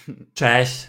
Cześć,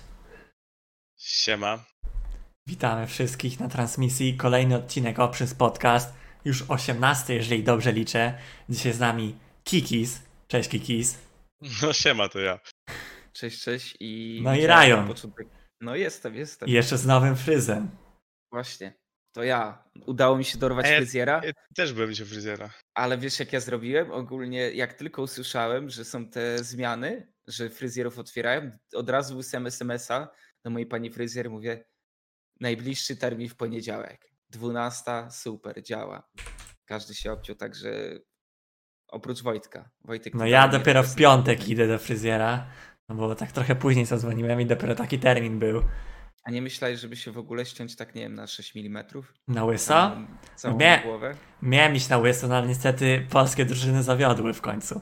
Siema. witamy wszystkich na transmisji. Kolejny odcinek Options Podcast, już 18, jeżeli dobrze liczę. Dzisiaj z nami Kikis. Cześć Kikis. No siema, to ja. Cześć i No i widziałem na Ryan. początek. No jestem. I jeszcze z nowym fryzem. Właśnie. To ja. Udało mi się dorwać fryzjera, Ja też byłem dzisiaj u fryzjera. ale wiesz jak ja zrobiłem? Ogólnie jak tylko usłyszałem, że są te zmiany, że fryzjerów otwierają, od razu wysłałem SMS-a do mojej pani fryzjer, mówię najbliższy termin w poniedziałek. 12, super, działa. Każdy się obciął, także oprócz Wojtka. Wojtek No tu ja dalej nie dopiero w reprezentuje. piątek idę do fryzjera, no bo tak trochę później zadzwoniłem i dopiero taki termin był. A nie myślałeś, żeby się w ogóle ściąć tak, nie wiem, na 6 mm? Na łyso? Całą Nie. głowę? Miałem iść na łyso, no ale niestety polskie drużyny zawiodły w końcu.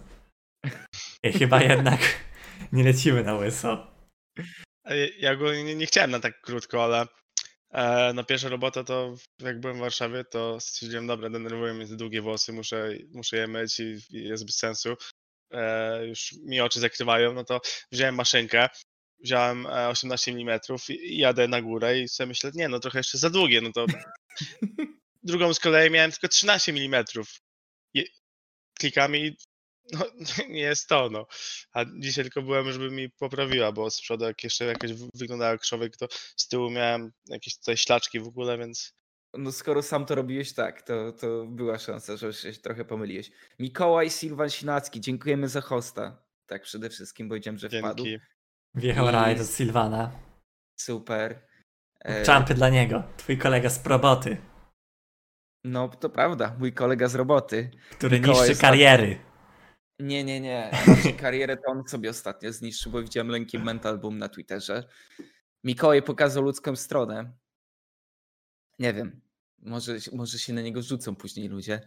I chyba jednak nie lecimy na łyso. Ja ogólnie nie chciałem na tak krótko, ale na pierwsza robota to jak byłem w Warszawie, to stwierdziłem, dobra, denerwują mnie te długie włosy, muszę je myć i jest bez sensu. Już mi oczy zakrywają, no to wziąłem maszynkę, wziąłem 18 mm i jadę na górę i sobie myślę, nie no trochę jeszcze za długie, no to drugą z kolei miałem tylko 13 mm. Klikam i no, nie jest to, no. A dzisiaj tylko byłem, żeby mi poprawiła, bo z przodu jak jeszcze jakoś wyglądała jak człowiek, to z tyłu miałem jakieś tutaj ślaczki w ogóle, więc No skoro sam to robiłeś tak, to była szansa, że się trochę pomyliłeś. Mikołaj Silvan Sinacki, dziękujemy za hosta. Tak przede wszystkim, bo wiedziałem, że wpadł. dzięki. Wjechał I rajd od Sylwana. super. Czampy dla niego, twój kolega z proboty, No to prawda, mój kolega z roboty. który Mikołaj niszczy ostatnio- kariery. Nie. Karierę to on sobie ostatnio zniszczył, bo widziałem Lękiem Mental Boom na Twitterze. Mikołaj pokazał ludzką stronę. Nie wiem, może się na niego rzucą później ludzie.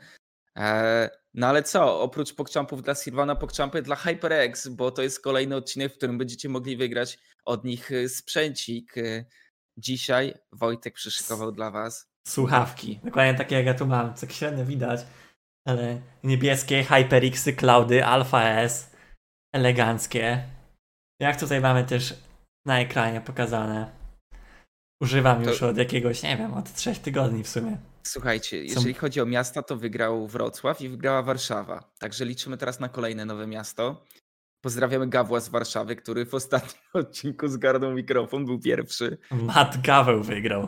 No ale co, oprócz pokczampów dla Sylwana, pokczampy dla HyperX, bo to jest kolejny odcinek, w którym będziecie mogli wygrać od nich sprzęcik. Dzisiaj Wojtek przyszykował dla was Słuchawki. Dokładnie takie jak ja tu mam, co średnio widać, ale niebieskie HyperXy Cloudy Alpha S, eleganckie. Jak tutaj mamy też na ekranie pokazane. Używam już od jakiegoś, nie wiem, od 3 tygodni w sumie. Słuchajcie, jeżeli chodzi o miasta, to wygrał Wrocław i wygrała Warszawa. Także liczymy teraz na kolejne nowe miasto. Pozdrawiamy Gawła z Warszawy, który w ostatnim odcinku zgarnął mikrofon, był pierwszy. Matt Gaweł wygrał.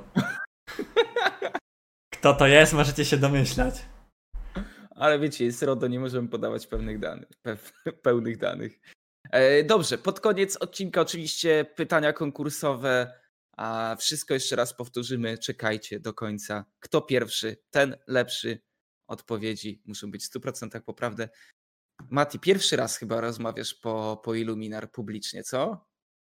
Kto to jest, możecie się domyślać. Ale wiecie, jest RODO, nie możemy podawać pełnych danych. Dobrze, pod koniec odcinka oczywiście pytania konkursowe, a wszystko jeszcze raz powtórzymy, czekajcie do końca. Kto pierwszy, ten lepszy. Odpowiedzi muszą być w 100% poprawne. Mati, pierwszy raz chyba rozmawiasz po Illuminar publicznie, co?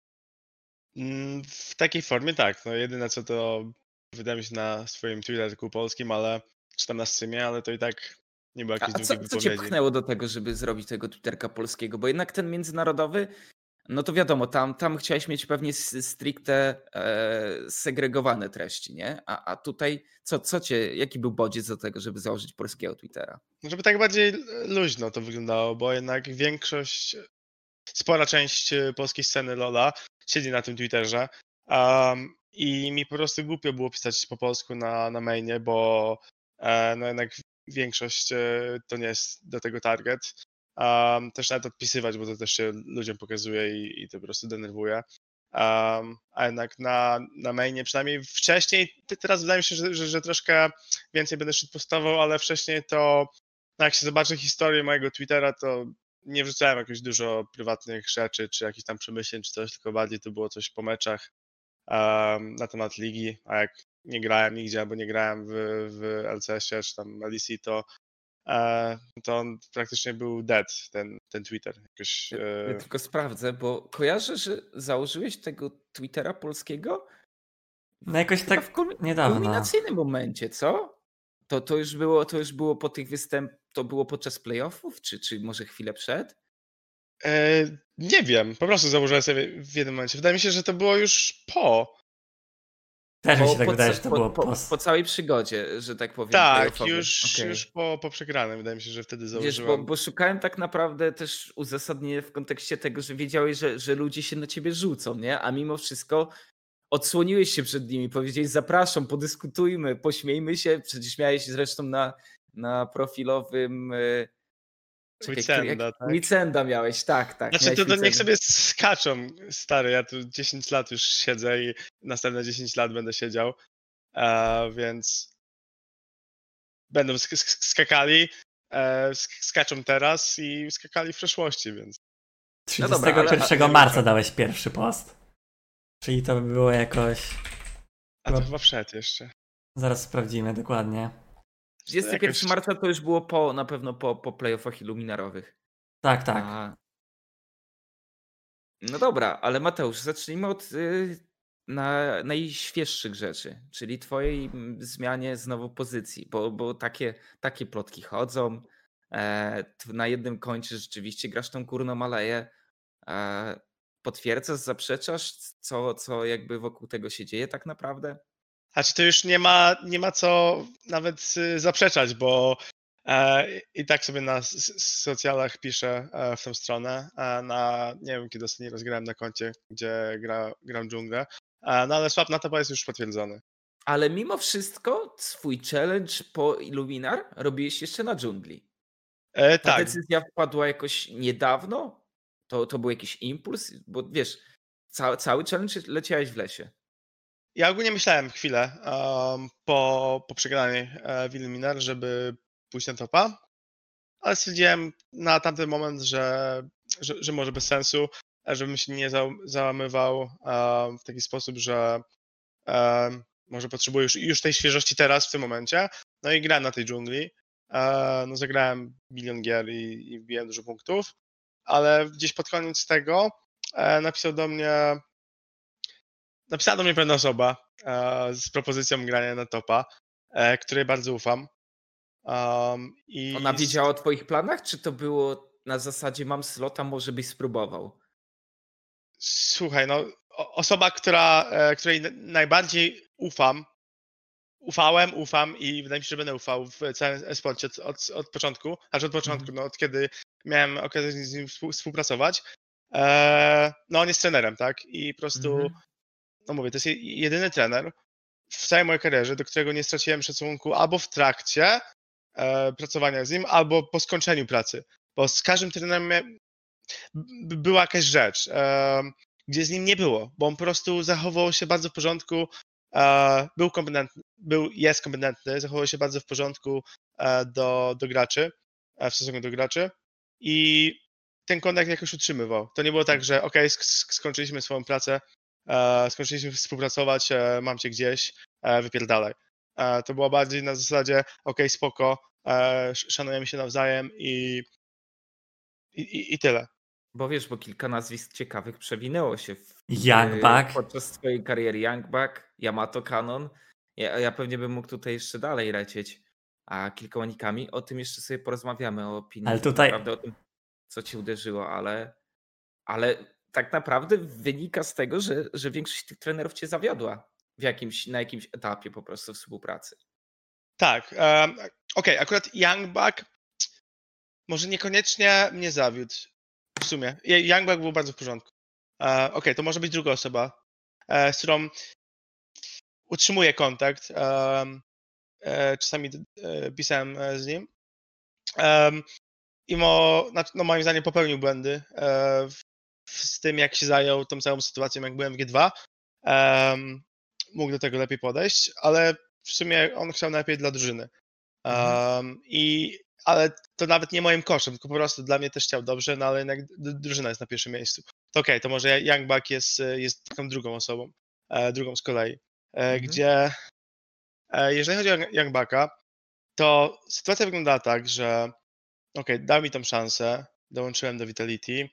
W takiej formie tak, no jedyne co to wydałem się na swoim Twitterku polskim, ale czy tam na streamie, ale to i tak nie było jakiejś A długiej co cię wypowiedzi. pchnęło do tego, żeby zrobić tego Twitterka polskiego? Bo jednak ten międzynarodowy, no to wiadomo, tam chciałeś mieć pewnie stricte segregowane treści, nie? A tutaj jaki był bodziec do tego, żeby założyć polskiego Twittera? Żeby tak bardziej luźno to wyglądało, bo jednak spora część polskiej sceny LoL'a siedzi na tym Twitterze i mi po prostu głupio było pisać po polsku na mainie, bo no jednak większość to nie jest do tego target. Też nawet odpisywać, bo to też się ludziom pokazuje i to po prostu denerwuje. A jednak na mainie, przynajmniej wcześniej, teraz wydaje mi się, że troszkę więcej będę shitpostował, ale wcześniej to no jak się zobaczy historię mojego Twittera, to nie wrzucałem jakoś dużo prywatnych rzeczy, czy jakichś tam przemyśleń, czy coś, tylko bardziej to było coś po meczach na temat ligi, a jak nie grałem nigdzie, albo nie grałem w LCS-ie, czy tam LEC, to on praktycznie był dead, ten Twitter. Jakoś, Ja tylko sprawdzę, bo kojarzę, że założyłeś tego Twittera polskiego No jakoś chyba tak w niedawno. kulminacyjnym momencie, co? To już było po tych to było podczas playoffów, czy może chwilę przed? nie wiem, po prostu założyłem sobie w jednym momencie. Wydaje mi się, że to było już po. Też mi się tak wydaje, że to było po całej przygodzie, że tak powiem. Tak, playoff'owej. już, Okej. już po przegranym, wydaje mi się, że wtedy Wiesz, założyłem. bo szukałem tak naprawdę też uzasadnienia w kontekście tego, że wiedziałeś, że ludzie się na ciebie rzucą, nie? A mimo wszystko odsłoniłeś się przed nimi, powiedziałeś zapraszam, podyskutujmy, pośmiejmy się. Przecież miałeś zresztą na profilowym... Weekenda, tak? Weekenda miałeś, tak. Znaczy miałeś to niech Weekenda. sobie skaczą, stary, ja tu 10 lat już siedzę i następne 10 lat będę siedział, więc będą skakali, skaczą teraz i skakali w przeszłości, więc... 31 marca dałeś pierwszy post. Czyli to by było jakoś... A to chyba przed jeszcze. Zaraz sprawdzimy dokładnie. 31 marca to już było na pewno po playoffach Illuminarowych. Tak. No dobra, ale Mateusz, zacznijmy od najświeższych rzeczy, czyli twojej zmianie znowu pozycji, bo takie plotki chodzą. Na jednym końcu rzeczywiście grasz tą Górną Maleję. Potwierdzasz, zaprzeczasz, co jakby wokół tego się dzieje tak naprawdę? Znaczy to już nie ma co nawet zaprzeczać, bo i tak sobie na socjalach piszę w tą stronę. Nie wiem, kiedy ostatni raz grałem na koncie, gdzie gram dżunglę. No ale swap na to jest już potwierdzony. Ale mimo wszystko swój challenge po Illuminar robiłeś jeszcze na dżungli. Ta Tak. decyzja wpadła jakoś niedawno? To był jakiś impuls? Bo wiesz, cały challenge leciałeś w lesie. Ja ogólnie myślałem chwilę po przegranej w Illuminar, żeby pójść na topa, ale stwierdziłem na tamten moment, że może bez sensu, żebym się nie załamywał w taki sposób, że może potrzebuję już tej świeżości teraz, w tym momencie. No i grałem na tej dżungli. No zagrałem milion gier i wbiłem dużo punktów, ale gdzieś pod koniec tego napisała do mnie pewna osoba z propozycją grania na topa, której bardzo ufam. Ona wiedziała o twoich planach, czy to było na zasadzie mam slota, może byś spróbował? Słuchaj, no osoba, której najbardziej ufam i wydaje mi się, że będę ufał w całym e-sporcie od początku, aż od początku, no od kiedy miałem okazję z nim współpracować. No on jest trenerem, tak? I po prostu, no mówię, to jest jedyny trener w całej mojej karierze, do którego nie straciłem szacunku albo w trakcie pracowania z nim, albo po skończeniu pracy. Bo z każdym trenerem była jakaś rzecz, gdzie z nim nie było, bo on po prostu zachowywał się bardzo w porządku, był kompetentny, jest kompetentny, zachowywał się bardzo w porządku do graczy, w stosunku do graczy i ten kontakt jakoś utrzymywał. To nie było tak, że okej, skończyliśmy swoją pracę, skończyliśmy współpracować, mam cię gdzieś, wypierdalaj. To było bardziej na zasadzie okej, spoko, szanujemy się nawzajem i tyle. Bo wiesz, bo kilka nazwisk ciekawych przewinęło się Youngbuck. Podczas swojej kariery. Youngbuck, Yamato Cannon. Ja pewnie bym mógł tutaj jeszcze dalej lecieć, a kilkoma nikami. O tym jeszcze sobie porozmawiamy, o opinii. Ale tutaj... Naprawdę o tym, co ci uderzyło, ale tak naprawdę wynika z tego, że większość tych trenerów cię zawiodła na jakimś etapie po prostu współpracy. Tak, okej, akurat Youngbuck może niekoniecznie mnie zawiódł w sumie. Youngbuck był bardzo w porządku. Okej, to może być druga osoba, z którą utrzymuję kontakt. Czasami pisałem z nim. I moim zdaniem popełnił błędy z tym, jak się zajął tą całą sytuacją, jak byłem w G2. Mógł do tego lepiej podejść, ale w sumie on chciał najlepiej dla drużyny. Ale to nawet nie moim kosztem, tylko po prostu dla mnie też chciał dobrze, no ale jednak drużyna jest na pierwszym miejscu. To okej, to może Youngbuck jest taką drugą osobą, drugą z kolei, gdzie jeżeli chodzi o Youngbucka, to sytuacja wyglądała tak, że dał mi tą szansę, dołączyłem do Vitality.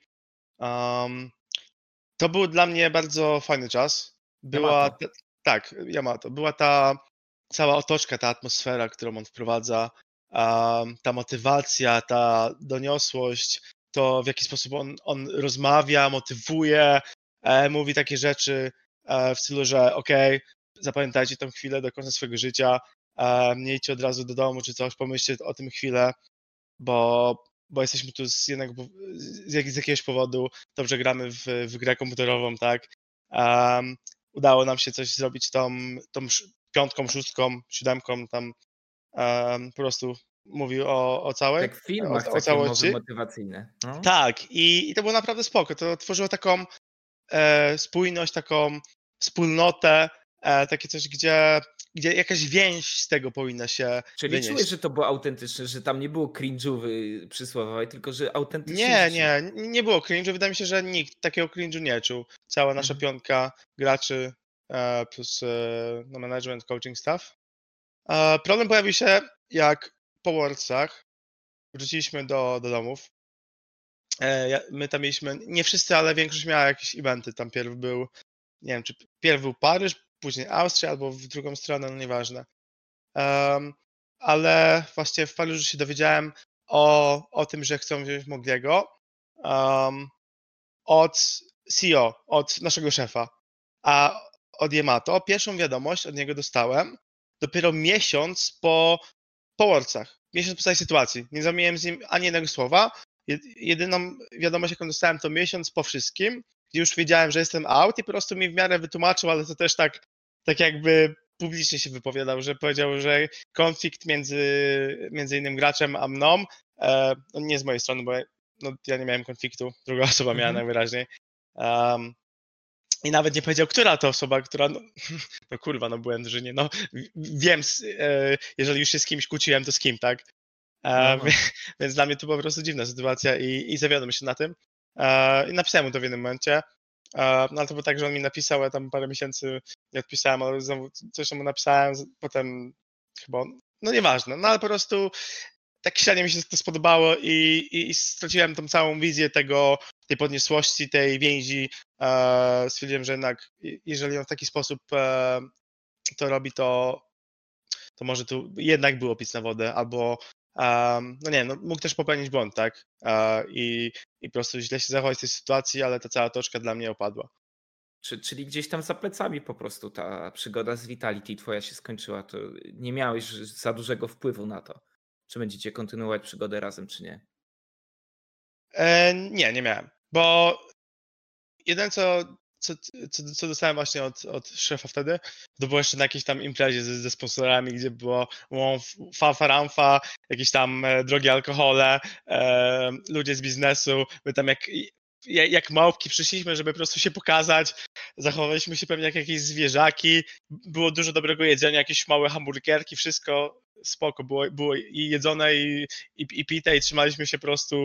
To był dla mnie bardzo fajny czas. Yamato. Była ta cała otoczka, ta atmosfera, którą on wprowadza, ta motywacja, ta doniosłość, to w jaki sposób on rozmawia, motywuje, mówi takie rzeczy w stylu, że zapamiętajcie tą chwilę do końca swojego życia, nie idźcie od razu do domu czy coś, pomyślcie o tym chwilę, bo jesteśmy tu z jakiegoś powodu, dobrze gramy w grę komputerową, tak? Udało nam się coś zrobić tą 5, 6, 7 tam, po prostu mówił o całej, Jak w filmach o takie mowy całości. motywacyjne. No. Tak, i to było naprawdę spoko. To tworzyło taką spójność, taką wspólnotę, takie coś, gdzie jakaś więź z tego powinna się Czyli wynieść. czujesz, że to było autentyczne, że tam nie było cringe'owy przysłowiowej, tylko że autentycznie... Nie było cringe'u. Wydaje mi się, że nikt takiego cringe'u nie czuł. Cała nasza 5 graczy plus management, coaching staff. Problem pojawił się, jak po Worldsach wróciliśmy do domów. My tam mieliśmy, nie wszyscy, ale większość miała jakieś eventy. Tam pierw był, nie wiem, czy pierw był Paryż, później Austria, albo w drugą stronę, no nieważne. Ale właśnie w Paryżu się dowiedziałem o tym, że chcą wziąć Mogliego od CEO, od naszego szefa. A od Yamato pierwszą wiadomość od niego dostałem dopiero miesiąc po Worldsach. Miesiąc po całej sytuacji. Nie zamieniłem z nim ani jednego słowa. Jedyną wiadomość, jaką dostałem, to miesiąc po wszystkim, gdzie już wiedziałem, że jestem out i po prostu mi w miarę wytłumaczył, ale to też tak jakby publicznie się wypowiadał, że powiedział, że konflikt między innym graczem a mną, no nie z mojej strony, bo ja nie miałem konfliktu, druga osoba miała najwyraźniej. I nawet nie powiedział, która to osoba, która, no kurwa, no błęd, że nie, no wiem, jeżeli już się z kimś kłóciłem, to z kim, tak? Więc dla mnie to po prostu dziwna sytuacja i zawiodłem się na tym. I napisałem mu to w jednym momencie. No ale to było tak, że on mi napisał, ja tam parę miesięcy nie odpisałem, ale znowu coś mu napisałem, potem chyba, no nieważne, no ale po prostu tak średnio mi się to spodobało i straciłem tą całą wizję tej podniosłości, tej więzi. Stwierdziłem, że jednak jeżeli on w taki sposób to robi, to może tu jednak było pic na wodę, albo no nie, no mógł też popełnić błąd, tak? I po prostu źle się zachować w tej sytuacji, ale ta cała toczka dla mnie opadła. Czyli gdzieś tam za plecami po prostu ta przygoda z Vitality twoja się skończyła, to nie miałeś za dużego wpływu na to, czy będziecie kontynuować przygodę razem, czy nie? Nie miałem, bo jeden co dostałem właśnie od szefa wtedy, to było jeszcze na jakiejś tam imprezie ze sponsorami, gdzie było fanfaramfa, jakieś tam drogie alkohole, ludzie z biznesu, my tam jak małpki przyszliśmy, żeby po prostu się pokazać, zachowaliśmy się pewnie jak jakieś zwierzaki, było dużo dobrego jedzenia, jakieś małe hamburgerki, wszystko spoko, było i jedzone i pite i trzymaliśmy się po prostu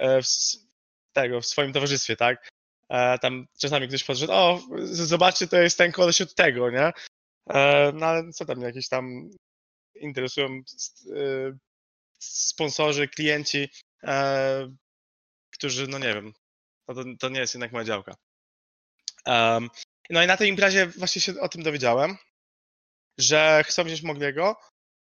w swoim towarzystwie, tak? Tam czasami ktoś podszedł, zobaczcie, to jest ten koleś od tego, nie? No ale co tam, jakieś tam interesują sponsorzy, klienci, którzy, no nie wiem, to nie jest jednak moja działka. No i na tej imprezie właśnie się o tym dowiedziałem, że chcą wziąć Mogliego,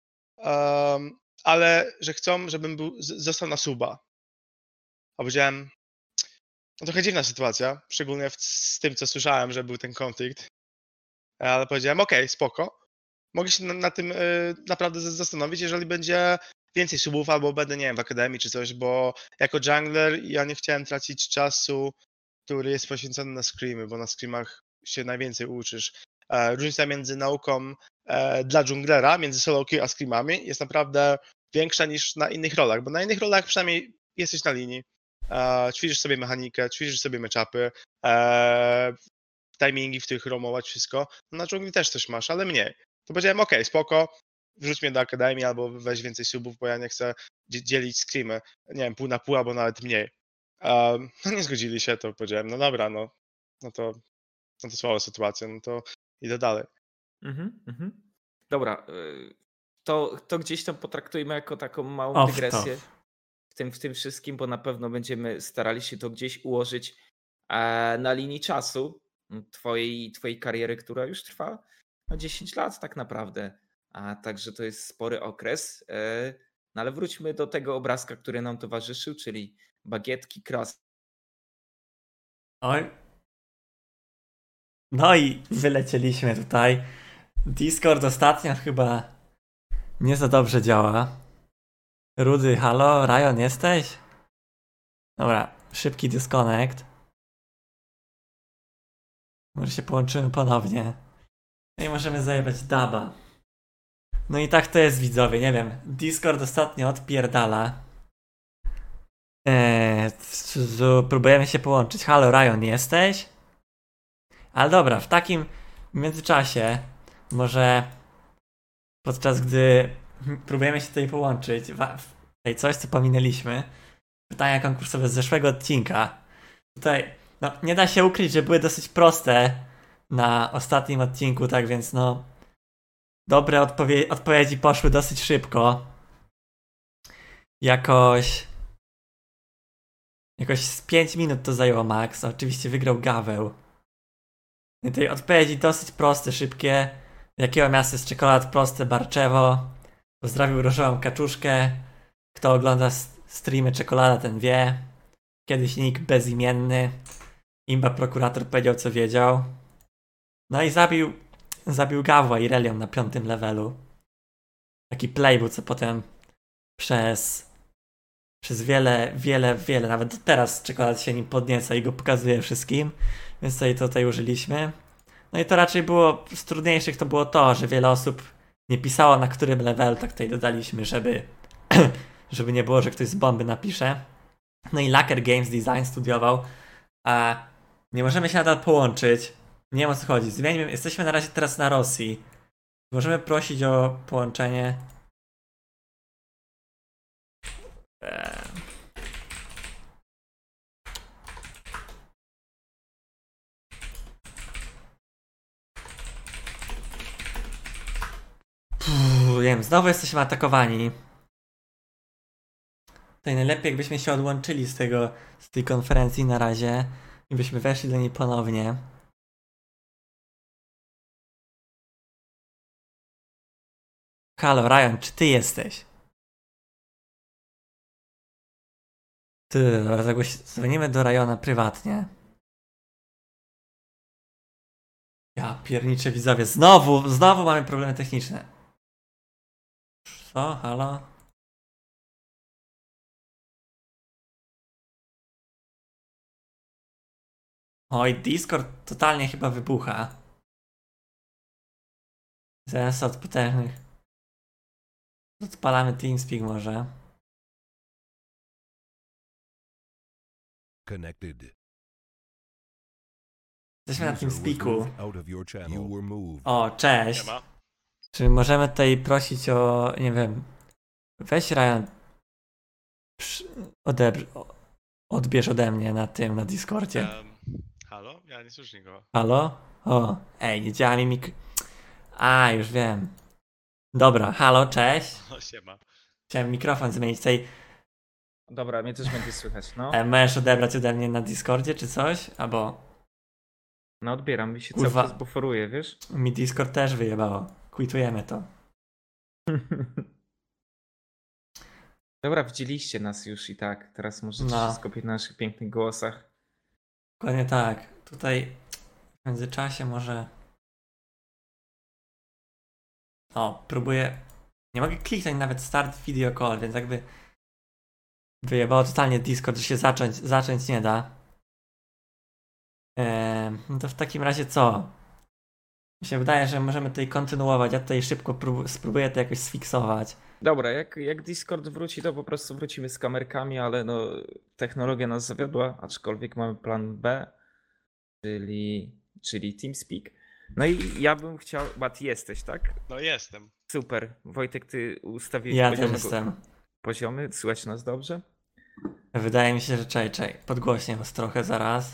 ale że chcą, żebym został na suba. A powiedziałem, no trochę dziwna sytuacja, szczególnie z tym, co słyszałem, że był ten konflikt. Ale powiedziałem, okej, spoko. Mogę się na tym naprawdę zastanowić, jeżeli będzie więcej subów, albo będę, nie wiem, w akademii czy coś, bo jako jungler ja nie chciałem tracić czasu, który jest poświęcony na screamy, bo na screamach się najwięcej uczysz. Różnica między nauką dla junglera, między solo queue a screamami jest naprawdę większa niż na innych rolach, bo na innych rolach przynajmniej jesteś na linii, ćwiczysz sobie mechanikę, ćwiczysz sobie matchupy, timingi, w których roamować wszystko. No na dżungli też coś masz, ale mniej. To powiedziałem, okej, spoko, wrzuć mnie do akademii albo weź więcej subów, bo ja nie chcę dzielić screamy, nie wiem, pół na pół albo nawet mniej. No nie zgodzili się, to powiedziałem, no dobra, no to słaba sytuacja, no to idę dalej. Dobra, to gdzieś tam potraktujmy jako taką małą dygresję w tym wszystkim, bo na pewno będziemy starali się to gdzieś ułożyć na linii czasu twojej kariery, która już trwa 10 lat tak naprawdę, także to jest spory okres. No ale wróćmy do tego obrazka, który nam towarzyszył, czyli bagietki, kras. Oj. No i wylecieliśmy tutaj. Discord ostatnio chyba nie za dobrze działa. Rudy, halo, Ryan, jesteś? Dobra, szybki disconnect. Może się połączymy ponownie. No i możemy zajebać duba. No i tak to jest, widzowie, nie wiem. Discord ostatnio odpierdala. Próbujemy się połączyć. Halo, Ryan, jesteś? Ale dobra, w takim międzyczasie może podczas gdy próbujemy się tutaj połączyć, tutaj coś, co pominęliśmy. Pytania konkursowe z zeszłego odcinka. Tutaj, no, nie da się ukryć, że były dosyć proste na ostatnim odcinku, tak więc no, dobre odpowiedzi poszły dosyć szybko. Jakoś z 5 minut to zajęło max. Oczywiście wygrał Gaweł. I tej odpowiedzi dosyć proste, szybkie. Z jakiego miasta jest czekolad? Proste, Barczewo. Pozdrawił różową kaczuszkę. Kto ogląda streamy Czekolada, ten wie. Kiedyś nick bezimienny. Imba prokurator powiedział, co wiedział. No i zabił Gawła i Relią na 5. levelu. Taki playbook, co potem przez wiele, nawet teraz Czekolad się nim podnieca i go pokazuje wszystkim. Więc tutaj użyliśmy. No i to raczej było, z trudniejszych to było to, że wiele osób nie pisało na którym levelu, tak tutaj dodaliśmy, żeby żeby nie było, że ktoś z bomby napisze. No i Laker Games Design studiował, a nie możemy się nadal połączyć. Nie wiem, o co chodzi. Zmieńmy, jesteśmy na razie teraz na Rosji. Możemy prosić o połączenie. Nie wiem, znowu jesteśmy atakowani. Tutaj najlepiej jakbyśmy się odłączyli z tej konferencji na razie i byśmy weszli do niej ponownie. Halo, Ryan, czy ty jesteś? Dobra, dzwonimy do Ryana prywatnie. Ja pierniczę, widzowie, znowu mamy problemy techniczne. Co? Halo? Oj, Discord totalnie chyba wybucha. Zaraz od potężnych. Odpalamy TeamSpeak może. Connected. Jesteśmy na TeamSpeaku. Out of your channel. You were moved. O, cześć. Nie ma. Czy możemy tutaj prosić o, nie wiem, weź Ryan, odbierz ode mnie na Discordzie. Halo? Ja nie słyszę nikogo. Halo? O, ej, nie działa mi A, już wiem. Dobra, halo, cześć. O, siema. Chciałem mikrofon zmienić tutaj. Dobra, mnie też będzie słychać, no. Możesz odebrać ode mnie na Discordzie czy coś? Albo No odbieram, mi się Kurwa. cały czas buforuje, wiesz? mi Discord też wyjebało. Quitujemy to. Dobra, widzieliście nas już i tak. Teraz możecie No. się skupić na naszych pięknych głosach. Dokładnie tak. Tutaj w międzyczasie może... O, próbuję... Nie mogę kliknąć nawet start video call, więc jakby... Wyjebało totalnie Discord, że się zacząć nie da. No to w takim razie co? Mi się wydaje, że możemy tutaj kontynuować. Ja tutaj szybko spróbuję to jakoś sfiksować. Dobra, jak Discord wróci, to po prostu wrócimy z kamerkami, ale no technologia nas zawiodła, aczkolwiek mamy plan B, czyli TeamSpeak. No i ja bym chciał... Mat, jesteś, tak? No jestem. Super. Wojtek, ty ustawiłeś Ja też jestem. poziomy, słychać nas dobrze? Wydaje mi się, że czekaj. Podgłośnię was trochę zaraz.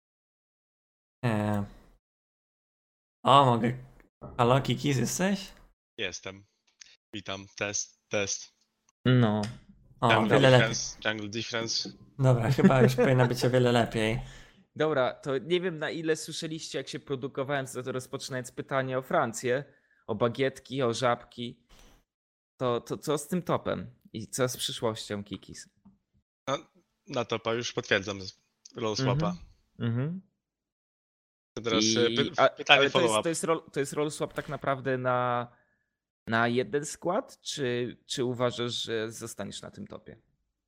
O, mogę... Halo, Kikis, jesteś? Jestem. Witam. Test. No. O, Jungle wiele lepiej. Defense. Jungle Defense. Dobra, chyba już powinno być o wiele lepiej. Dobra, to nie wiem na ile słyszeliście, jak się produkowałem, to rozpoczynając pytanie o Francję, o bagietki, o żabki. To co z tym topem i co z przyszłością Kikis? Na topa już potwierdzam roll swapa. Mhm. To teraz pytanie Ale follow-up. to jest roll swap tak naprawdę na jeden skład, czy uważasz, że zostaniesz na tym topie?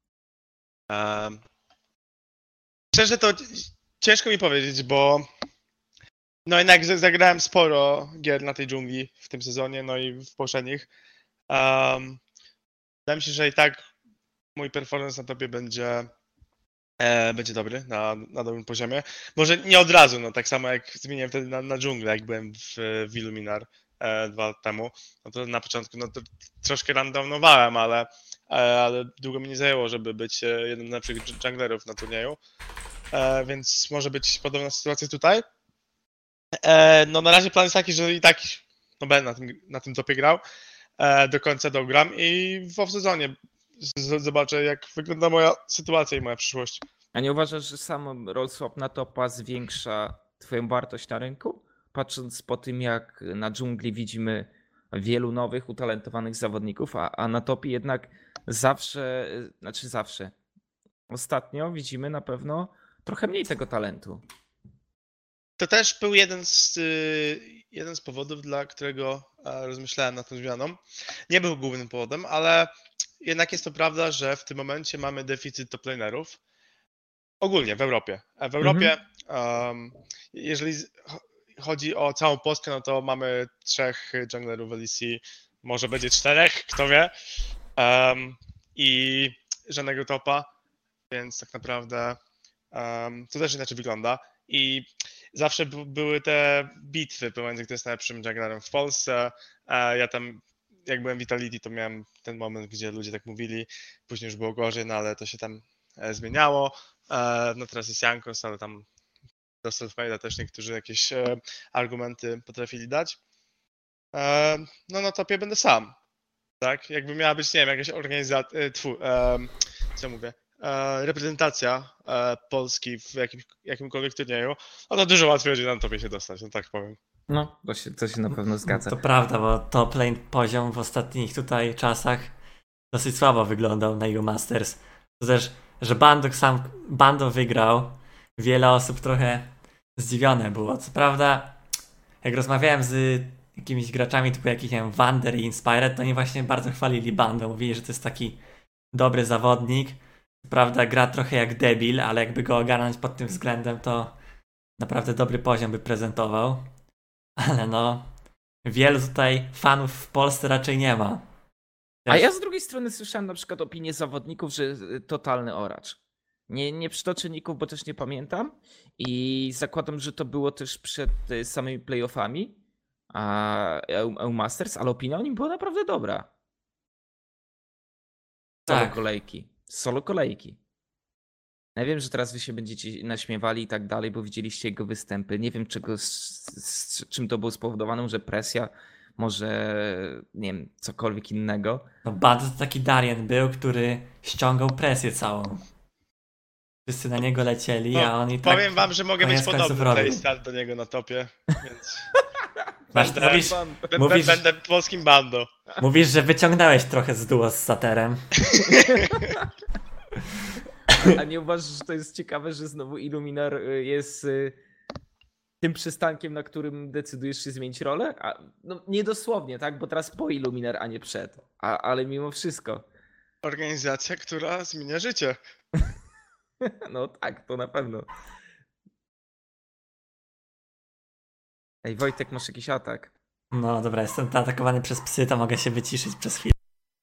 Szczerze to ciężko mi powiedzieć, bo no jednak zagrałem sporo gier na tej dżungli w tym sezonie, no i w poprzednich. Wydaje mi się, że i tak mój performance na topie będzie dobry, na dobrym poziomie. Może nie od razu, no tak samo jak zmieniłem wtedy na dżunglę, jak byłem w Illuminar 2 lat temu. No to na początku no to troszkę randomowałem, ale długo mi nie zajęło, żeby być jednym z lepszych junglerów na turnieju. Więc może być podobna sytuacja tutaj. No na razie plan jest taki, że i tak no będę na tym topie grał. Do końca dogram i w off-sezonie zobaczę, jak wygląda moja sytuacja i moja przyszłość. A nie uważasz, że sam roll swap na topa zwiększa twoją wartość na rynku? Patrząc po tym, jak na dżungli widzimy wielu nowych, utalentowanych zawodników, a na topie jednak zawsze, ostatnio widzimy na pewno trochę mniej tego talentu. To też był jeden z powodów, dla którego rozmyślałem nad tą zmianą. Nie był głównym powodem, ale jednak jest to prawda, że w tym momencie mamy deficyt top lanerów. Ogólnie w Europie. W Europie, jeżeli chodzi o całą Polskę, no to mamy 3 junglerów LEC, może będzie 4, kto wie. I żadnego topa, więc tak naprawdę to też inaczej wygląda. I zawsze były te bitwy pomiędzy kto jest najlepszym junglerem w Polsce. Ja tam, jak byłem w Vitality, to miałem ten moment, gdzie ludzie tak mówili. Później już było gorzej, no ale to się tam zmieniało. No teraz jest Jankos, ale tam do self-made'a też niektórzy jakieś argumenty potrafili dać. No na topie będę sam. Tak? Jakby miała być, nie wiem, jakaś organizacja, co mówię, reprezentacja Polski w jakimkolwiek turnieju, no to dużo łatwiej będzie na topie się dostać, no tak powiem. No, to się na pewno zgadza. To prawda, bo top lane poziom w ostatnich tutaj czasach dosyć słabo wyglądał na EU Masters. To też, że Bando wygrał, wiele osób trochę zdziwione było. Co prawda, jak rozmawiałem z jakimiś graczami typu jakiś, nie wiem, Wander i Inspired, to oni właśnie bardzo chwalili Bando. Mówili, że to jest taki dobry zawodnik. Co prawda gra trochę jak debil, ale jakby go ogarnąć pod tym względem, to naprawdę dobry poziom by prezentował. Ale no, wielu tutaj fanów w Polsce raczej nie ma. A ja z drugiej strony słyszałem na przykład opinię zawodników, że totalny oracz. Nie przytoczę ników, bo też nie pamiętam. I zakładam, że to było też przed samymi playoffami EU Masters, ale opinia o nim była naprawdę dobra. Solo kolejki. Ja wiem, że teraz wy się będziecie naśmiewali i tak dalej, bo widzieliście jego występy. Nie wiem, czym to było spowodowane, że presja, może nie wiem, cokolwiek innego. No bardzo taki Darien był, który ściągał presję całą. Wszyscy na niego lecieli, No, a on i tak... powiem wam, że mogę być podobny playstyle do niego na topie, więc... Będę polskim Bando. Mówisz, że wyciągnąłeś trochę z duo z Saterem. A nie uważasz, że to jest ciekawe, że znowu Illuminar jest tym przystankiem, na którym decydujesz się zmienić rolę? No nie dosłownie, tak? Bo teraz po Illuminar, a nie przed. Ale mimo wszystko. Organizacja, która zmienia życie. No tak, to na pewno. Ej, Wojtek, masz jakiś atak? No dobra, jestem atakowany przez psy, to mogę się wyciszyć przez chwilę.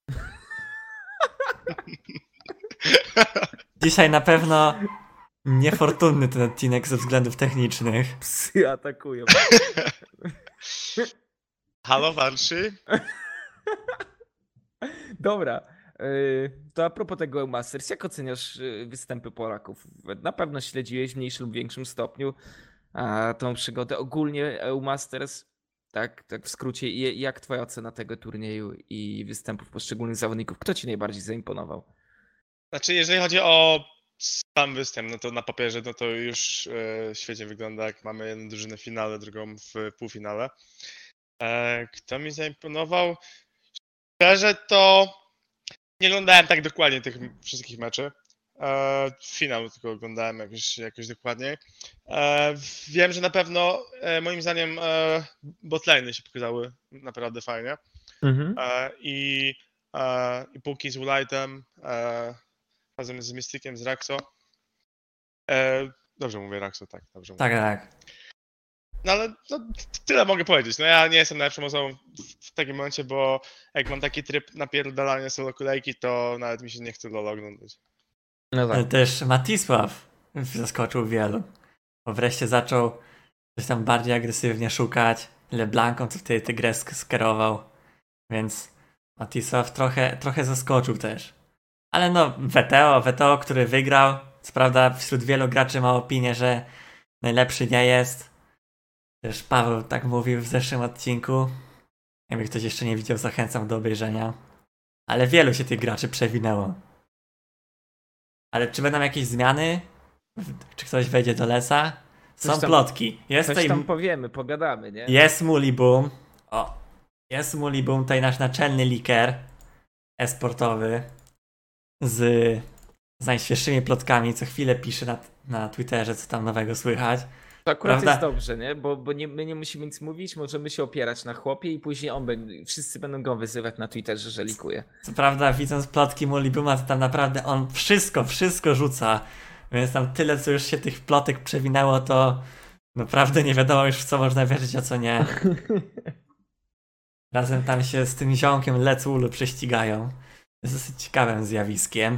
Dzisiaj na pewno niefortunny ten odcinek ze względów technicznych. Psy atakują. Halo, Warszy? Dobra. To a propos tego Masters, jak oceniasz występy Polaków? Na pewno śledziłeś w mniejszym lub większym stopniu tą przygodę. Ogólnie EU Masters, tak w skrócie, jak twoja ocena tego turnieju i występów poszczególnych zawodników? Kto ci najbardziej zaimponował? Znaczy, jeżeli chodzi o sam występ, no to na papierze, no to już świetnie wygląda, jak mamy jedną drużynę w finale, drugą w półfinale. Kto mi zaimponował? Szczerze to nie oglądałem tak dokładnie tych wszystkich meczy. Finał tylko oglądałem jakoś dokładniej. Wiem, że na pewno moim zdaniem botlane się pokazały naprawdę fajnie. Mhm. I póki z Woolightem, razem z Mystikiem, z Raxo. Dobrze mówię Raxo, tak, dobrze mówię. Tak, tak. No ale no, tyle mogę powiedzieć. No ja nie jestem najlepszą osobą w takim momencie, bo jak mam taki tryb napierdalania solo kolejki, to nawet mi się nie chce LoL oglądać. No Ale tak. też Matisław zaskoczył wielu. Bo wreszcie zaczął coś tam bardziej agresywnie szukać. LeBlanc tutaj tę grę skierował. Więc Matisław trochę zaskoczył też. Ale no, WTO, który wygrał. Co prawda wśród wielu graczy ma opinię, że najlepszy nie jest. Też Paweł tak mówił w zeszłym odcinku. Jakby ktoś jeszcze nie widział, zachęcam do obejrzenia. Ale wielu się tych graczy przewinęło. Ale czy będą jakieś zmiany? Czy ktoś wejdzie do lesa? Są Coś tam- plotki. Jest Coś tutaj tam powiemy, pogadamy, nie? jest Muliboom. O, jest Muliboom, tutaj nasz naczelny liker e-sportowy z najświeższymi plotkami. Co chwilę pisze na Twitterze, co tam nowego słychać. To akurat Prawda? jest dobrze, nie? Bo my nie musimy nic mówić, możemy się opierać na chłopie i później wszyscy będą go wyzywać na Twitterze, że likuje. Co prawda, widząc plotki Mulibooma, to tam naprawdę on wszystko rzuca. Więc tam tyle, co już się tych plotek przewinęło, to naprawdę nie wiadomo już, w co można wierzyć, a co nie. Razem tam się z tym ziomkiem Leculu prześcigają. Jest dosyć ciekawym zjawiskiem.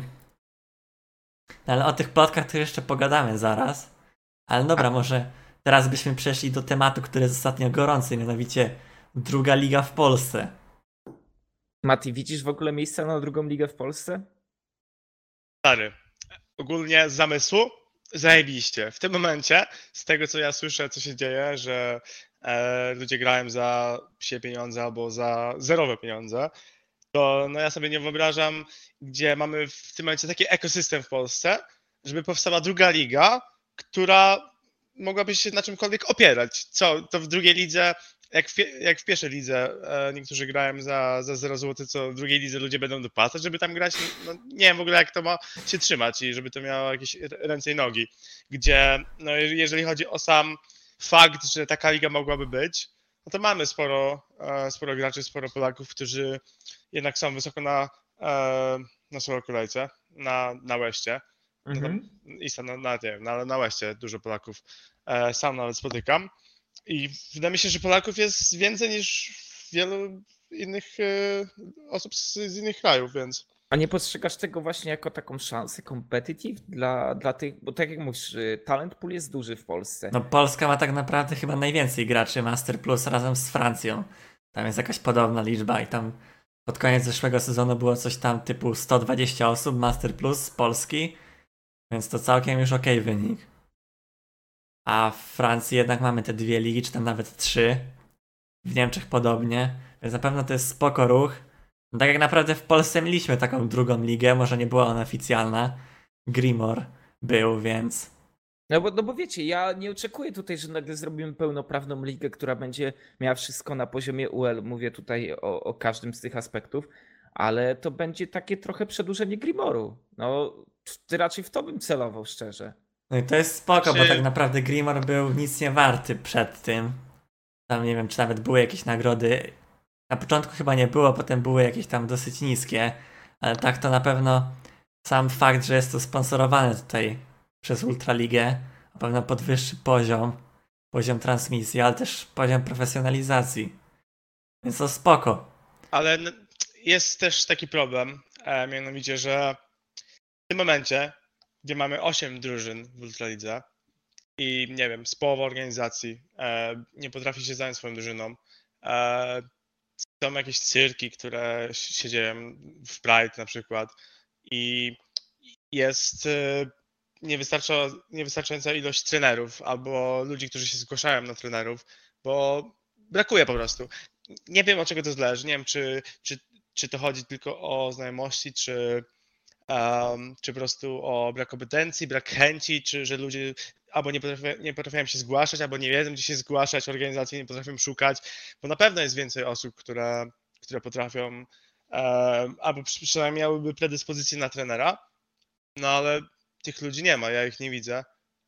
No ale o tych plotkach to jeszcze pogadamy zaraz. Ale dobra, może teraz byśmy przeszli do tematu, który jest ostatnio gorący, mianowicie druga liga w Polsce. Mati, widzisz w ogóle miejsca na drugą ligę w Polsce? Stary, ogólnie z zamysłu zajebiście. W tym momencie, z tego co ja słyszę, co się dzieje, że ludzie grają za psie pieniądze albo za zerowe pieniądze, to no ja sobie nie wyobrażam, gdzie mamy w tym momencie taki ekosystem w Polsce, żeby powstała druga liga, która mogłaby się na czymkolwiek opierać. Co, to w drugiej lidze, jak w pierwszej lidze niektórzy grają za 0 zł, co w drugiej lidze ludzie będą dopłacać, żeby tam grać. No, nie wiem w ogóle jak to ma się trzymać i żeby to miało jakieś ręce i nogi. Gdzie, no jeżeli chodzi o sam fakt, że taka liga mogłaby być, no to mamy sporo graczy, sporo Polaków, którzy jednak są wysoko na solo kolejce, na Łeście. No to, i nawet nie wiem, na Łeście dużo Polaków sam nawet spotykam. I wydaje mi się, że Polaków jest więcej niż wielu innych osób z innych krajów, więc. A nie postrzegasz tego właśnie jako taką szansę competitive dla tych, bo tak jak mówisz, talent pool jest duży w Polsce. No Polska ma tak naprawdę chyba najwięcej graczy Master Plus razem z Francją. Tam jest jakaś podobna liczba i tam pod koniec zeszłego sezonu było coś tam typu 120 osób Master Plus z Polski, więc to całkiem już okej wynik. A w Francji jednak mamy te 2 ligi, czy tam nawet 3. W Niemczech podobnie, więc na pewno to jest spoko ruch. No tak jak naprawdę w Polsce mieliśmy taką drugą ligę, może nie była ona oficjalna. Grimor był, więc No bo wiecie, ja nie oczekuję tutaj, że nagle zrobimy pełnoprawną ligę, która będzie miała wszystko na poziomie UL. Mówię tutaj o każdym z tych aspektów, ale to będzie takie trochę przedłużenie Grimoru. No, ty raczej w to bym celował, szczerze. no i to jest spoko, bo Czy- tak naprawdę Grimor był nic nie warty przed tym. Tam nie wiem, czy nawet były jakieś nagrody. Na początku chyba nie było, potem były jakieś tam dosyć niskie, ale tak to na pewno sam fakt, że jest to sponsorowane tutaj przez Ultraligę, na pewno podwyższy poziom transmisji, ale też poziom profesjonalizacji. Więc to spoko. Ale jest też taki problem, mianowicie, że w tym momencie, gdzie mamy 8 drużyn w Ultralidze i nie wiem, z połowa organizacji nie potrafi się zająć swoją drużyną, są jakieś cyrki, które się dzieją w Pride na przykład i jest niewystarczająca ilość trenerów albo ludzi, którzy się zgłaszają na trenerów, bo brakuje po prostu. Nie wiem, od czego to zależy. Nie wiem, czy to chodzi tylko o znajomości, czy po prostu o brak kompetencji, brak chęci, czy że ludzie albo nie potrafią się zgłaszać, albo nie wiedzą, gdzie się zgłaszać, organizacje nie potrafią szukać, bo na pewno jest więcej osób, które potrafią albo przynajmniej miałyby predyspozycję na trenera, No ale tych ludzi nie ma, ja ich nie widzę.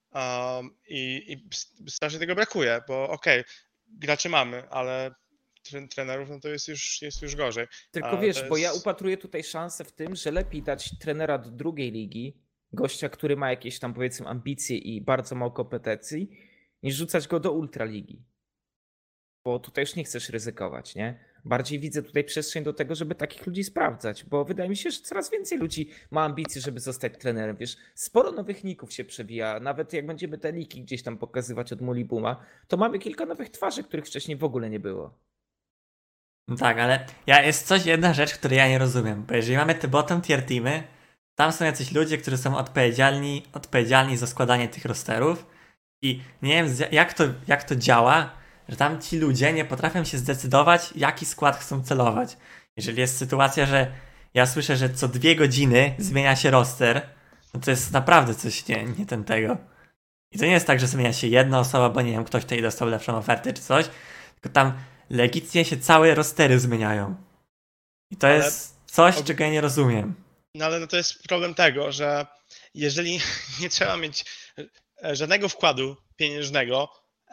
I strasznie tego brakuje, bo okej, graczy mamy, ale trenerów no to jest już gorzej. Tylko wiesz, To bo ja jest... upatruję tutaj szansę w tym, że lepiej dać trenera do drugiej ligi, gościa, który ma jakieś tam powiedzmy ambicje i bardzo mało kompetencji, niż rzucać go do ultraligi. Bo tutaj już nie chcesz ryzykować, nie? Bardziej widzę tutaj przestrzeń do tego, żeby takich ludzi sprawdzać, bo wydaje mi się, że coraz więcej ludzi ma ambicje, żeby zostać trenerem. Wiesz, sporo nowych ników się przewija, nawet jak będziemy te niki gdzieś tam pokazywać od Mulibuma, to mamy kilka nowych twarzy, których wcześniej w ogóle nie było. No tak, ale jest jedna rzecz, której ja nie rozumiem, bo jeżeli mamy te bottom tier teamy, tam są jacyś ludzie, którzy są odpowiedzialni za składanie tych rosterów i nie wiem jak to działa, że tam ci ludzie nie potrafią się zdecydować, jaki skład chcą celować. Jeżeli jest sytuacja, że ja słyszę, że co 2 godziny zmienia się roster, no to jest naprawdę coś nie tego. I to nie jest tak, że zmienia się jedna osoba, bo nie wiem, ktoś tutaj dostał lepszą ofertę czy coś, tylko tam legitnie się całe rostery zmieniają. I to jest coś, czego ja nie rozumiem. No ale no to jest problem tego, że jeżeli nie trzeba mieć żadnego wkładu pieniężnego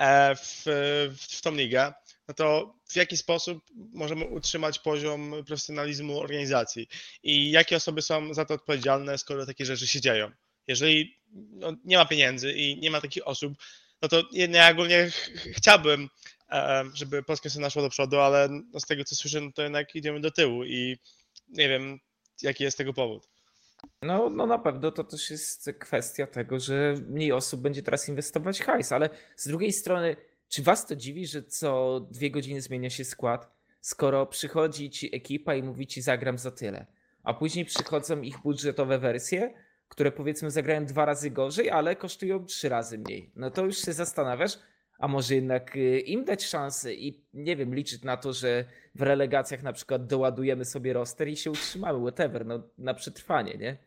w tą ligę, no to w jaki sposób możemy utrzymać poziom profesjonalizmu organizacji i jakie osoby są za to odpowiedzialne, skoro takie rzeczy się dzieją. Jeżeli nie ma pieniędzy i nie ma takich osób, no to ja ogólnie chciałbym, żeby polska scena szła do przodu, ale no z tego co słyszę, no to jednak idziemy do tyłu i nie wiem, jaki jest tego powód. No na pewno to też jest kwestia tego, że mniej osób będzie teraz inwestować hajs, ale z drugiej strony, czy was to dziwi, że co 2 godziny zmienia się skład, skoro przychodzi ci ekipa i mówi ci zagram za tyle, a później przychodzą ich budżetowe wersje, które powiedzmy zagrają 2 razy gorzej, ale kosztują 3 razy mniej. No to już się zastanawiasz, a może jednak im dać szansę i nie wiem, liczyć na to, że w relegacjach na przykład doładujemy sobie roster i się utrzymamy, whatever, no na przetrwanie, nie?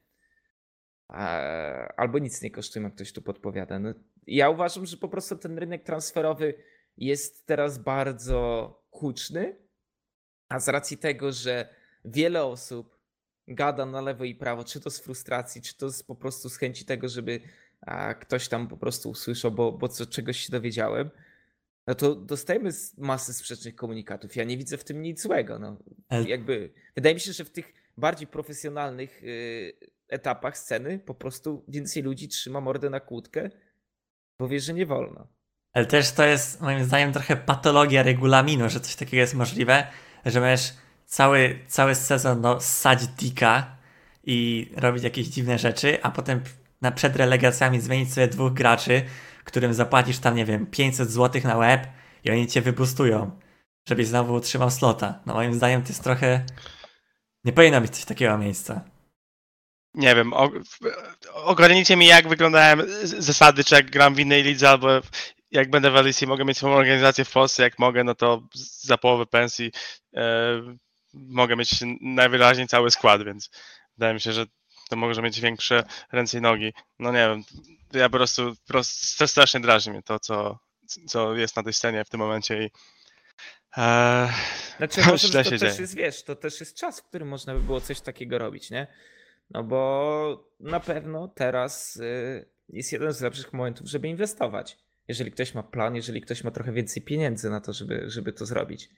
Albo nic nie kosztuje, jak ktoś tu podpowiada. No, ja uważam, że po prostu ten rynek transferowy jest teraz bardzo huczny, a z racji tego, że wiele osób gada na lewo i prawo, czy to z frustracji, czy to po prostu z chęci tego, żeby ktoś tam po prostu usłyszał, bo czegoś się dowiedziałem, no to dostajemy masę sprzecznych komunikatów. Ja nie widzę w tym nic złego. No. Jakby, wydaje mi się, że w tych bardziej profesjonalnych etapach sceny po prostu więcej ludzi trzyma mordę na kłódkę, bo wie, że nie wolno. Ale też to jest moim zdaniem trochę patologia regulaminu, że coś takiego jest możliwe, że możesz cały sezon ssać dika i robić jakieś dziwne rzeczy, a potem przed relegacjami zmienić sobie 2 graczy, którym zapłacisz tam, nie wiem, 500 zł na łeb i oni cię wybustują, żebyś znowu utrzymał slota. No moim zdaniem to jest trochę... Nie powinno być coś takiego miejsca. Nie wiem, ogarnijcie mi jak wyglądają zasady, czy jak gram w innej lidze, albo jak będę w LEC, mogę mieć swoją organizację w Polsce, jak mogę, no to za połowę pensji mogę mieć najwyraźniej cały skład, więc wydaje mi się, że to może mieć większe ręce i nogi. No nie wiem, ja po prostu strasznie drażni mnie to, co jest na tej scenie w tym momencie i znaczy, może to też jest, wiesz, to też jest czas, w którym można by było coś takiego robić, nie? No bo na pewno teraz jest jeden z lepszych momentów, żeby inwestować. Jeżeli ktoś ma plan, jeżeli ktoś ma trochę więcej pieniędzy na to, żeby to zrobić.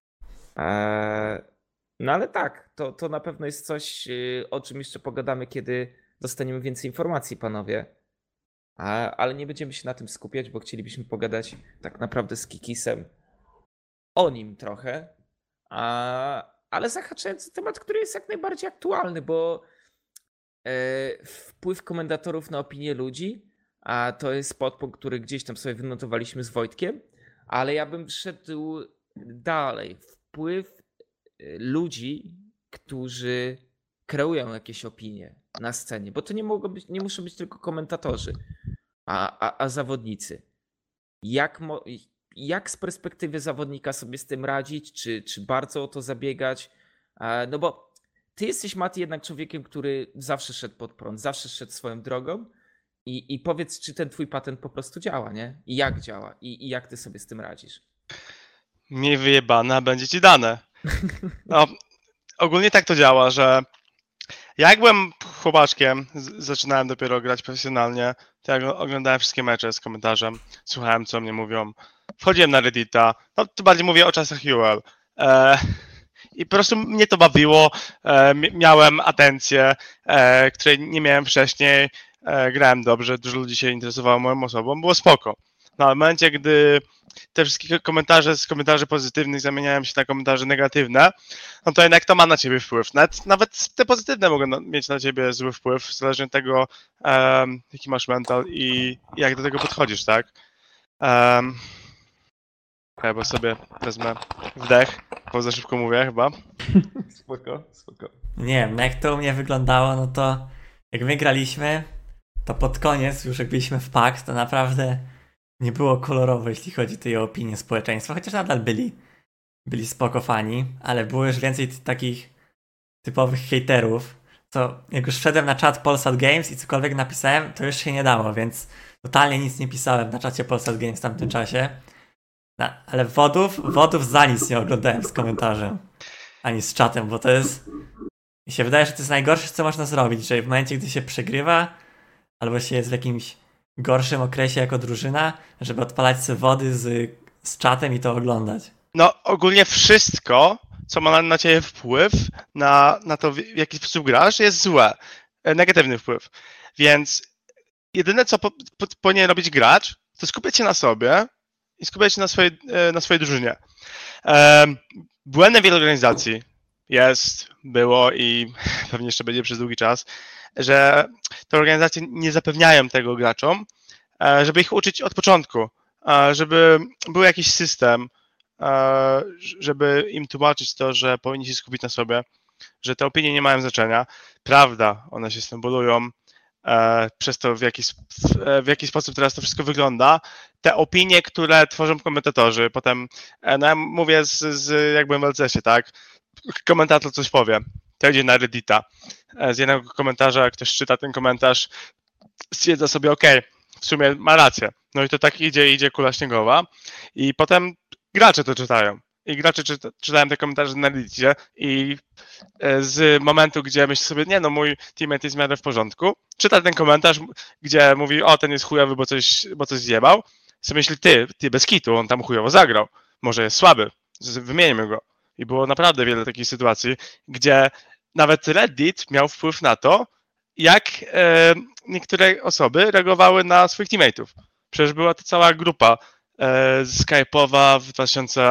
No ale tak, to na pewno jest coś, o czym jeszcze pogadamy, kiedy dostaniemy więcej informacji, panowie. Ale nie będziemy się na tym skupiać, bo chcielibyśmy pogadać tak naprawdę z Kikisem o nim trochę. Ale zahaczając o temat, który jest jak najbardziej aktualny, bo wpływ komentatorów na opinię ludzi, a to jest podpunkt, który gdzieś tam sobie wynotowaliśmy z Wojtkiem, ale ja bym szedł dalej. Wpływ ludzi, którzy kreują jakieś opinie na scenie, bo to nie muszą być tylko komentatorzy, a zawodnicy. Jak z perspektywy zawodnika sobie z tym radzić, czy bardzo o to zabiegać? No bo ty jesteś, Mati, jednak człowiekiem, który zawsze szedł pod prąd, zawsze szedł swoją drogą i powiedz, czy ten twój patent po prostu działa, nie? I jak działa? I jak ty sobie z tym radzisz? Miej wyjebane, a będzie ci dane. No, ogólnie tak to działa, że Jak byłem chłopaczkiem, zaczynałem dopiero grać profesjonalnie, to ja oglądałem wszystkie mecze z komentarzem, słuchałem, co mnie mówią. Wchodziłem na Reddita, no tu bardziej mówię o czasach UL. I po prostu mnie to bawiło, miałem atencję, której nie miałem wcześniej, grałem dobrze, dużo ludzi się interesowało moją osobą, było spoko. No ale w momencie, gdy te wszystkie komentarze z komentarzy pozytywnych zamieniają się na komentarze negatywne, no to jednak to ma na ciebie wpływ. Nawet te pozytywne mogą mieć na ciebie zły wpływ, zależnie od tego, jaki masz mental i jak do tego podchodzisz, tak? Bo sobie wezmę wdech, bo za szybko mówię chyba. Spoko. Nie wiem, no jak to u mnie wyglądało, no to jak my graliśmy, to pod koniec, już jak byliśmy w PAX, to naprawdę nie było kolorowo, jeśli chodzi tutaj o opinię społeczeństwa, chociaż nadal byli spoko fani, ale było już więcej takich typowych hejterów, co jak już wszedłem na czat Polsat Games i cokolwiek napisałem, to już się nie dało, więc totalnie nic nie pisałem na czacie Polsat Games w tamtym czasie. No, ale wodów za nic nie oglądałem z komentarzem, ani z czatem, bo to jest... Mi się wydaje, że to jest najgorsze, co można zrobić, że w momencie, gdy się przegrywa, albo się jest w jakimś gorszym okresie jako drużyna, żeby odpalać sobie wody z czatem i to oglądać. No ogólnie wszystko, co ma na ciebie wpływ, na to, w jaki sposób grasz, jest złe. Negatywny wpływ. Więc jedyne, co powinien robić gracz, to skupiać się na sobie i skupiać się na swojej drużynie. Błędem wielu organizacji było i pewnie jeszcze będzie przez długi czas, że te organizacje nie zapewniają tego graczom, żeby ich uczyć od początku, żeby był jakiś system, żeby im tłumaczyć to, że powinni się skupić na sobie, że te opinie nie mają znaczenia. Prawda, one się symbolują przez to, w jaki sposób teraz to wszystko wygląda. Te opinie, które tworzą komentatorzy, potem, no ja mówię jakby w LCS-ie, tak? Komentator coś powie, to idzie na Reddita. Z jednego komentarza ktoś czyta ten komentarz, stwierdza sobie, okej, w sumie ma rację. No i to tak idzie kula śniegowa i potem gracze to czytają. I gracze czytają te komentarze na Reddicie i z momentu, gdzie myśli sobie, nie no, mój teammate jest w miarę w porządku, czyta ten komentarz, gdzie mówi, o, ten jest chujowy, bo coś zjebał, sobie myśli, ty bez kitu, on tam chujowo zagrał, może jest słaby, wymieńmy go. I było naprawdę wiele takich sytuacji, gdzie nawet Reddit miał wpływ na to, jak niektóre osoby reagowały na swoich teammateów. Przecież była to cała grupa Skype'owa w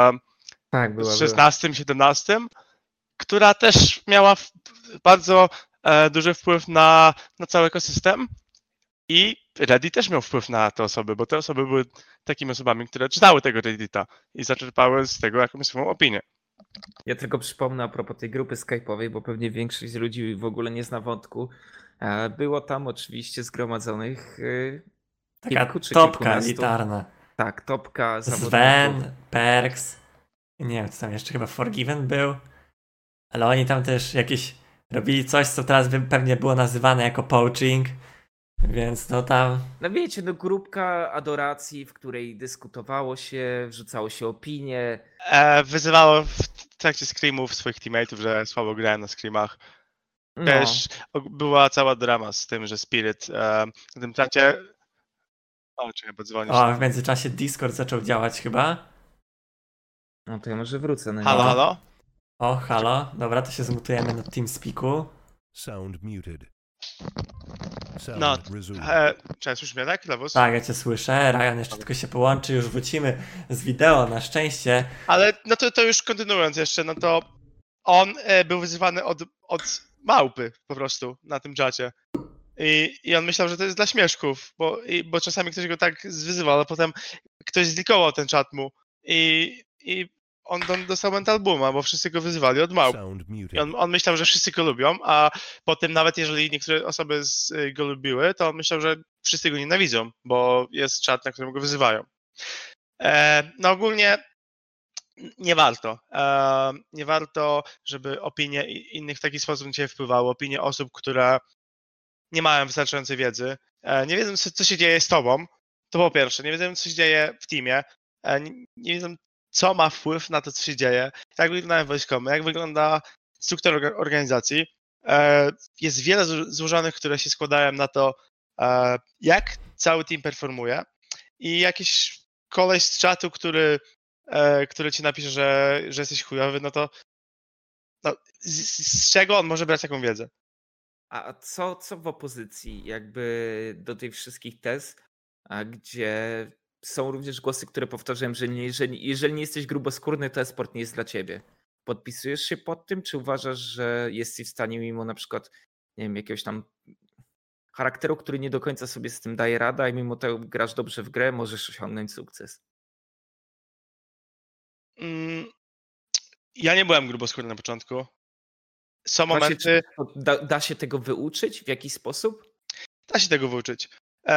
2016-17, która też miała bardzo duży wpływ na cały ekosystem i Reddit też miał wpływ na te osoby, bo te osoby były takimi osobami, które czytały tego Reddita i zaczerpały z tego jakąś swoją opinię. Ja tylko przypomnę a propos tej grupy Skype'owej, bo pewnie większość z ludzi w ogóle nie zna wątku. Było tam oczywiście zgromadzonych taka kilku czy topka kilkunastu. elitarna. Tak, topka zawodników. Sven, Perks, nie wiem co tam jeszcze, chyba Forgiven był, ale oni tam też jakieś robili coś, co teraz by pewnie było nazywane jako poaching, więc no tam... No wiecie, no grupka adoracji, w której dyskutowało się, wrzucało się opinie. Wyzywało w trakcie screamów swoich teammateów, że słabo grałem na screamach. No. Też była cała drama z tym, że Spirit na tym czacie... O, czekaj, podzwonisz. O, w międzyczasie Discord zaczął działać chyba. No to ja może wrócę na Halo, niego. halo? O, halo. Dobra, to się zmutujemy na TeamSpeaku. Sound muted. Sound No, resumed. cześć, słyszysz mnie, tak, Lewus? Tak, ja cię słyszę. Ryan jeszcze tylko się połączy, już wrócimy z wideo, na szczęście. Ale no to już kontynuując jeszcze, no to on był wyzywany od małpy po prostu na tym czacie. I on myślał, że to jest dla śmieszków, bo czasami ktoś go tak wyzywał, ale potem ktoś zlikował ten czat mu i on dostał mental booma, bo wszyscy go wyzywali od małp. Sound I muted. on myślał, że wszyscy go lubią, a potem nawet jeżeli niektóre osoby go lubiły, to on myślał, że wszyscy go nienawidzą, bo jest czat, na którym go wyzywają. No ogólnie nie warto. Nie warto, żeby opinie innych w taki sposób na ciebie wpływały. Opinie osób, które nie mają wystarczającej wiedzy, nie wiedzą, co się dzieje z tobą, to po pierwsze, nie wiedzą, co się dzieje w teamie, nie wiedzą, co ma wpływ na to, co się dzieje, jak wyglądają wojskowe, jak wygląda struktura organizacji. jest wiele złożonych, które się składają na to, jak cały team performuje i jakiś koleś z czatu, który ci napisze, że jesteś chujowy, no to z czego on może brać taką wiedzę? A co w opozycji jakby do tych wszystkich tez, gdzie są również głosy, które powtarzają, że jeżeli nie jesteś gruboskórny, to e-sport nie jest dla ciebie. Podpisujesz się pod tym, czy uważasz, że jesteś w stanie mimo na przykład, nie wiem, jakiegoś tam charakteru, który nie do końca sobie z tym daje rada i mimo tego grasz dobrze w grę, możesz osiągnąć sukces? Ja nie byłem gruboskórny na początku. Są momenty... Da się tego wyuczyć w jakiś sposób? Da się tego wyuczyć.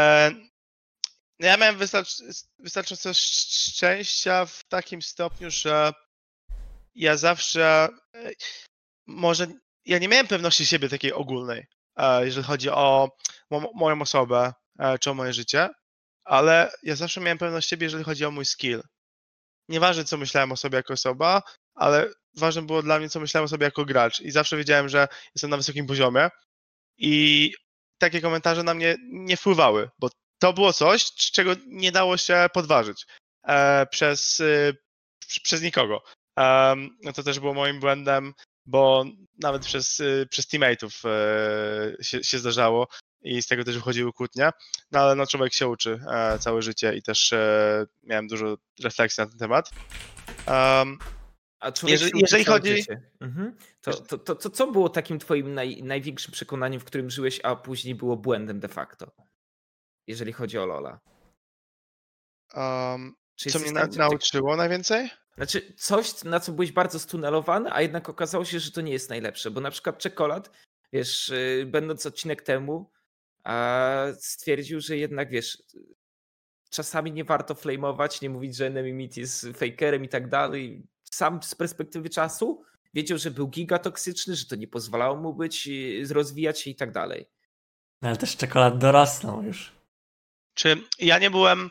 Ja miałem wystarczająco szczęścia w takim stopniu, że ja zawsze... Może ja nie miałem pewności siebie takiej ogólnej, jeżeli chodzi o moją osobę czy o moje życie, ale ja zawsze miałem pewność siebie, jeżeli chodzi o mój skill. Nieważne, co myślałem o sobie jako osoba, ale ważne było dla mnie, co myślałem o sobie jako gracz. I zawsze wiedziałem, że jestem na wysokim poziomie i takie komentarze na mnie nie wpływały, bo to było coś, czego nie dało się podważyć przez nikogo. No to też było moim błędem, bo nawet przez teammateów się zdarzało i z tego też wychodziły kłótnie, no ale no człowiek się uczy całe życie i też miałem dużo refleksji na ten temat. A jeżeli chodzi... To co było takim twoim największym przekonaniem, w którym żyłeś, a później było błędem de facto, jeżeli chodzi o LoL'a? Co mnie nauczyło najwięcej? Znaczy coś, na co byłeś bardzo stunelowany, a jednak okazało się, że to nie jest najlepsze, bo na przykład Czekolad, wiesz, będąc odcinek temu, stwierdził, że jednak, wiesz, czasami nie warto flameować, nie mówić, że Enemy Meat jest fakerem i tak dalej. Sam z perspektywy czasu wiedział, że był gigatoksyczny, że to nie pozwalało mu rozwijać się i tak dalej. No ale też Czekolad dorosnął już. Czy ja nie byłem...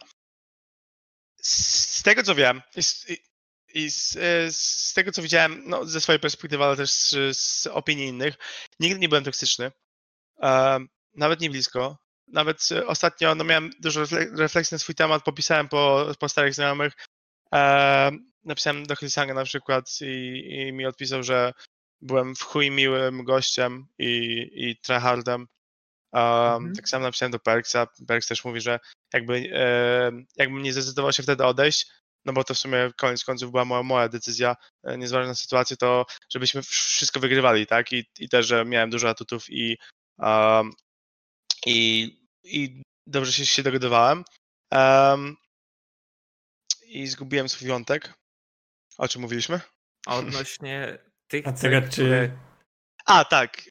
Z tego, co wiem i z tego, co widziałem, no, ze swojej perspektywy, ale też z opinii innych, nigdy nie byłem toksyczny. Nawet nie blisko. Nawet ostatnio miałem dużo refleksji na swój temat, popisałem po starych znajomych. Napisałem do Hillsanga na przykład i mi odpisał, że byłem w chuj miłym gościem i tryhardem. Tak samo napisałem do Perksa. Perks też mówi, że jakbym nie zdecydował się wtedy odejść, no bo to w sumie koniec końców była moja decyzja, niezależnie na sytuację, to żebyśmy wszystko wygrywali, tak? I też, że miałem dużo atutów i dobrze się dogadywałem. I zgubiłem swój wątek. O czym mówiliśmy? Odnośnie tych tego, czy... Tak.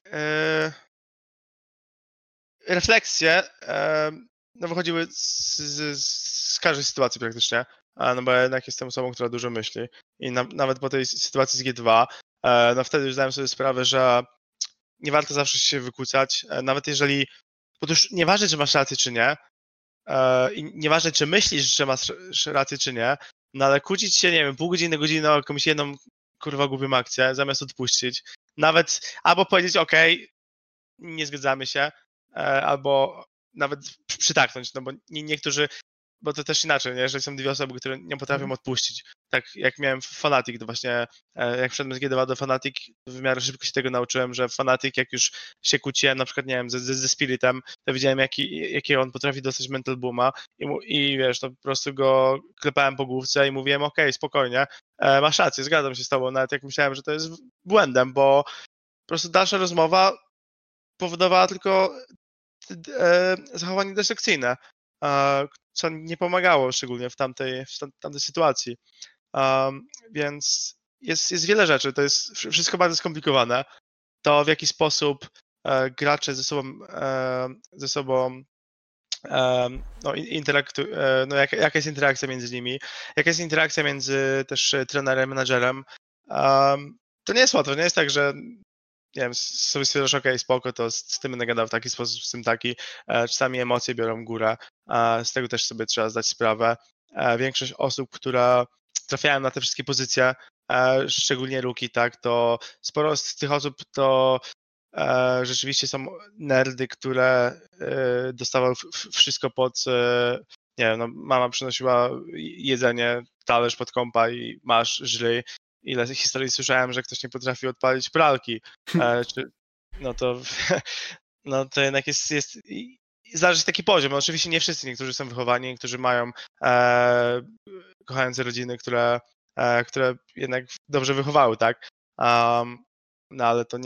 Refleksje no wychodziły z każdej sytuacji praktycznie, no bo jednak jestem osobą, która dużo myśli i nawet po tej sytuacji z G2, no wtedy już zdałem sobie sprawę, że nie warto zawsze się wykłócać, nawet jeżeli, bo to już nieważne, czy masz rację, czy nie, i nieważne, czy myślisz, że masz rację, czy nie, no ale kłócić się, nie wiem, pół godziny, godzinę o jakąś jedną kurwa głupią akcję, zamiast odpuścić, nawet albo powiedzieć okej, nie zgadzamy się, albo nawet przytaknąć, no bo niektórzy, bo to też inaczej, nie? Jeżeli są dwie osoby, które nie potrafią odpuścić. Tak jak miałem w Fnatic, to właśnie jak wszedłem z G2 do Fnatic, w miarę szybko się tego nauczyłem, że Fnatic, jak już się kłóciłem, na przykład, nie wiem, ze Spiritem, to widziałem, jakiego on potrafi dostać mental booma i wiesz, to po prostu go klepałem po główce i mówiłem, okej, spokojnie, masz rację, zgadzam się z tobą, nawet jak myślałem, że to jest błędem, bo po prostu dalsza rozmowa powodowała tylko zachowanie destrukcyjne, co nie pomagało szczególnie w tamtej sytuacji. Więc jest wiele rzeczy, to jest wszystko bardzo skomplikowane. To w jaki sposób gracze ze sobą no, no jaka jest interakcja między nimi, jaka jest interakcja między też trenerem, menadżerem. To nie jest łatwe, nie jest tak, że nie wiem, sobie stwierdzasz, okej, spoko, to z tym będę gadał w taki sposób, z tym taki. Czasami emocje biorą górę, z tego też sobie trzeba zdać sprawę. Większość osób, które trafiają na te wszystkie pozycje, szczególnie rookie, tak, to sporo z tych osób to rzeczywiście są nerdy, które dostawały wszystko pod, nie wiem, no mama przynosiła jedzenie, talerz pod kąpa i masz, żyj. Ile historii słyszałem, że ktoś nie potrafi odpalić pralki, no to no to jednak jest zależy taki poziom. No, oczywiście nie wszyscy, niektórzy są wychowani, niektórzy mają kochające rodziny, które jednak dobrze wychowały, tak? No ale to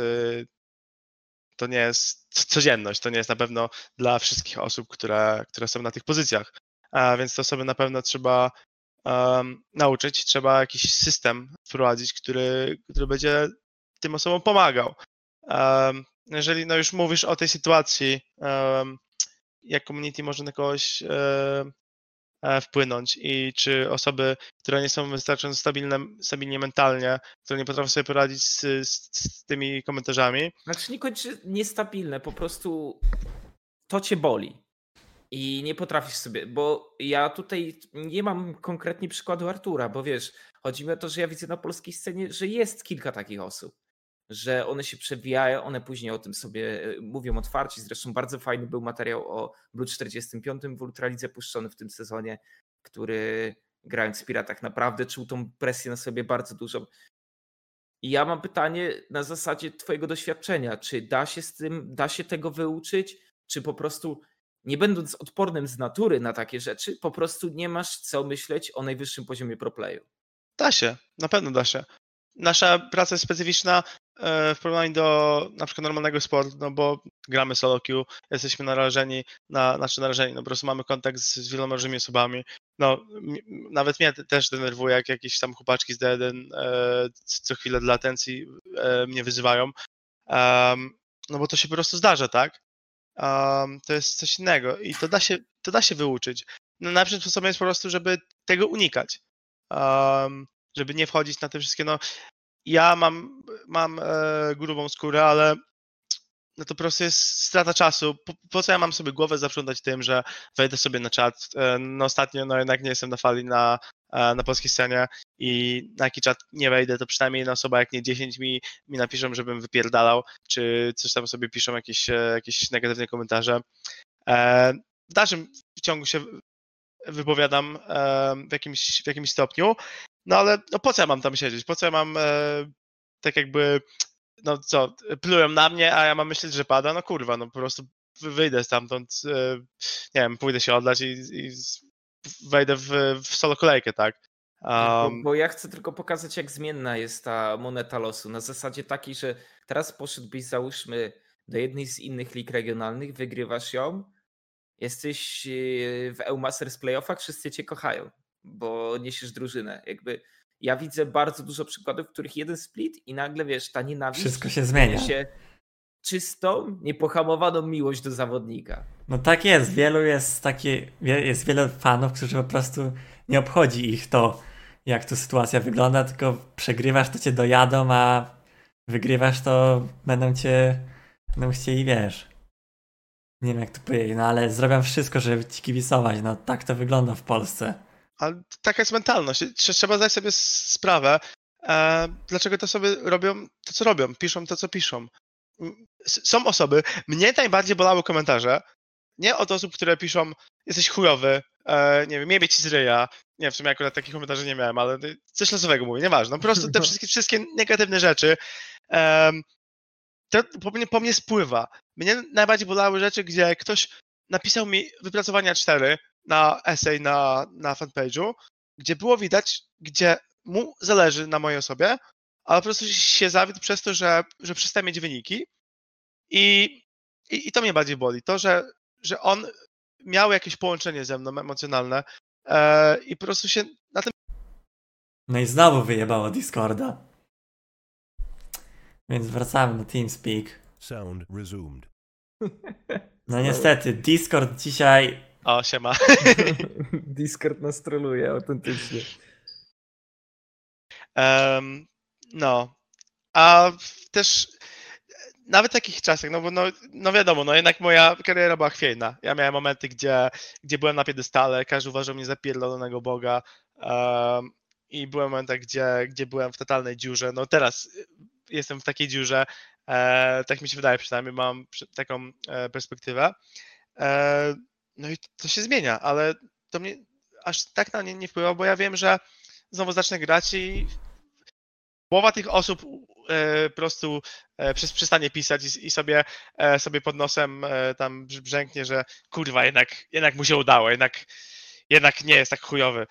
nie jest codzienność, to nie jest na pewno dla wszystkich osób, które są na tych pozycjach. Więc to sobie na pewno trzeba nauczyć, trzeba jakiś system wprowadzić, który będzie tym osobom pomagał. Jeżeli no już mówisz o tej sytuacji, jak community może na kogoś wpłynąć i czy osoby, które nie są wystarczająco stabilnie mentalnie, które nie potrafią sobie poradzić z tymi komentarzami. Znaczy nie kończy niestabilne, po prostu to cię boli i nie potrafisz sobie, bo ja tutaj nie mam konkretnie przykładu Artura, bo wiesz, chodzi mi o to, że ja widzę na polskiej scenie, że jest kilka takich osób, że one się przewijają, one później o tym sobie mówią otwarcie. Zresztą bardzo fajny był materiał o Blue 45 w Ultralidze puszczony w tym sezonie, który grając w Piratach naprawdę czuł tą presję na sobie bardzo dużą. I ja mam pytanie na zasadzie twojego doświadczenia, czy da się tego wyuczyć, czy po prostu nie będąc odpornym z natury na takie rzeczy, po prostu nie masz co myśleć o najwyższym poziomie proplayu? Da się, na pewno da się. Nasza praca jest specyficzna w porównaniu do na przykład normalnego sportu, no bo gramy solo queue, jesteśmy narażeni, no po prostu mamy kontakt z wieloma różnymi osobami. No, nawet mnie też denerwuje, jak jakieś tam chłopaczki z D1 co chwilę dla atencji mnie wyzywają. No bo to się po prostu zdarza, tak? To jest coś innego i to da się wyuczyć. No, najlepszym sposobem jest po prostu, żeby tego unikać. Żeby nie wchodzić na te wszystkie, no ja mam grubą skórę, ale no to po prostu jest strata czasu. Po co ja mam sobie głowę zaprzątać tym, że wejdę sobie na czat? No ostatnio no jednak nie jestem na fali na polskiej scenie i na jaki czat nie wejdę, to przynajmniej jedna osoba, jak nie 10 mi napiszą, żebym wypierdalał, czy coś tam sobie piszą, jakieś negatywne komentarze. W dalszym ciągu się wypowiadam w jakimś stopniu, no ale no po co ja mam tam siedzieć? Po co ja mam tak jakby, no co, plują na mnie, a ja mam myśleć, że pada? No kurwa, no po prostu wyjdę stamtąd, nie wiem, pójdę się odlać i wejdę w solo kolejkę, tak? Bo ja chcę tylko pokazać, jak zmienna jest ta moneta losu. Na zasadzie takiej, że teraz poszedłbyś, załóżmy, do jednej z innych lig regionalnych, wygrywasz ją, jesteś w EU Masters playoffach, wszyscy cię kochają, bo niesiesz drużynę. Jakby ja widzę bardzo dużo przykładów, w których jeden split i nagle, wiesz, ta nienawiść Wszystko się zmienia. się czystą, niepohamowaną miłość do zawodnika. No tak jest, jest wielu fanów, którzy po prostu nie obchodzi ich to, jak tu sytuacja wygląda, tylko przegrywasz, to cię dojadą, a wygrywasz, to będą chcieli, wiesz, nie wiem jak to powiedzieć, no ale zrobią wszystko, żeby ci kibicować, no tak to wygląda w Polsce. Ale taka jest mentalność. Trzeba zdać sobie sprawę, dlaczego to sobie robią to, co robią, piszą to, co piszą. Są osoby, mnie najbardziej bolały komentarze, nie od osób, które piszą, jesteś chujowy, nie wiem, jebie ci z ryja. Nie, w sumie akurat takich komentarzy nie miałem, ale coś losowego mówię, nieważne. No, po prostu te wszystkie negatywne rzeczy to po mnie spływa. Mnie najbardziej bolały rzeczy, gdzie ktoś napisał mi wypracowania 4 na essay na fanpage'u, gdzie było widać, gdzie mu zależy na mojej osobie, ale po prostu się zawiódł przez to, że przestał mieć wyniki i to mnie bardziej boli. To, że on miał jakieś połączenie ze mną emocjonalne i po prostu się na tym... No i znowu wyjebało Discorda. Więc wracamy do TeamSpeak. Sound resumed. No niestety, Discord dzisiaj... O, siema. Discord nas troluje autentycznie. No. A też nawet w takich czasach, no bo no wiadomo, no jednak moja kariera była chwiejna. Ja miałem momenty, gdzie byłem na piedestale, każdy uważał mnie za pierdolonego Boga i byłem momenty, gdzie byłem w totalnej dziurze. No teraz jestem w takiej dziurze, Tak mi się wydaje, przynajmniej mam taką perspektywę. No i to się zmienia, ale to mnie aż tak na nie wpływa, bo ja wiem, że znowu zacznę grać i połowa tych osób po prostu przestanie pisać i sobie pod nosem tam brzęknie, że kurwa, jednak mu się udało, jednak nie jest tak chujowy.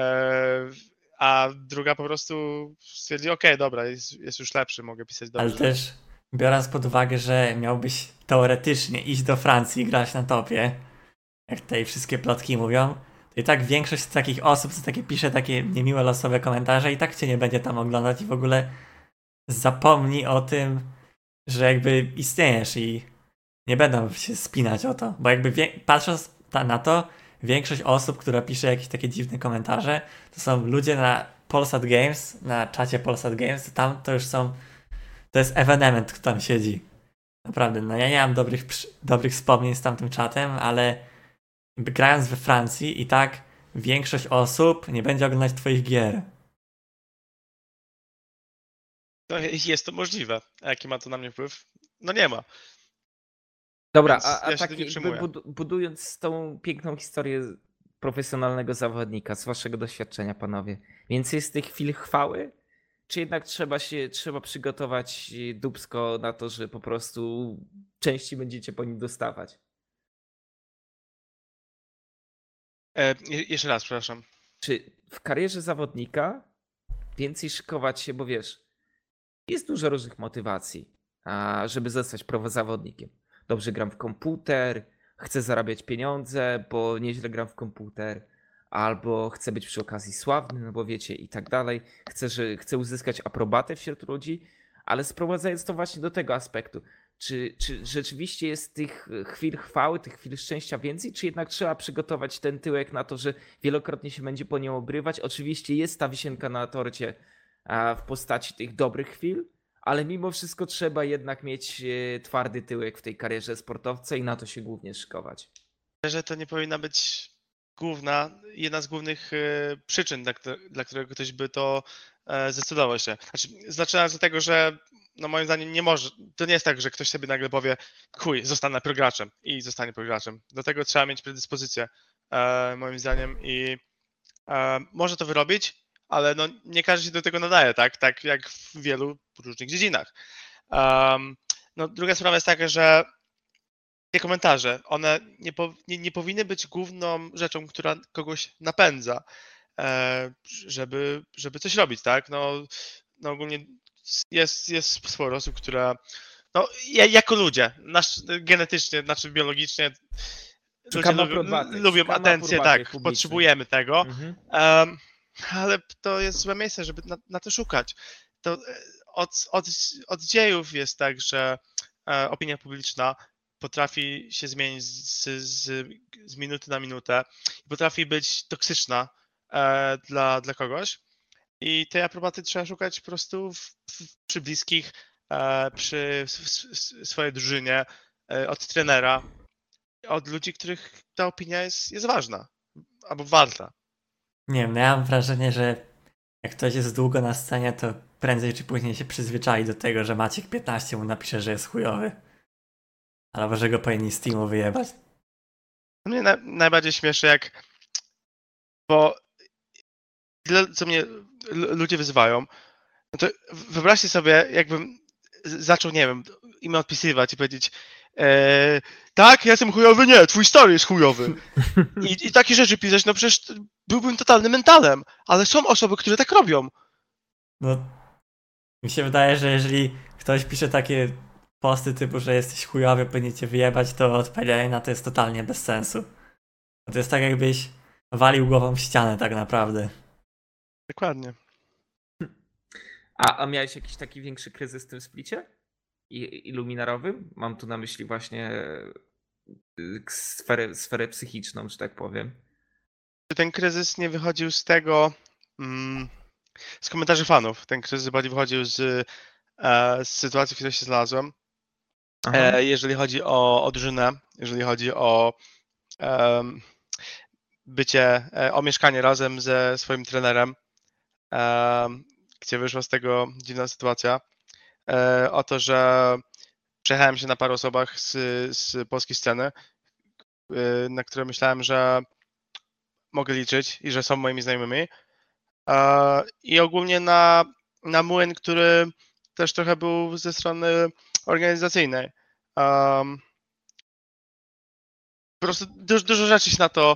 A druga po prostu stwierdzi, okej, dobra, jest już lepszy, mogę pisać Ale dobrze. też biorąc pod uwagę, że miałbyś teoretycznie iść do Francji i grać na topie, jak tutaj wszystkie plotki mówią, to i tak większość z takich osób, co takie pisze takie niemiłe losowe komentarze, i tak cię nie będzie tam oglądać i w ogóle zapomni o tym, że jakby istniejesz i nie będą się spinać o to, bo jakby patrząc na to, większość osób, która pisze jakieś takie dziwne komentarze, to są ludzie na Polsat Games, na czacie Polsat Games, tam to już są, to jest ewenement, kto tam siedzi. Naprawdę, no ja nie mam dobrych wspomnień z tamtym czatem, ale grając we Francji i tak większość osób nie będzie oglądać twoich gier. No, jest to możliwe. A jaki ma to na mnie wpływ? No nie ma. Dobra, Więc a ja się tak tym nie jakby przejmuję. budując tą piękną historię profesjonalnego zawodnika, z waszego doświadczenia, panowie, więcej jest tych chwil chwały? Czy jednak trzeba przygotować dupsko na to, że po prostu częściej będziecie po nim dostawać? Jeszcze raz, przepraszam. Czy w karierze zawodnika więcej szykować się, bo wiesz, jest dużo różnych motywacji, żeby zostać zawodnikiem. Dobrze gram w komputer, chcę zarabiać pieniądze, bo nieźle gram w komputer, albo chcę być przy okazji sławny, no bo wiecie, i tak dalej. Chcę uzyskać aprobatę wśród ludzi, ale sprowadzając to właśnie do tego aspektu, czy rzeczywiście jest tych chwil chwały, tych chwil szczęścia więcej, czy jednak trzeba przygotować ten tyłek na to, że wielokrotnie się będzie po nią obrywać? Oczywiście jest ta wisienka na torcie w postaci tych dobrych chwil, ale mimo wszystko trzeba jednak mieć twardy tyłek w tej karierze sportowca i na to się głównie szykować. Że to nie powinna być jedna z głównych przyczyn, dla którego ktoś by to zdecydował się. Znaczy, zaczynając od tego, że no moim zdaniem nie może, to nie jest tak, że ktoś sobie nagle powie chuj, zostanę prograczem i zostanie prograczem. Do tego trzeba mieć predyspozycję, moim zdaniem, i może to wyrobić, ale no nie każdy się do tego nadaje, tak jak w wielu różnych dziedzinach. No, druga sprawa jest taka, że te komentarze, one nie powinny być główną rzeczą, która kogoś napędza, żeby coś robić, tak? No ogólnie jest sporo osób, które no, jako ludzie, genetycznie, znaczy biologicznie, ludzie lubią atencję, tak, potrzebujemy tego, ale to jest złe miejsce, żeby na to szukać. To od dziejów jest tak, że opinia publiczna potrafi się zmienić z minuty na minutę i potrafi być toksyczna dla kogoś. I tej aprobaty trzeba szukać po prostu przy bliskich, przy swojej drużynie, od trenera, od ludzi, których ta opinia jest ważna albo warta. Nie wiem, no ja mam wrażenie, że jak ktoś jest długo na scenie, to prędzej czy później się przyzwyczai do tego, że Maciek 15 mu napisze, że jest chujowy. Albo że go powinni z teamu wyjebać. Mnie najbardziej śmieszy, bo co mnie ludzie wyzywają, no to wyobraźcie sobie, jakbym zaczął, nie wiem, im odpisywać i powiedzieć tak, ja jestem chujowy, nie, twój stary jest chujowy. I takie rzeczy pisać, no przecież byłbym totalnym mentalem, ale są osoby, które tak robią. No, mi się wydaje, że jeżeli ktoś pisze takie posty typu, że jesteś chujowy, powinien cię wyjebać, to odpowiedzianie na to jest totalnie bez sensu. To jest tak, jakbyś walił głową w ścianę tak naprawdę. Dokładnie. A miałeś jakiś taki większy kryzys w tym splicie? Iluminarowym? Mam tu na myśli właśnie sferę psychiczną, że tak powiem. Ten kryzys nie wychodził z tego, z komentarzy fanów. Ten kryzys bardziej wychodził z sytuacji, w której się znalazłem. Jeżeli chodzi o drużynę, jeżeli chodzi o o mieszkanie razem ze swoim trenerem, gdzie wyszła z tego dziwna sytuacja. o to, że przejechałem się na paru osobach z polskiej sceny, na które myślałem, że mogę liczyć i że są moimi znajomymi. I ogólnie na młyn, który też trochę był ze strony organizacyjnej. Po prostu dużo rzeczy się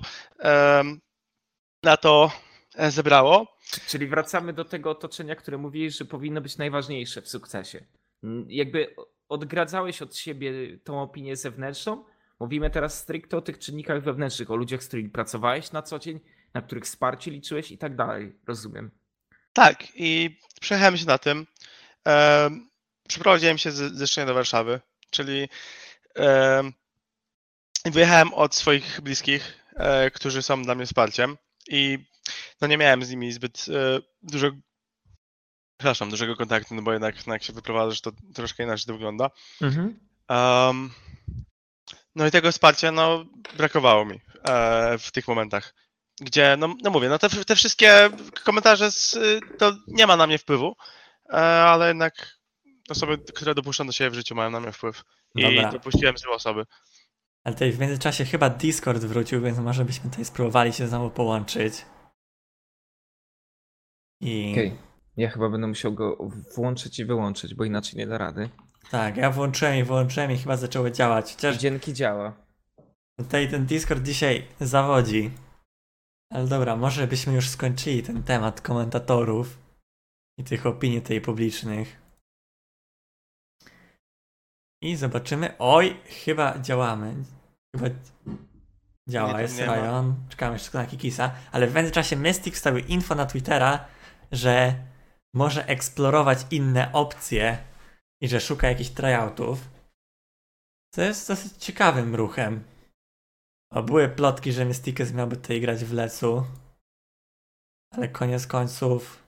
na to zebrało. Czyli wracamy do tego otoczenia, które mówiłeś, że powinno być najważniejsze w sukcesie. Jakby odgradzałeś od siebie tą opinię zewnętrzną. Mówimy teraz stricte o tych czynnikach wewnętrznych, o ludziach, z którymi pracowałeś na co dzień, na których wsparcie liczyłeś i tak dalej. Rozumiem. Tak, i przejechałem się na tym. Przeprowadziłem się ze Szczecina do Warszawy, czyli wyjechałem od swoich bliskich, którzy są dla mnie wsparciem i no nie miałem z nimi zbyt dużego kontaktu, no bo jednak jak się wyprowadzasz, to troszkę inaczej to wygląda. No i tego wsparcia brakowało mi w tych momentach, gdzie, no mówię, no te wszystkie komentarze to nie ma na mnie wpływu, ale jednak osoby, które dopuszczam do siebie w życiu, mają na mnie wpływ. Dobra. I dopuściłem złe osoby. Ale tutaj w międzyczasie chyba Discord wrócił, więc może byśmy tutaj spróbowali się znowu połączyć. Okej. Ja chyba będę musiał go włączyć i wyłączyć, bo inaczej nie da rady. Tak, ja wyłączyłem i chyba zaczęło działać. Chociaż Dzięki działa. tutaj ten Discord dzisiaj zawodzi. Ale dobra, może byśmy już skończyli ten temat komentatorów i tych opinii tutaj publicznych. I zobaczymy. Oj, chyba działamy. Chyba działa, jest nie ma. Ryan. Czekamy jeszcze na Kikisa. Ale w międzyczasie Mystic wstawił info na Twittera, że może eksplorować inne opcje i że szuka jakichś tryoutów. Co jest dosyć ciekawym ruchem. Były plotki, że Mysticus miałby tutaj grać w Lecu. Ale koniec końców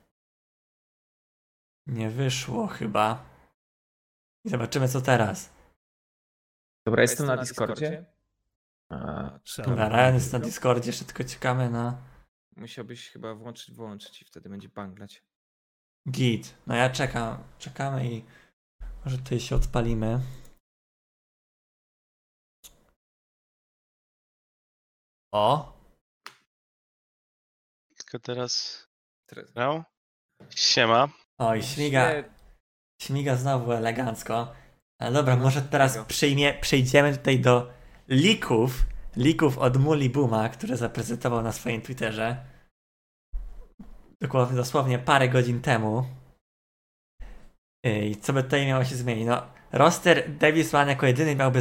nie wyszło chyba. I zobaczymy co teraz. Dobra, jestem na Discordzie. Sound Dobra, Ryan jest na muted. Discordzie, jeszcze tylko czekamy na Musiałbyś chyba wyłączyć i wtedy będzie banglać. git. No ja czekamy i może tutaj się odpalimy. O! Tylko teraz... No. Siema. Oj, śmiga znowu elegancko. Ale dobra, może teraz przejdziemy tutaj do leaków od Muli Booma, które zaprezentował na swoim Twitterze. Dosłownie parę godzin temu. I co by tutaj miało się zmienić? No, roster Davis One jako jedyny miałby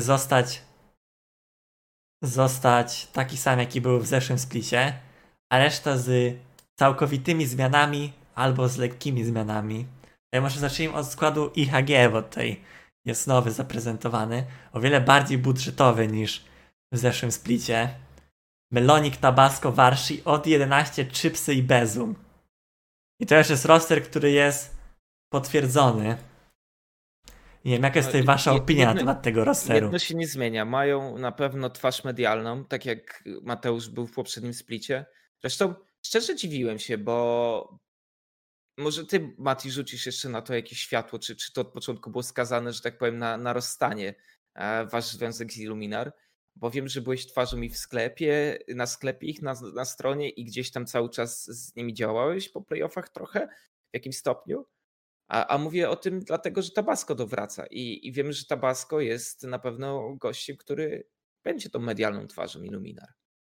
zostać taki sam, jaki był w zeszłym splicie, a reszta z całkowitymi zmianami albo z lekkimi zmianami. Ja może zacznijmy od składu IHG, bo tutaj jest nowy zaprezentowany, o wiele bardziej budżetowy niż w zeszłym splicie. Melonik, Tabasco, Warshi, od 11, Chipsy i Bezum. I to już jest roster, który jest potwierdzony. Nie wiem, jaka jest tutaj wasza opinia na temat tego rosteru? Jedno się nie zmienia. Mają na pewno twarz medialną, tak jak Mateusz był w poprzednim splicie. Zresztą szczerze dziwiłem się, bo może ty, Mati, rzucisz jeszcze na to jakieś światło, czy to od początku było skazane, że tak powiem, na rozstanie wasz związek z Illuminar, bo wiem, że byłeś twarzą i w sklepie, na sklepie ich, na stronie i gdzieś tam cały czas z nimi działałeś po playoffach trochę, w jakimś stopniu. A mówię o tym dlatego, że Tabasco dowraca i wiemy, że Tabasco jest na pewno gościem, który będzie tą medialną twarzą Illuminar.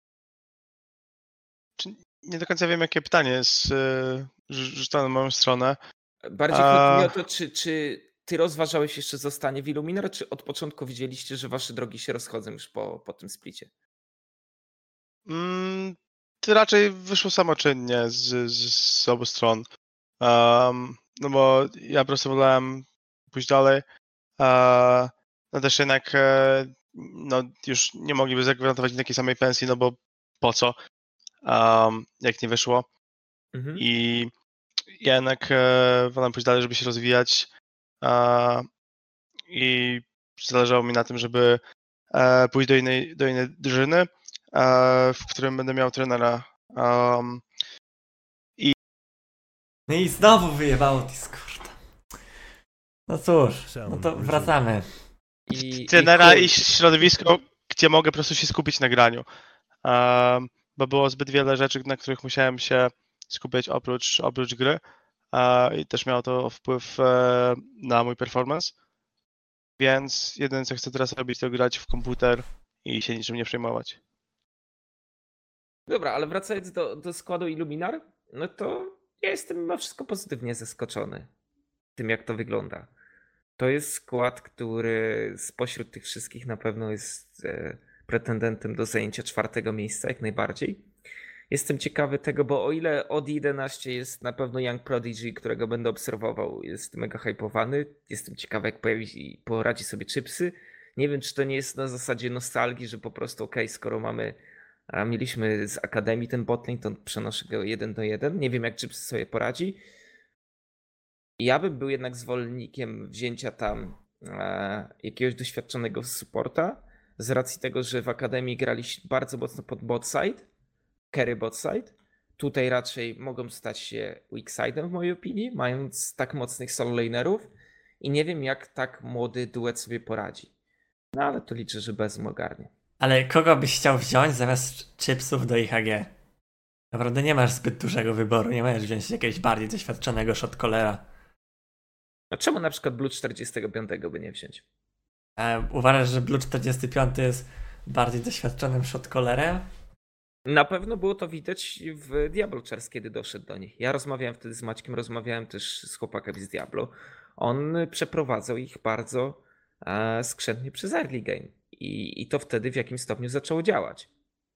Nie do końca wiem, jakie pytanie jest rzucone na moją stronę. Bardziej chodzi mi o to, czy ty rozważałeś jeszcze zostanie w Illuminar, czy od początku widzieliście, że wasze drogi się rozchodzą już po tym splicie? To raczej wyszło samoczynnie z obu stron. No bo ja po prostu wolałem pójść dalej. No też jednak no już nie mogliby zagwarantować takiej samej pensji, no bo po co? Jak nie wyszło. I ja jednak wolałem pójść dalej, żeby się rozwijać. I zależało mi na tym, żeby pójść do innej drużyny, w którym będę miał trenera. No i znowu wyjebało Discorda. No cóż, no to wracamy. Trenera i środowisko, gdzie mogę po prostu się skupić na graniu. Bo było zbyt wiele rzeczy, na których musiałem się skupiać oprócz gry. I też miało to wpływ na mój performance. Więc jedyne co chcę teraz robić, to grać w komputer i się niczym nie przejmować. Dobra, ale wracając do składu Illuminar, no to ja jestem mimo wszystko pozytywnie zaskoczony tym, jak to wygląda. To jest skład, który spośród tych wszystkich na pewno jest pretendentem do zajęcia 4. miejsca, jak najbardziej. Jestem ciekawy tego, bo o ile od 11 jest na pewno Young Prodigy, którego będę obserwował, jest mega hypowany. Jestem ciekawy, jak poradzi sobie Chipsy. Nie wiem, czy to nie jest na zasadzie nostalgii, że po prostu skoro mieliśmy z Akademii ten botlane, to przenoszę go 1-1. Nie wiem, jak Chipsy sobie poradzi. Ja bym był jednak zwolennikiem wzięcia tam jakiegoś doświadczonego supporta, z racji tego, że w Akademii grali bardzo mocno pod bot side, carry bot side. Tutaj raczej mogą stać się weak side'em w mojej opinii, mając tak mocnych solo lanerów i nie wiem, jak tak młody duet sobie poradzi. No ale to liczę, że Bezum ogarnie. Ale kogo byś chciał wziąć zamiast Chipsów do IHG? Naprawdę nie masz zbyt dużego wyboru, nie możesz wziąć jakiegoś bardziej doświadczonego shotcallera. A czemu na przykład Blue 45 by nie wziąć? Uważasz, że Blue 45 jest bardziej doświadczonym shotcallerem? Na pewno było to widać w Diablo Chars, kiedy doszedł do nich. Ja rozmawiałem wtedy z Maćkiem, rozmawiałem też z chłopakami z Diablo. On przeprowadzał ich bardzo skrzętnie przez early game. I to wtedy w jakimś stopniu zaczęło działać.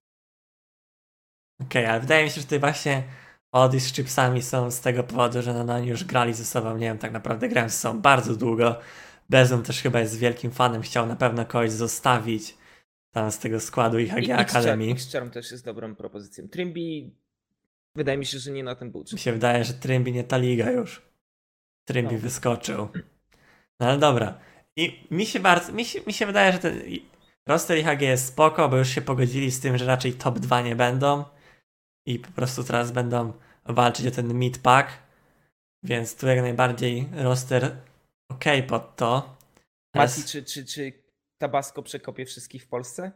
Okej, ale wydaje mi się, że tutaj właśnie Odi z Chipsami są z tego powodu, że oni już grali ze sobą, nie wiem, tak naprawdę grałem ze sobą bardzo długo. Bezum też chyba jest wielkim fanem, chciał na pewno kogoś zostawić tam z tego składu IHG Akademii. X-Charm też jest dobrą propozycją. Trimby wydaje mi się, że nie na ten budżet. Mi się wydaje, że Trimby nie ta liga już. Trimby wyskoczył. No ale dobra. I mi się wydaje, że ten roster IHG jest spoko, bo już się pogodzili z tym, że raczej top 2 nie będą i po prostu teraz będą walczyć o ten mid-pack, więc tu jak najbardziej roster pod to. Mati, czy Tabasco przekopie wszystkich w Polsce?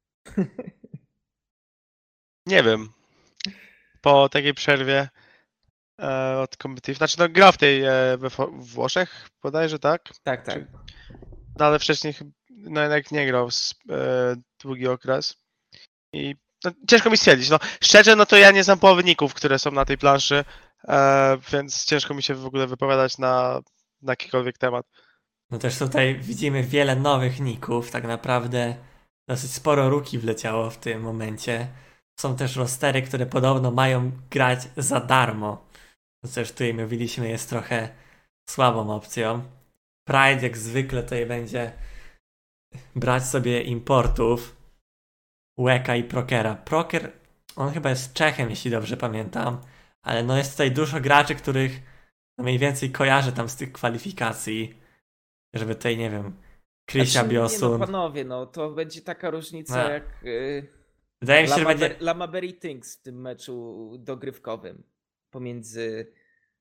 Nie wiem. Po takiej przerwie od competitive, znaczy gra w tej we Włoszech bodajże, tak? Tak. No ale wcześniej jednak nie grał długi okres i ciężko mi stwierdzić. Szczerze, to ja nie znam połowy ników, które są na tej planszy, więc ciężko mi się w ogóle wypowiadać na jakikolwiek temat. No też tutaj widzimy wiele nowych ników, tak naprawdę dosyć sporo rookie wleciało w tym momencie. Są też rostery, które podobno mają grać za darmo. To też tutaj mówiliśmy, jest trochę słabą opcją. Pride jak zwykle tutaj będzie brać sobie importów Łeka i Prokera. Proker, on chyba jest Czechem, jeśli dobrze pamiętam, ale jest tutaj dużo graczy, których mniej więcej kojarzę tam z tych kwalifikacji, żeby tutaj, nie wiem, Krysia Biosun. Panowie, to będzie taka różnica jak wydaje mi się, że będzie Lamaberry Things w tym meczu dogrywkowym pomiędzy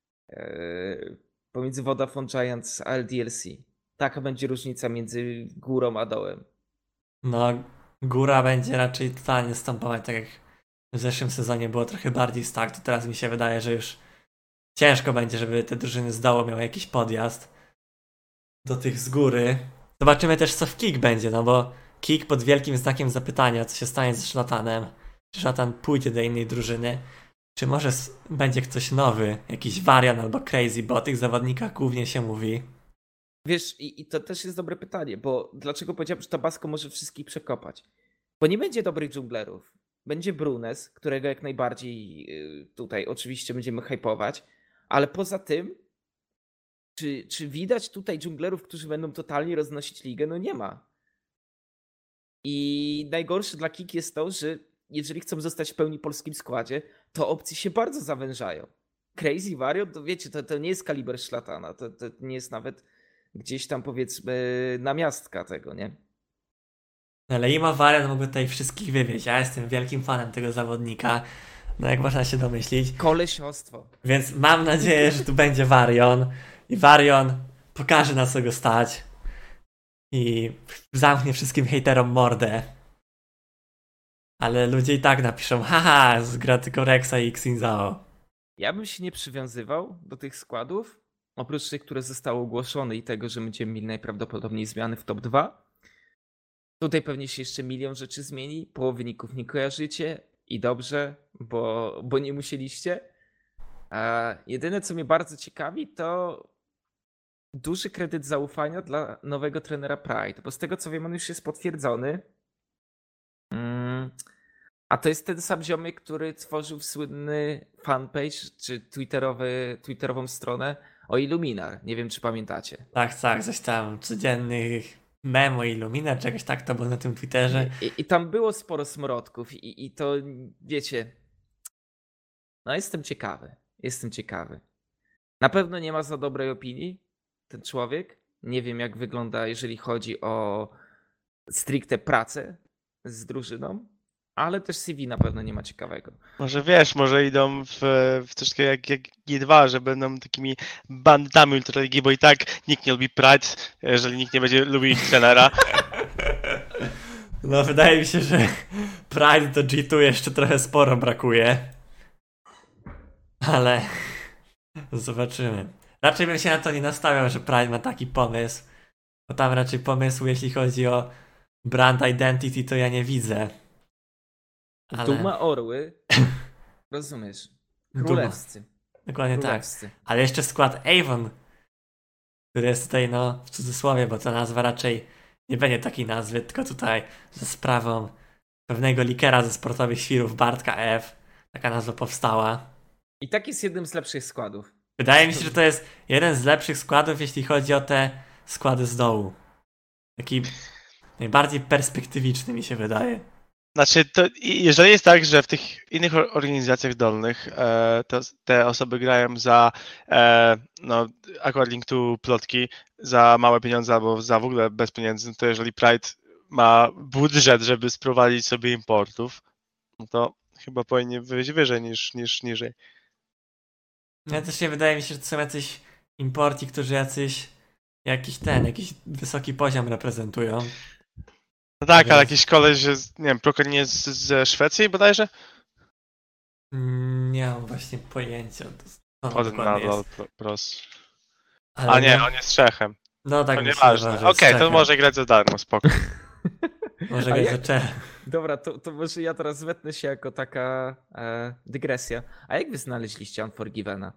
Vodafone Giants a LDLC. Taka będzie różnica między górą a dołem. Góra będzie raczej totalnie stąpować, tak jak w zeszłym sezonie było trochę bardziej stack, to teraz mi się wydaje, że już ciężko będzie, żeby te drużyny z dołu miały jakiś podjazd do tych z góry. Zobaczymy też, co w Kick będzie, bo Kick pod wielkim znakiem zapytania, co się stanie ze Szlatanem. Czy Szlatan pójdzie do innej drużyny? Czy może będzie ktoś nowy, jakiś Varian albo Crazy, bo o tych zawodnikach głównie się mówi. Wiesz, i to też jest dobre pytanie, bo dlaczego powiedziałem, że Tabasco może wszystkich przekopać? Bo nie będzie dobrych dżunglerów. Będzie Brunes, którego jak najbardziej tutaj oczywiście będziemy hypować, ale poza tym, czy widać tutaj dżunglerów, którzy będą totalnie roznosić ligę? No nie ma. I najgorsze dla Kik jest to, że jeżeli chcą zostać w pełni polskim składzie, to opcje się bardzo zawężają. Crazy Variant, to wiecie, to nie jest kaliber Szlatana, to nie jest nawet gdzieś tam powiedzmy namiastka tego, nie? Ale Ima Varian mógłby tutaj wszystkich wywieźć. Ja jestem wielkim fanem tego zawodnika. Jak można się domyślić. Kolesiostwo. Więc mam nadzieję, że tu będzie Varian. I Varian pokaże na co go stać i zamknie wszystkim hejterom mordę. Ale ludzie i tak napiszą, haha, zgra tylko Rexa i Xinzao. Ja bym się nie przywiązywał do tych składów, oprócz tych, które zostały ogłoszone i tego, że będziemy mieli najprawdopodobniej zmiany w top 2. Tutaj pewnie się jeszcze milion rzeczy zmieni, połowy wyników nie kojarzycie i dobrze, bo nie musieliście. A jedyne, co mnie bardzo ciekawi, to duży kredyt zaufania dla nowego trenera Pride, bo z tego co wiem, on już jest potwierdzony. A to jest ten sam ziomek, który tworzył słynny fanpage, czy twitterową stronę o Illuminar. Nie wiem, czy pamiętacie. Tak, coś tam codziennych memo Illumina, czegoś tak to było na tym Twitterze. I tam było sporo smrodków i to, wiecie, no jestem ciekawy. Na pewno nie ma za dobrej opinii ten człowiek. Nie wiem, jak wygląda, jeżeli chodzi o stricte pracę z drużyną, ale też CV na pewno nie ma ciekawego. Może wiesz, może idą w troszkę jak G2, że będą takimi bandytami ultraligi, bo i tak nikt nie lubi Pride, jeżeli nikt nie będzie lubił ich trenera. No wydaje mi się, że Pride do G2 jeszcze trochę sporo brakuje. Ale zobaczymy. Raczej bym się na to nie nastawiał, że Pride ma taki pomysł. Bo tam raczej pomysłu, jeśli chodzi o brand identity, to ja nie widzę. Ale... Duma Orły, rozumiesz, królewscy. Dokładnie królewscy. tak. Ale jeszcze skład Avon, który jest tutaj, no, w cudzysłowie, bo ta nazwa raczej nie będzie takiej nazwy, tylko tutaj za sprawą pewnego likera ze sportowych świrów Bartka F. Taka nazwa powstała. I tak jest jednym z lepszych składów. Wydaje mi się, że to jest jeden z lepszych składów, jeśli chodzi o te składy z dołu. Taki najbardziej perspektywiczny mi się wydaje. Znaczy, to jeżeli jest tak, że w tych innych organizacjach dolnych to te osoby grają za, no, according to plotki, za małe pieniądze albo za w ogóle bez pieniędzy, to jeżeli Pride ma budżet, żeby sprowadzić sobie importów, no to chyba powinien wyjść wyżej niż niżej. Ja też nie wydaje mi się, że to są jacyś imporci, którzy jakiś wysoki poziom reprezentują. No tak, Więc- ale jakiś koleś, że, nie wiem, Prokon jest ze Szwecji bodajże? Nie mam właśnie pojęcia. Od nadal pros. Ale A nie, no, on jest Czechem. no tak To myślę, nieważne. że Okej, z to Czechem. może grać za darmo, spoko. Może A grać jak- za Czech. Dobra, to może ja teraz wetnę się jako taka dygresja. A jak wy znaleźliście Unforgivena?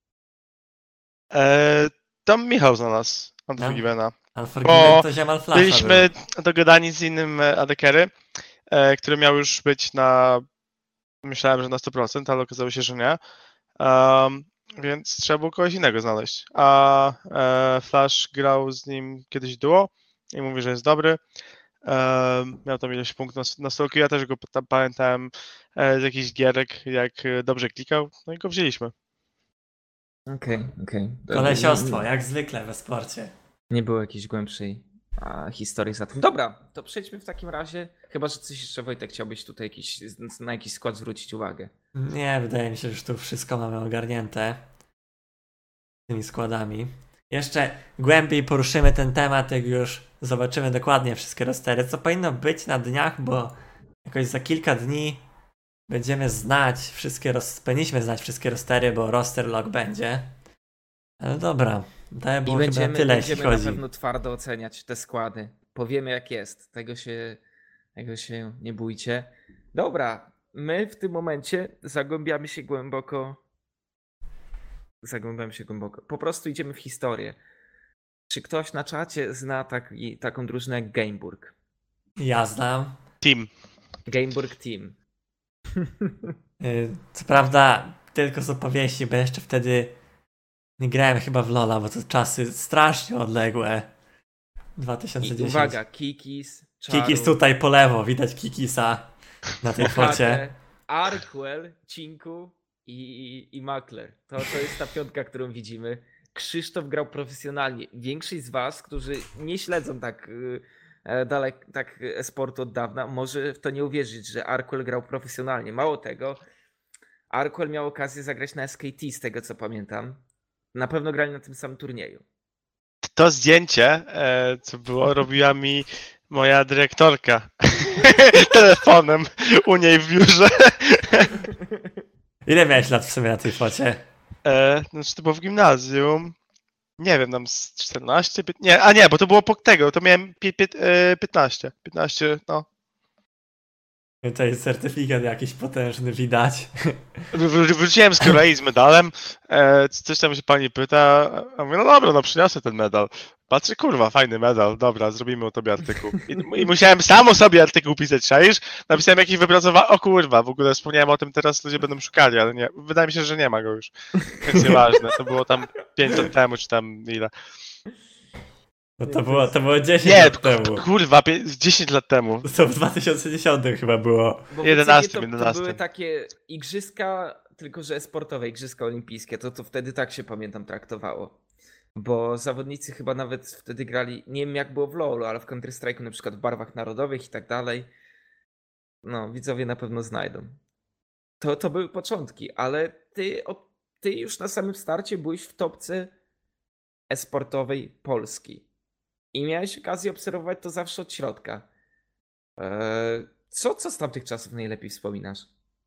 Tam Michał znalazł Unforgivena. Unforgiven to ziomal Flasha Byliśmy dogadani z innym ADKery, który miał już być myślałem, że na 100%, ale okazało się, że nie. Więc trzeba było kogoś innego znaleźć. A Flash grał z nim kiedyś duo i mówi, że jest dobry. Miał tam ileś punktów na stroku. Ja też go tam pamiętałem z jakichś gierek, jak dobrze klikał. No i go wzięliśmy. Okej. Kolesiostwo, jak zwykle we sporcie. Nie było jakiejś głębszej historii za tym. Dobra, to przejdźmy w takim razie. Chyba, że coś jeszcze, Wojtek, chciałbyś tutaj na jakiś skład zwrócić uwagę. Nie, wydaje mi się, że już tu wszystko mamy ogarnięte tymi składami. Jeszcze głębiej poruszymy ten temat, jak już zobaczymy dokładnie wszystkie rostery, co powinno być na dniach, bo jakoś za kilka dni powinniśmy znać wszystkie rostery, bo roster lock będzie. Ale dobra, to I było chyba tyle, jeśli będziemy na chodzi. pewno twardo oceniać te składy. Powiemy jak jest. Tego się nie bójcie. Dobra, my w tym momencie zagłębiamy się głęboko. Po prostu idziemy w historię. Czy ktoś na czacie zna taką drużynę jak Gameburg? Ja znam. Team. Gameburg Team. Co prawda tylko z opowieści, bo jeszcze wtedy nie grałem chyba w LoL'a, bo to czasy strasznie odległe. 2010. I uwaga, Kikis, Czaru, Kikis tutaj po lewo, widać Kikisa na tej focie. Arkwell, Cinku i Makler. To jest ta piątka, którą widzimy. Krzysztof grał profesjonalnie. Większość z was, którzy nie śledzą tak e-sportu od dawna, może w to nie uwierzyć, że Arkwell grał profesjonalnie. Mało tego, Arkwell miał okazję zagrać na SKT, z tego co pamiętam. Na pewno grali na tym samym turnieju. To zdjęcie, co było, robiła mi moja dyrektorka telefonem u niej w biurze. Ile miałeś lat w sumie na tej focie? Znaczy to było w gimnazjum. Nie wiem, tam z 14, nie, bo to było po tego, to miałem 15. 15, no. Tutaj certyfikat jakiś potężny widać. Wróciłem z Korei z medalem, coś tam się pani pyta, a mówię, no dobra, no przyniosę ten medal. Patrzę, kurwa, fajny medal, dobra, zrobimy o tobie artykuł. I musiałem sam o sobie artykuł pisać, czaisz? Napisałem jakiś wypracowany, o kurwa, w ogóle wspomniałem o tym, teraz ludzie będą szukali, ale nie, wydaje mi się, że nie ma go już. Więc nieważne, to było tam 5 lat temu, czy tam ile. No to było 10 Nie, lat temu. kurwa, 10 lat temu. To w 2010 chyba było. Bo 11, to 11. były takie igrzyska, tylko że sportowe, igrzyska olimpijskie. To wtedy tak się, pamiętam, traktowało. Bo zawodnicy chyba nawet wtedy grali, nie wiem jak było w LoLu, ale w Counter-Strike'u na przykład w barwach narodowych i tak dalej. No, widzowie na pewno znajdą. To były początki, ale ty już na samym starcie byłeś w topce e-sportowej Polski. I miałeś okazję obserwować to zawsze od środka. Co z tamtych czasów najlepiej wspominasz?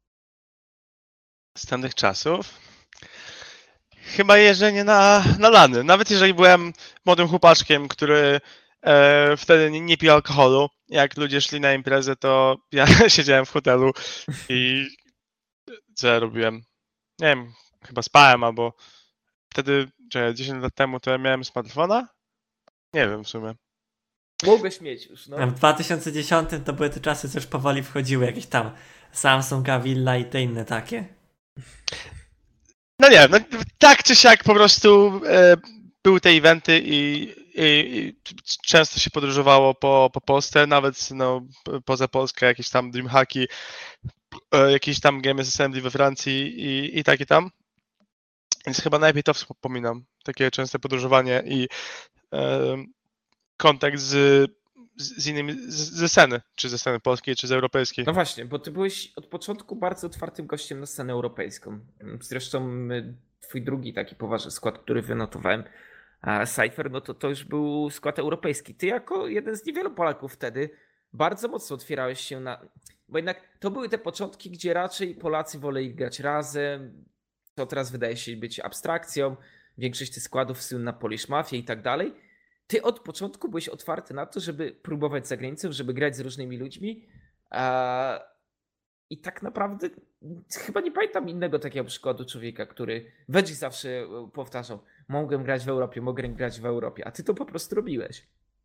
Z tamtych czasów? Chyba jeżdżenie na lany. Nawet jeżeli byłem młodym chłopaczkiem, który wtedy nie pił alkoholu, jak ludzie szli na imprezę, to ja siedziałem w hotelu i co ja robiłem? Nie wiem, chyba spałem, albo wtedy, 10 lat temu to ja miałem smartfona? Nie wiem w sumie. Mogłeś mieć już, no. W 2010 to były te czasy, co już powoli wchodziły, jakieś tam Samsung, Avilla i te inne takie. No nie, no tak czy siak po prostu były te eventy i często się podróżowało po Polsce, nawet no, poza Polskę, jakieś tam Dreamhacki, jakieś tam Games Assembly we Francji i tak i tam. Więc chyba najlepiej to wspominam, takie częste podróżowanie i kontakt z innymi, ze sceny, czy ze sceny polskiej, czy z europejskiej. No właśnie, bo ty byłeś od początku bardzo otwartym gościem na scenę europejską. Zresztą twój drugi taki poważny skład, który wynotowałem, Cypher, no to już był skład europejski. Ty jako jeden z niewielu Polaków wtedy bardzo mocno otwierałeś się na... Bo jednak to były te początki, gdzie raczej Polacy woleli grać razem, to teraz wydaje się być abstrakcją. Większość tych składów słynna Polish Mafia i tak dalej. Ty od początku byłeś otwarty na to, żeby próbować za granicą, żeby grać z różnymi ludźmi. I tak naprawdę chyba nie pamiętam innego takiego przykładu człowieka, który Veggie zawsze powtarzał: mogę grać w Europie, mogę grać w Europie, a ty to po prostu robiłeś.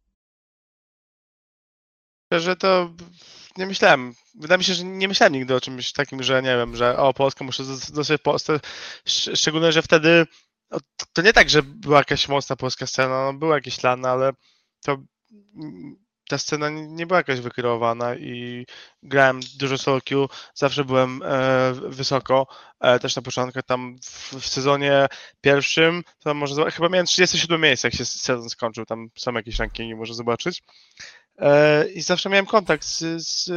Że to nie myślałem. Wydaje mi się, że nie myślałem nigdy o czymś takim, że nie wiem, że o Polskę muszę zostać w Polsce. Szczególnie, że wtedy to nie tak, że była jakaś mocna polska scena, no były jakieś lany, ale to ta scena nie była jakaś wykreowana i grałem dużo solo queue, zawsze byłem wysoko, też na początku tam w sezonie pierwszym, to może chyba miałem 37 miejsce, jak się sezon skończył, tam są jakieś rankingi, można zobaczyć. I zawsze miałem kontakt z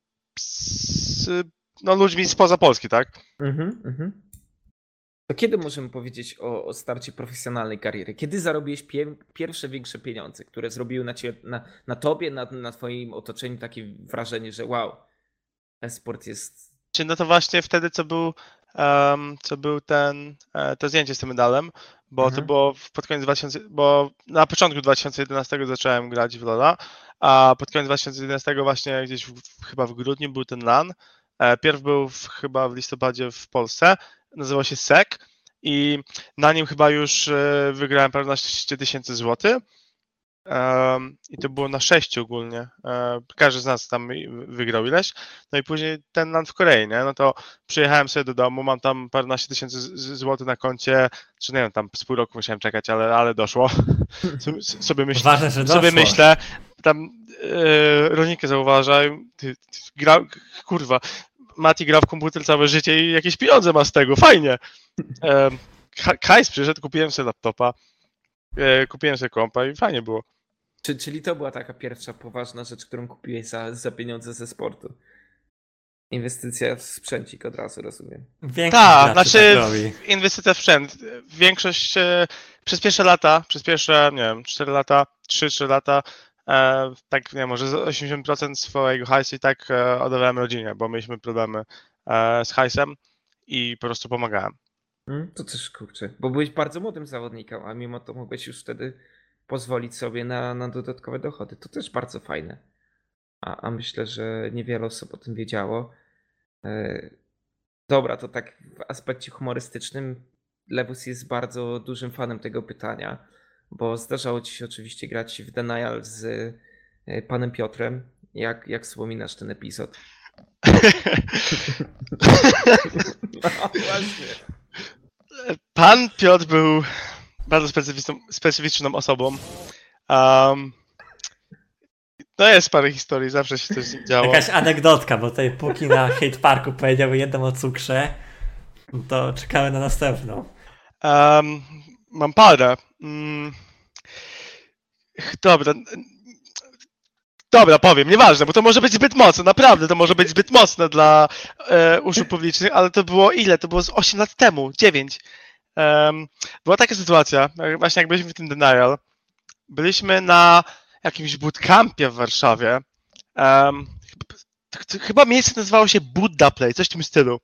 no, ludźmi spoza Polski, tak? To kiedy możemy powiedzieć o starcie profesjonalnej kariery? Kiedy zarobiłeś pierwsze większe pieniądze, które zrobiły na tobie, na twoim otoczeniu takie wrażenie, że wow, e-sport jest... No to właśnie wtedy, co był to zdjęcie z tym medalem, bo to było pod koniec 2000, bo na początku 2011 zacząłem grać w LoL'a, a pod koniec 2011 właśnie gdzieś chyba w grudniu był ten LAN. Pierw był chyba w listopadzie w Polsce, nazywał się SEC i na nim chyba już wygrałem prawie 15 000 złotych. I to było na 6 ogólnie. Każdy z nas tam wygrał ileś. No i później ten land w Korei, nie? No to przyjechałem sobie do domu, mam tam paręnaście tysięcy złotych na koncie, czy nie wiem, tam z pół roku musiałem czekać, ale doszło. Sobie myślę, Ważne, że doszło. Tam rolnikę zauważaj, kurwa, Mati gra w komputer całe życie i jakieś pieniądze ma z tego, fajnie. Hajs przyszedł, kupiłem sobie laptopa, kupiłem sobie kompa i fajnie było. Czyli to była taka pierwsza poważna rzecz, którą kupiłeś za pieniądze ze sportu? Inwestycja w sprzęcik od razu, rozumiem. Tak, znaczy inwestycja w sprzęt. Większość przez pierwsze lata, nie wiem, 4 lata, 3 lata, tak nie wiem, może z 80% swojego hajsu i tak oddawałem rodzinie, bo mieliśmy problemy z hajsem i po prostu pomagałem. To też kurczę, bo byłeś bardzo młodym zawodnikiem, a mimo to mogłeś już wtedy pozwolić sobie na dodatkowe dochody. To też bardzo fajne. A myślę, że niewiele osób o tym wiedziało. Dobra, to tak w aspekcie humorystycznym Lewus jest bardzo dużym fanem tego pytania, bo zdarzało ci się oczywiście grać w Denial z panem Piotrem. Jak wspominasz ten epizod? No właśnie. Pan Piotr był bardzo specyficzną osobą. No jest parę historii, zawsze się coś działo. Jakaś anegdotka, bo tutaj póki na Hate Parku powiedziały jedną o cukrze, to czekamy na następną. Mam parę. Dobra, powiem, nieważne, bo to może być zbyt mocne, naprawdę to może być zbyt mocne dla uszu publicznych, ale to było ile? To było z 8 lat temu, 9. Była taka sytuacja, właśnie jak byliśmy w tym Denial, byliśmy na jakimś bootcampie w Warszawie. Chyba miejsce nazywało się Buddha Play, coś w tym stylu.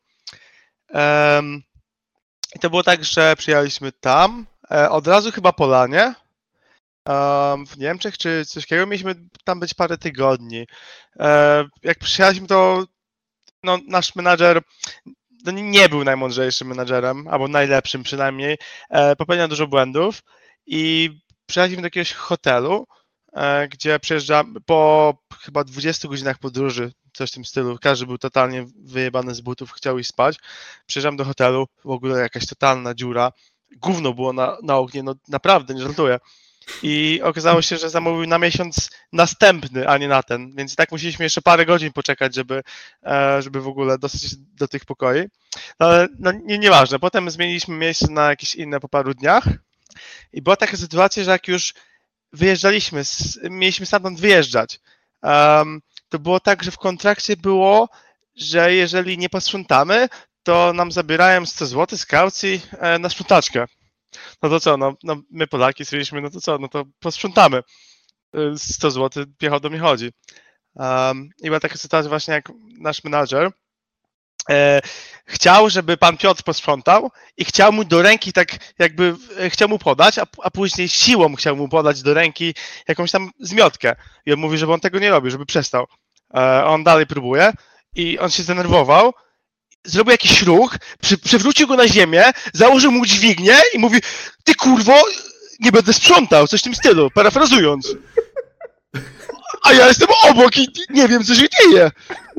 I to było tak, że przyjechaliśmy tam, od razu chyba po lanie, w Niemczech czy coś takiego, mieliśmy tam być parę tygodni. Jak przyjechaliśmy, to no, nasz menadżer nie był najmądrzejszym menadżerem, albo najlepszym przynajmniej, popełniał dużo błędów i przyjechaliśmy do jakiegoś hotelu, gdzie przyjeżdżamy po chyba 20 godzinach podróży, coś w tym stylu, każdy był totalnie wyjebany z butów, chciał iść spać. Przyjeżdżam do hotelu, w ogóle jakaś totalna dziura, gówno było na oknie, no naprawdę, nie żartuję. I okazało się, że zamówił na miesiąc następny, a nie na ten, więc tak musieliśmy jeszcze parę godzin poczekać, żeby w ogóle dostać do tych pokoi. Ale no, nieważne, potem zmieniliśmy miejsce na jakieś inne po paru dniach i była taka sytuacja, że jak już wyjeżdżaliśmy, mieliśmy stamtąd wyjeżdżać, to było tak, że w kontrakcie było, że jeżeli nie posprzątamy, to nam zabierają 100 zł z kaucji na sprzątaczkę. No to co, no my Polaki stwierdziliśmy, no to co, no to posprzątamy. 100 zł, piechotą nie chodzi. I była taka sytuacja właśnie, jak nasz menadżer chciał, żeby pan Piotr posprzątał i chciał mu do ręki tak jakby, chciał mu podać, a później siłą chciał mu podać do ręki jakąś tam zmiotkę. I on mówi, żeby on tego nie robił, żeby przestał. On dalej próbuje i on się zdenerwował, zrobił jakiś ruch, przewrócił go na ziemię, założył mu dźwignię i mówi: ty kurwo, nie będę sprzątał, coś w tym stylu, parafrazując. A ja jestem obok i nie wiem, co się dzieje.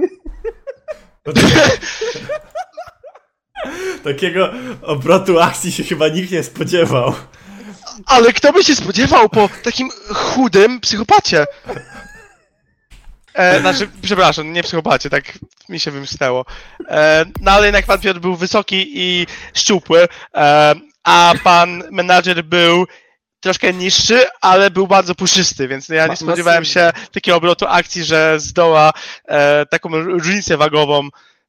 Takiego obrotu akcji się chyba nikt nie spodziewał. Ale kto by się spodziewał po takim chudym psychopacie? Znaczy, przepraszam, nie psychopacie, tak mi się wymknęło. No ale jednak pan Piotr był wysoki i szczupły, a pan menadżer był troszkę niższy, ale był bardzo puszysty, więc ja nie spodziewałem się takiego obrotu akcji, że zdoła taką różnicę wagową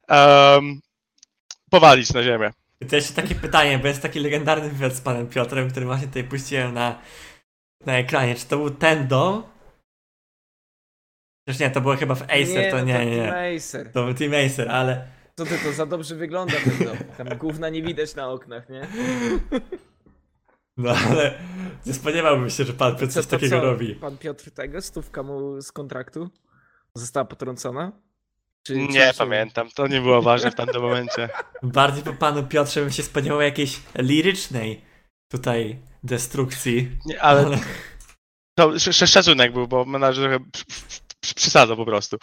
powalić na ziemię. I to jeszcze takie pytanie, bo jest taki legendarny wywiad z panem Piotrem, który właśnie tutaj puściłem na ekranie. Czy to był ten dom? Przecież nie, to było chyba w Acer, to nie. Team Acer. To był Team Acer, ale... Co ty, to za dobrze wygląda ten dom. Tam gówna nie widać na oknach, nie? No ale nie spodziewałbym się, że pan Piotr coś takiego robi. Pan Piotr tego, stówka mu z kontraktu została potrącona? Nie pamiętam, to nie było ważne w tamtym momencie. Bardziej po panu Piotrze bym się spodziewał jakiejś lirycznej tutaj destrukcji. Nie, ale... To szacunek był, bo menadżer trochę przesadzał po prostu.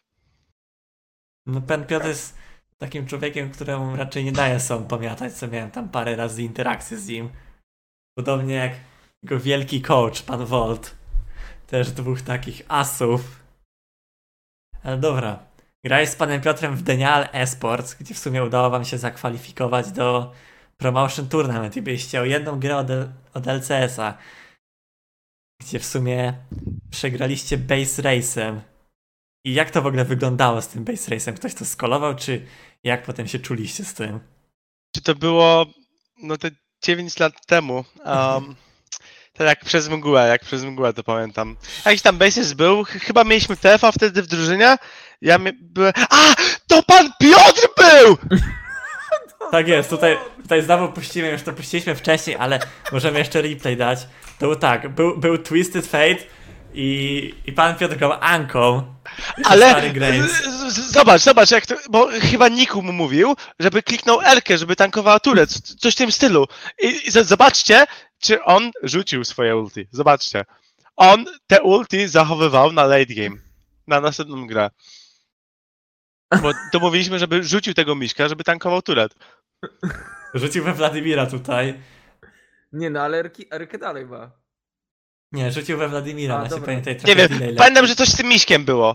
No pan Piotr jest takim człowiekiem, któremu raczej nie daje sobie pamiętać, co miałem tam parę razy interakcję z nim. Podobnie jak jego wielki coach, pan Volt. Też dwóch takich asów. Ale dobra. Grałeś z panem Piotrem w Denial Esports, gdzie w sumie udało wam się zakwalifikować do Promotion Tournament i byliście o jedną grę od LCS-a, gdzie w sumie przegraliście Base Race'em. I jak to w ogóle wyglądało z tym Base Race'em? Ktoś to skolował, czy jak potem się czuliście z tym? Czy to było... No 9 lat temu. To jak przez mgłę to pamiętam. Jakiś tam basis był, chyba mieliśmy TF-a wtedy w drużynie. Byłem... A! To pan Piotr był! Tak jest, tutaj znowu już to puściliśmy wcześniej, ale możemy jeszcze replay dać. To był tak, był Twisted Fate i pan Piotr grał Anką. Ale zobacz, jak to, bo chyba Niku mu mówił, żeby kliknął L-kę, żeby tankowała turę, coś w tym stylu. I zobaczcie, czy on rzucił swoje ulti. Zobaczcie. On te ulti zachowywał na late game. Na następną grę. Bo to mówiliśmy, żeby rzucił tego Miśka, żeby tankował turet. Rzucił we Wladimira tutaj. Nie no, ale Erkę dalej ma. Nie, rzucił we Wladimira, A, właśnie dobra. pamiętaj Nie trochę wiem, delay pamiętam, że coś z tym Miśkiem było.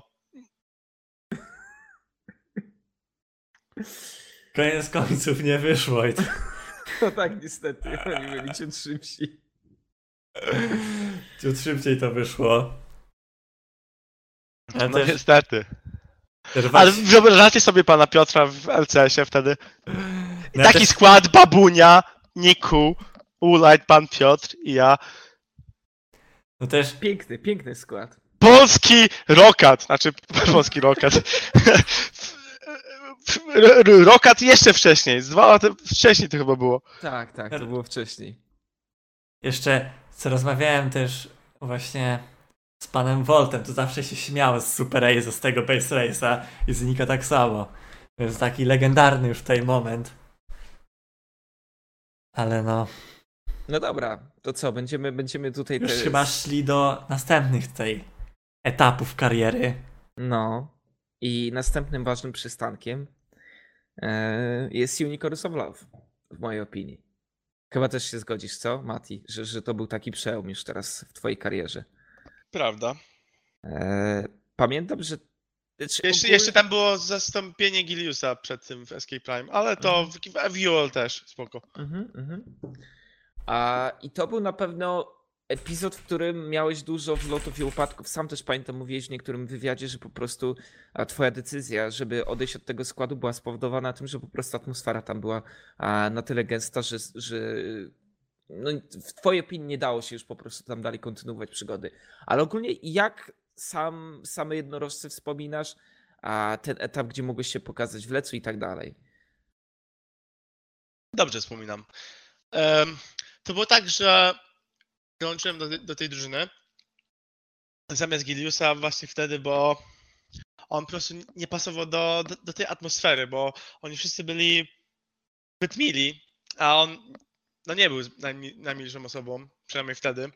Koniec końców nie wyszło i to... No tak, niestety, oni byli ciut szybsi. Ciut szybciej to wyszło. Ale No też, niestety. też Ale właśnie- wyobrażacie sobie pana Piotra w LCS-ie wtedy? I No ja taki też- skład, Babunia, Niku, Ulight, pan Piotr i ja. No też Piękny skład. Polski Rokat, znaczy polski Rokat. Rokat jeszcze wcześniej, z 2 lata wcześniej to chyba było. Tak, to było wcześniej. jeszcze co rozmawiałem też właśnie z panem Voltem, to zawsze się śmiał z Super Race'a, z tego Base Race'a i z Nika tak samo. To jest taki legendarny już tutaj moment. Ale no, No dobra, to co, będziemy tutaj... już chyba szli do następnych tutaj etapów kariery. No. I następnym ważnym przystankiem jest Unicorns of Love, w mojej opinii. Chyba też się zgodzisz, co, Mati? Że to był taki przełom już teraz w twojej karierze. Prawda. Pamiętam, że... Jeszcze tam było zastąpienie Giliusa przed tym w Escape Prime, ale to w UL też, spoko. I to był na pewno epizod, w którym miałeś dużo wzlotów i upadków. Sam też pamiętam, mówiłeś w niektórym wywiadzie, że po prostu twoja decyzja, żeby odejść od tego składu, była spowodowana tym, że po prostu atmosfera tam była na tyle gęsta, że no, w twojej opinii nie dało się już po prostu tam dalej kontynuować przygody. Ale ogólnie jak same jednorożce wspominasz, a ten etap, gdzie mogłeś się pokazać w Lecu i tak dalej? Dobrze wspominam. To było tak, że dołączyłem do tej drużyny zamiast Giliusa właśnie wtedy, bo on po prostu nie pasował do tej atmosfery, bo oni wszyscy byli zbyt mili, a on no nie był najmilszą osobą, przynajmniej wtedy.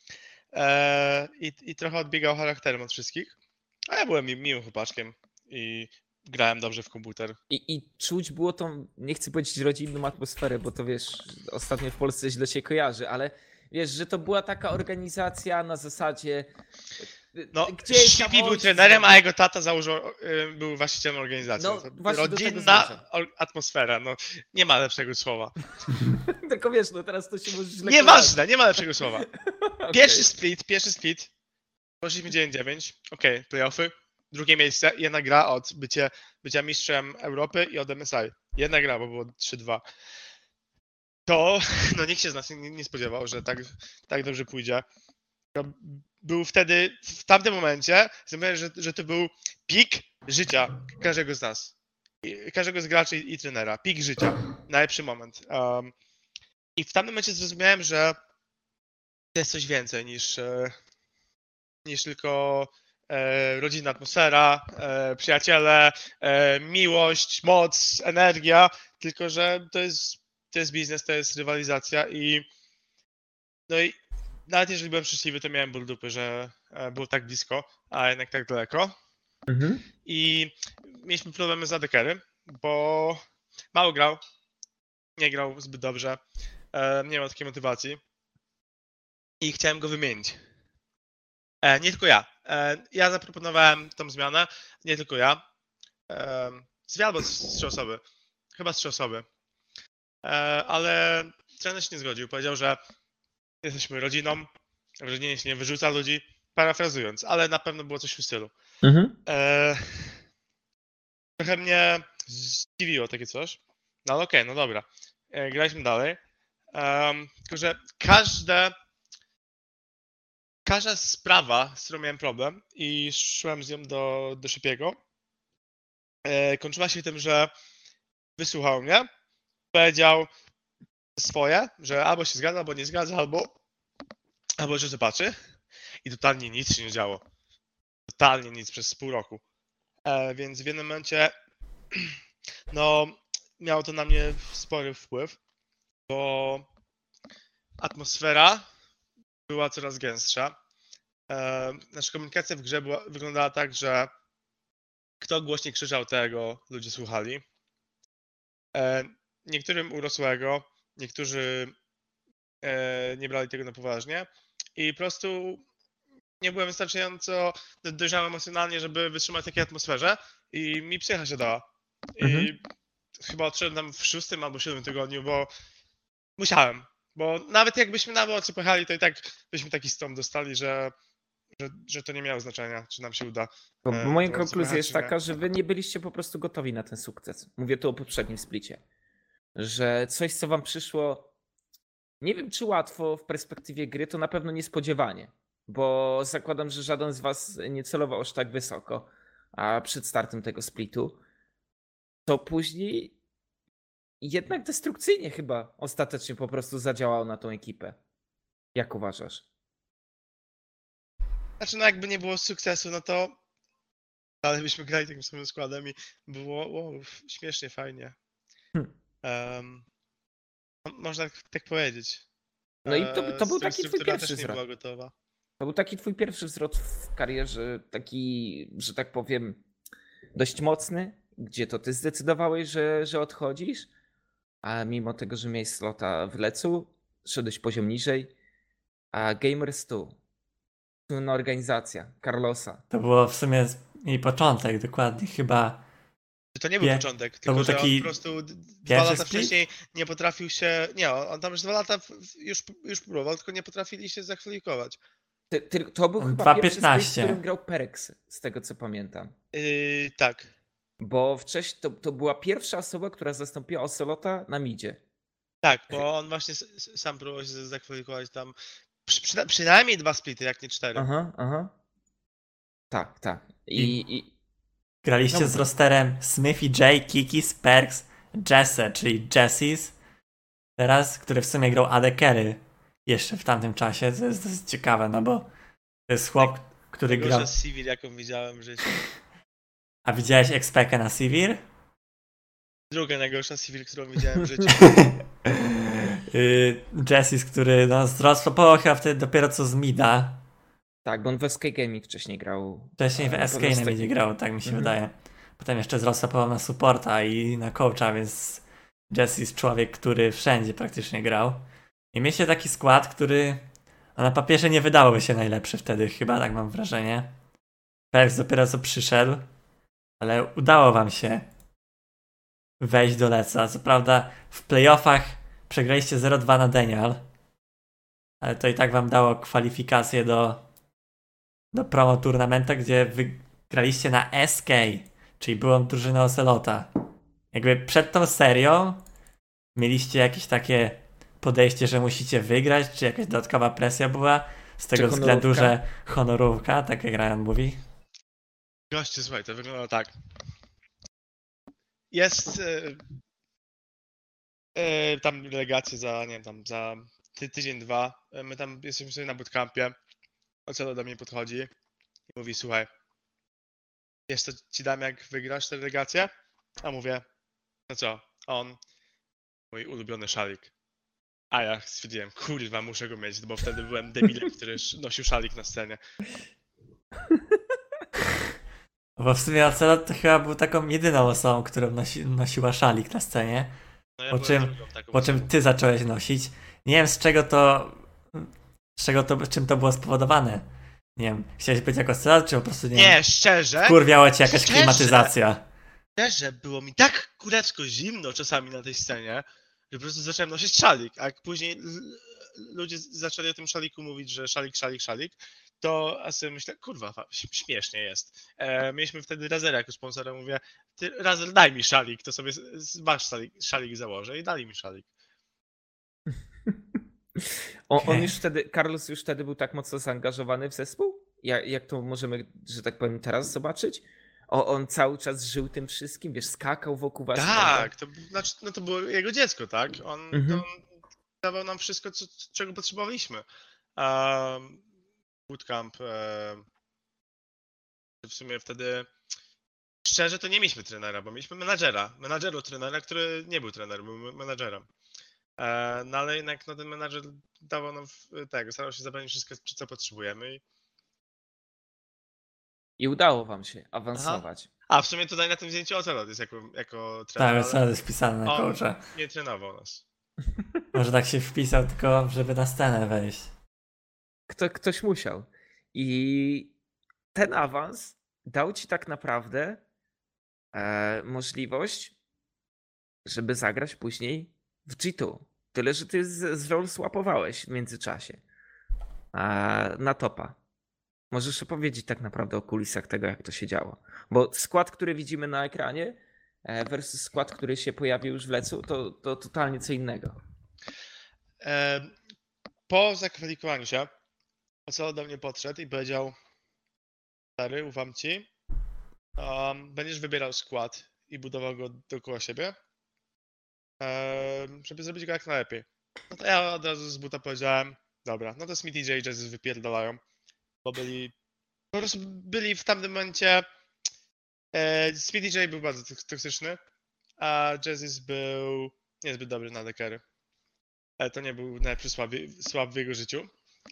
I trochę odbiegał charakterem od wszystkich. A ja byłem miłym chłopaczkiem i grałem dobrze w komputer. I czuć było tą, nie chcę powiedzieć rodzinną atmosferę, bo to wiesz, ostatnio w Polsce źle się kojarzy, ale wiesz, że to była taka organizacja na zasadzie... No, gdzieś tam Shibi był ojciec- trenerem, a jego tata był właścicielem organizacji. No, To właśnie do tego rodzinna zmierzam. atmosfera, no nie ma lepszego słowa. Tylko wiesz, no teraz to się może źle Nieważne, nie ma lepszego słowa. kojarzyć. Pierwszy split. Poszliśmy 9-9. Okej, playoffy. Drugie miejsce. Jedna gra od bycia mistrzem Europy i od MSI. Jedna gra, bo było 3-2. To, no nikt się z nas nie spodziewał, że tak dobrze pójdzie. To był wtedy, w tamtym momencie, że to był pik życia każdego z nas. Każdego z graczy i trenera. Pik życia. Najlepszy moment. I w tamtym momencie zrozumiałem, że to jest coś więcej niż tylko rodzinna atmosfera, przyjaciele, miłość, moc, energia, tylko że to jest biznes, to jest rywalizacja i nawet jeżeli byłem szczęśliwy, to miałem ból dupy, że było tak blisko, a jednak tak daleko. I mieliśmy problemy z AD-carry, bo mało grał, nie grał zbyt dobrze, nie miał takiej motywacji i chciałem go wymienić. Nie tylko ja. Ja zaproponowałem tą zmianę, nie tylko ja. Albo z 3 osoby. Chyba z 3 osoby. Ale trener się nie zgodził. Powiedział, że jesteśmy rodziną, w rodzinie się nie wyrzuca ludzi, parafrazując, ale na pewno było coś w tym stylu. Trochę mnie zdziwiło takie coś. No ale okej, no dobra. Graliśmy dalej. Tylko, że każda sprawa, z którą miałem problem i szłem z nią do Szypiego, kończyła się tym, że wysłuchał mnie, powiedział swoje, że albo się zgadza, albo nie zgadza, albo że zobaczy. I totalnie nic się nie działo. Totalnie nic przez pół roku. Więc w jednym momencie no, miało to na mnie spory wpływ, bo atmosfera była coraz gęstsza. Nasza komunikacja w grze wyglądała tak, że kto głośniej krzyczał, tego ludzie słuchali. Niektórym urosłego, niektórzy nie brali tego na poważnie i po prostu nie byłem wystarczająco dojrzały emocjonalnie, żeby wytrzymać takiej atmosferze i mi psycha się dała. I chyba odszedłem tam w 6. albo 7. tygodniu, bo musiałem. Bo nawet jakbyśmy na oczy pojechali, to i tak byśmy taki stąd dostali, że to nie miało znaczenia, czy nam się uda. Bo moja to konkluzja jest słychać, czy taka, że wy nie byliście po prostu gotowi na ten sukces. Mówię tu o poprzednim splicie. Że coś, co wam przyszło, nie wiem czy łatwo w perspektywie gry, to na pewno niespodziewanie. Bo zakładam, że żaden z was nie celował aż tak wysoko, a przed startem tego splitu, to później jednak destrukcyjnie chyba ostatecznie po prostu zadziałało na tą ekipę. Jak uważasz? Znaczy, no jakby nie było sukcesu, no to dalej byśmy grali takim samym składem i było śmiesznie, fajnie. Można tak powiedzieć. No i to był taki twój struktura pierwszy też nie wzrok. była gotowa. To był taki twój pierwszy wzrost w karierze, taki, że tak powiem, dość mocny, gdzie to ty zdecydowałeś, że odchodzisz, a mimo tego, że miałeś slota w Lecu, szedłeś poziom niżej, a Gamers 2, słynna organizacja Carlosa. To było w sumie jej początek, dokładnie, chyba. To nie był początek, tylko był że taki on po prostu 2 pierwszy lata split? wcześniej nie potrafił się... Nie, on tam już 2 lata już próbował, tylko nie potrafili się zakwalifikować. To był chyba 2.15. pierwszy split, w którym grał Perex, z tego co pamiętam. Tak. Bo wcześniej to była pierwsza osoba, która zastąpiła Ocelota na midzie. Tak, bo on właśnie sam próbował się zakwalifikować tam przynajmniej 2 splity, jak nie 4. Aha. Tak. I Graliście No, z rosterem Smithy J, Kiki, Sperks, Jesse, czyli Jessis. Teraz, który w sumie grał AD Carry jeszcze w tamtym czasie. To jest dosyć ciekawe, no bo to jest chłop, który grał... Najgorsza Civil, jaką widziałem w życiu. A widziałeś Expekę na Sivir? Druga najgorsza Civil, którą widziałem w życiu. Jessis, który no, zrosłopował chyba wtedy dopiero co z Mida. tak, bo on w SK Gaming wcześniej grał. Wcześniej w SK na Midzie grał, tak mi się wydaje. Potem jeszcze zrosłopował na supporta i na coacha, więc Jessis człowiek, który wszędzie praktycznie grał. I mieliście taki skład, który na papierze nie wydałoby się najlepszy wtedy, chyba tak mam wrażenie. Perks dopiero co przyszedł, ale udało wam się wejść do Leca. Co prawda w playoffach przegraliście 0-2 na Denial, ale to i tak wam dało kwalifikację do promo turnamenta, gdzie wygraliście na SK, czyli byłą drużyną Ocelota. Jakby przed tą serią mieliście jakieś takie podejście, że musicie wygrać, czy jakaś dodatkowa presja była z tego względu, że honorówka, tak jak Ryan mówi? Goście, słuchaj, to wygląda tak. Jest tam delegacje za, nie wiem, tam za tydzień, 2. My tam jesteśmy sobie na bootcampie. Ocelo do mnie podchodzi i mówi, słuchaj, wiesz co ci dam, jak wygrasz tę delegację? A mówię, no co, on, mój ulubiony szalik. A ja stwierdziłem, kurwa, muszę go mieć, bo wtedy byłem debilem, który nosił szalik na scenie. Bo w sumie Ocelot to chyba był taką jedyną osobą, którą nosiła szalik na scenie. No ja Po byłem czym, drugą taką po czym osobą. ty zacząłeś nosić. Nie wiem czym to było spowodowane. Nie wiem, chciałeś być jako Ocelot, czy po prostu nie wiem, Nie, szczerze, wkurwiała cię jakaś Szczerze? klimatyzacja. szczerze, było mi tak kurewsko zimno czasami na tej scenie, że po prostu zacząłem nosić szalik, a jak później ludzie zaczęli o tym szaliku mówić, że szalik, to ja sobie myślę, kurwa, śmiesznie jest. Mieliśmy wtedy Razera jako sponsora, mówię, ty Razer, daj mi szalik, to sobie masz szalik założę i dali mi szalik. On już wtedy, Carlos już wtedy był tak mocno zaangażowany w zespół? Jak to możemy, że tak powiem, teraz zobaczyć? On cały czas żył tym wszystkim, wiesz, skakał wokół was. Tak, znaczy, to było jego dziecko, tak? On dawał nam wszystko, czego potrzebowaliśmy. Bootcamp. W sumie wtedy, szczerze, to nie mieliśmy trenera, bo mieliśmy menadżera trenera, który nie był trenerem, był menadżerem. No ale jednak ten menadżer dawał nam tego, starał się zapewnić wszystko, co potrzebujemy. I udało wam się awansować. A w sumie tutaj na tym zdjęciu Ocelot jest jako trener. Tak, Ocelot jest wpisany na coacha. Nie trenował nas. Może tak się wpisał tylko, żeby na scenę wejść. Ktoś musiał. I ten awans dał ci tak naprawdę możliwość, żeby zagrać później w G2. Tyle, że ty z rol swapowałeś w międzyczasie na topa. Możesz opowiedzieć tak naprawdę o kulisach tego, jak to się działo. Bo skład, który widzimy na ekranie versus skład, który się pojawił już w Lecu, to totalnie co innego. Po zakwalifikowaniu się Ocelot do mnie podszedł i powiedział: stary, ufam ci, będziesz wybierał skład i budował go dookoła siebie, żeby zrobić go jak najlepiej. No to ja od razu z buta powiedziałem: dobra, no to Smithy J i Jazzy wypierdalają, bo po prostu byli w tamtym momencie. Smithy J był bardzo toksyczny, a Jazzy był niezbyt dobry na dekery. To nie był najlepszy słab w jego życiu.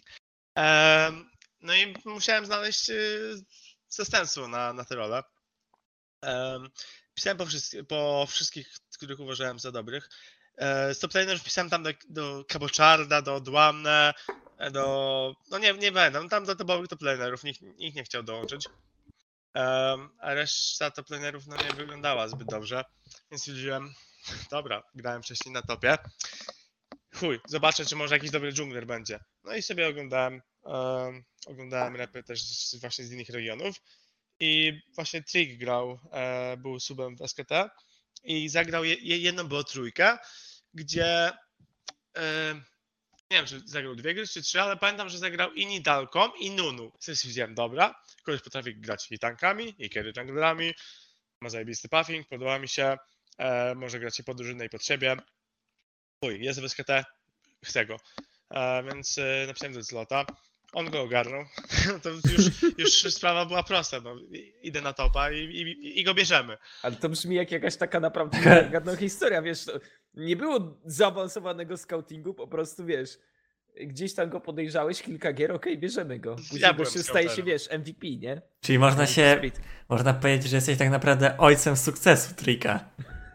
No i musiałem znaleźć zastępstwo na tę rolę. Pisałem po wszystkich, których uważałem za dobrych. Z top lanerów pisałem tam do Cabocharda, do Dłamne, no nie będę, tam do topowych top lanerów, nikt nie chciał dołączyć. A reszta top lanerów nie wyglądała zbyt dobrze, więc stwierdziłem, dobra, grałem wcześniej na topie. Zobaczę, czy może jakiś dobry dżungler będzie. No i sobie oglądałem repy też właśnie z innych regionów. I właśnie Trick grał, był subem w SKT i zagrał jedną było trójkę, gdzie nie wiem, czy zagrał 2 gry czy 3, ale pamiętam, że zagrał i Nidalką i Nunu. Wtedy stwierdziłem, dobra, koleś potrafi grać i tankami, i carry junglerami, ma zajebisty puffing, podoba mi się, może grać i pod drużynę i pod siebie. Jest w SKT, chcę go. Więc napisałem do Zlota. On go ogarnął. To już sprawa była prosta. No. Idę na topa i go bierzemy. Ale to brzmi jak jakaś taka naprawdę niewiarygodna historia, wiesz. Nie było zaawansowanego scoutingu, po prostu wiesz, gdzieś tam go podejrzałeś, kilka gier, okej, bierzemy go. Później gościu staje się, wiesz, MVP, nie? Czyli można powiedzieć, że jesteś tak naprawdę ojcem sukcesu Tricka.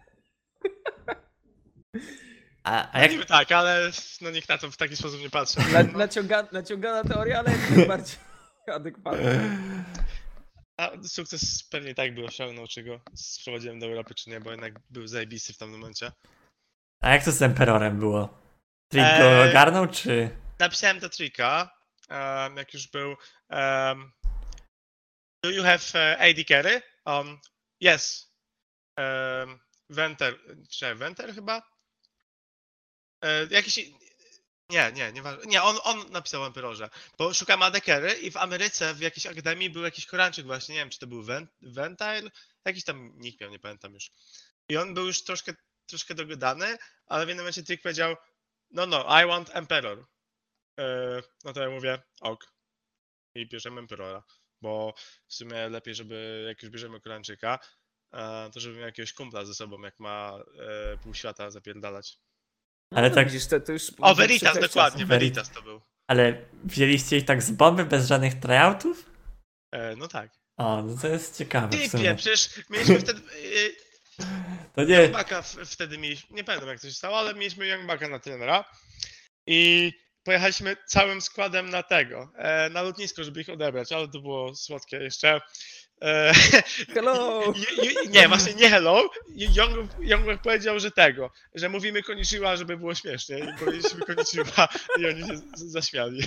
A jak... Niby tak, ale no nikt na to w taki sposób nie patrzy. Naciągana teoria, ale jak najbardziej adekwatna. A sukces pewnie tak by osiągnął, czy go sprowadziłem do Europy, czy nie, bo jednak był zajebisty w tamtym momencie. A jak to z Emperorem było? Trick go ogarnął, czy...? Napisałem do Tricka, jak już był. Do you have AD carry? Yes. Venter chyba? Jakiś... Nie, on napisał o Emperorze, bo szukałem AD carry i w Ameryce w jakiejś akademii był jakiś Koreańczyk właśnie, nie wiem czy to był Ventile, jakiś tam nick miał, nie pamiętam już. I on był już troszkę dogadany, ale w jednym momencie Trick powiedział: no, I want Emperor. No to ja mówię, ok. I bierzemy Emperora, bo w sumie lepiej, żeby jak już bierzemy Koreańczyka, to żeby miał jakiegoś kumpla ze sobą, jak ma pół świata zapierdalać. Ale tak... Widzisz, to już Veritas, dokładnie, Veritas to był. Ale wzięliście ich tak z bomby, bez żadnych tryoutów? No tak. O, no to jest ciekawe w sumie. Przecież mieliśmy wtedy... To nie... Youngbacka wtedy mieliśmy, nie pamiętam jak to się stało, ale mieliśmy Youngbacka na trenera i pojechaliśmy całym składem na lotnisko, żeby ich odebrać, ale to było słodkie jeszcze. Hello! Nie, właśnie nie hello. Youngbach powiedział, że mówimy konnichiwa, żeby było śmiesznie i powiedzieliśmy konnichiwa i oni się zaśmiali.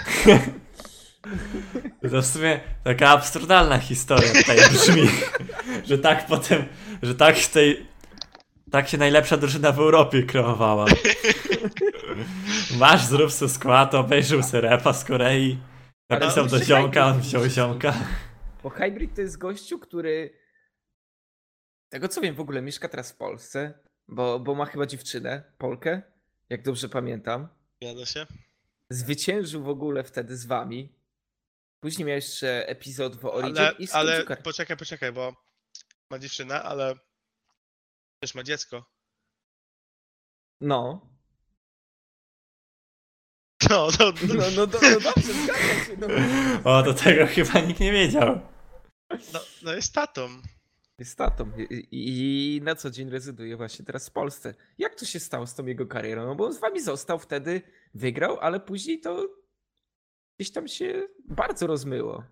To w sumie taka absurdalna historia tutaj brzmi, że tak potem, że tak z tej Tak się najlepsza drużyna w Europie kreowała. Masz, zrób se skład, obejrzył se repa z Korei. Napisał do ziomka, on wziął ziomka. Bo Hybrid to jest gościu, który tego co wiem w ogóle mieszka teraz w Polsce, bo ma chyba dziewczynę, Polkę, jak dobrze pamiętam. Zgadza się. Zwyciężył w ogóle wtedy z wami. Później miał jeszcze epizod w Origin i Ale skończył poczekaj, bo ma dziewczynę, ale też ma dziecko. No. No Dobrze, zgadzam się. O, do tego chyba nikt nie wiedział. no jest tatą. Jest tatą i na co dzień rezyduje właśnie teraz w Polsce. Jak to się stało z tą jego karierą? No bo on z wami został wtedy, wygrał, ale później to gdzieś tam się bardzo rozmyło.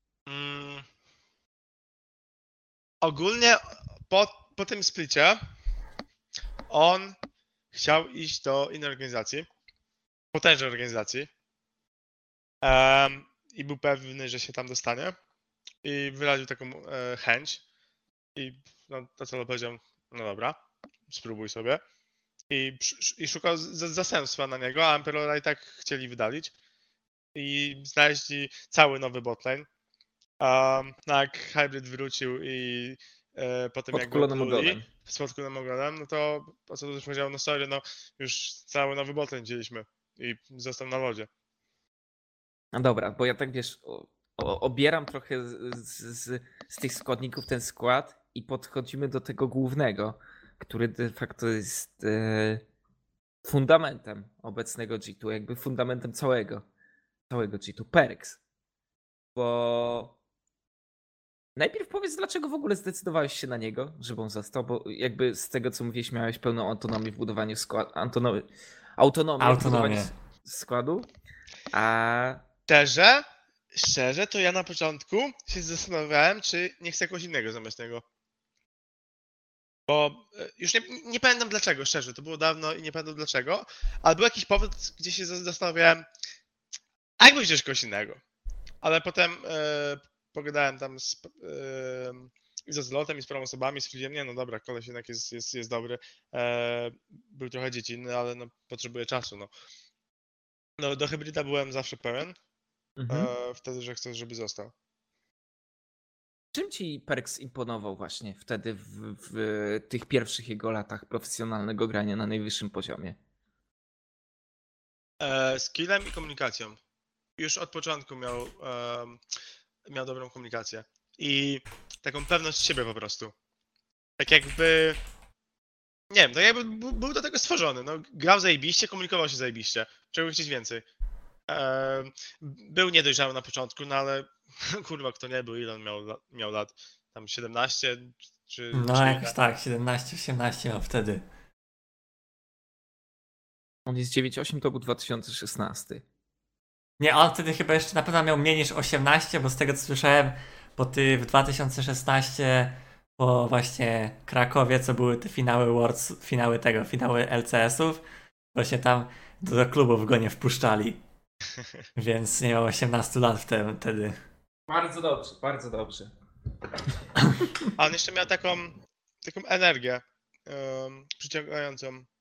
Ogólnie po tym splicie on chciał iść do innej organizacji, potężnej organizacji, i był pewny, że się tam dostanie i wyraził taką chęć i no, to co powiedział, no dobra, spróbuj sobie i szukał zastępstwa na niego, a Emperora i tak chcieli wydalić i znaleźli cały nowy botlane. No jak Hybrid wrócił i potem jak go pluli z podkulonym ogonem, no to po co już powiedział, no sorry, no już cały nowy botlane wzięliśmy i został na lodzie. No dobra, bo ja tak wiesz, obieram trochę z tych składników ten skład i podchodzimy do tego głównego, który de facto jest fundamentem obecnego G2, jakby fundamentem całego G2, Perks. Bo najpierw powiedz, dlaczego w ogóle zdecydowałeś się na niego, żeby on został, bo jakby z tego co mówiłeś, miałeś pełną autonomię w budowaniu składu, autonomię w budowaniu składu, a Szczerze, to ja na początku się zastanawiałem, czy nie chcę kogoś innego zamiast niego. Bo już nie pamiętam dlaczego, szczerze, to było dawno i nie pamiętam dlaczego, ale był jakiś powód, gdzie się zastanawiałem, a jakby wziąć kogoś innego. Ale potem pogadałem tam z Zlotem i z paroma osobami, stwierdziłem, nie no dobra, koleś jednak jest dobry, był trochę dziecinny, ale no potrzebuje czasu, no. No do Hybryda byłem zawsze pełen, wtedy, że chcę, żeby został. Czym ci Perks imponował właśnie wtedy w tych pierwszych jego latach profesjonalnego grania na najwyższym poziomie? Skillem i komunikacją. Już od początku miał dobrą komunikację i taką pewność siebie po prostu. Tak jakby, nie wiem, tak jakby był do tego stworzony. No, grał zajebiście, komunikował się zajebiście. Czego chcieć więcej. Był niedojrzały na początku, no ale kurwa, kto nie był, ile on miał lat? Tam 17 czy... No czy jakoś ile? tak, 17-18 miał wtedy. On jest 9.8, to był 2016. Nie, on wtedy chyba jeszcze na pewno miał mniej niż 18, bo z tego co słyszałem, bo ty w 2016 po właśnie Krakowie, co były te finały Worlds, finały LCS-ów, właśnie tam do klubów go nie wpuszczali. Więc nie miał 18 lat wtedy. Bardzo dobrze, bardzo dobrze. A on jeszcze miał taką energię przyciągającą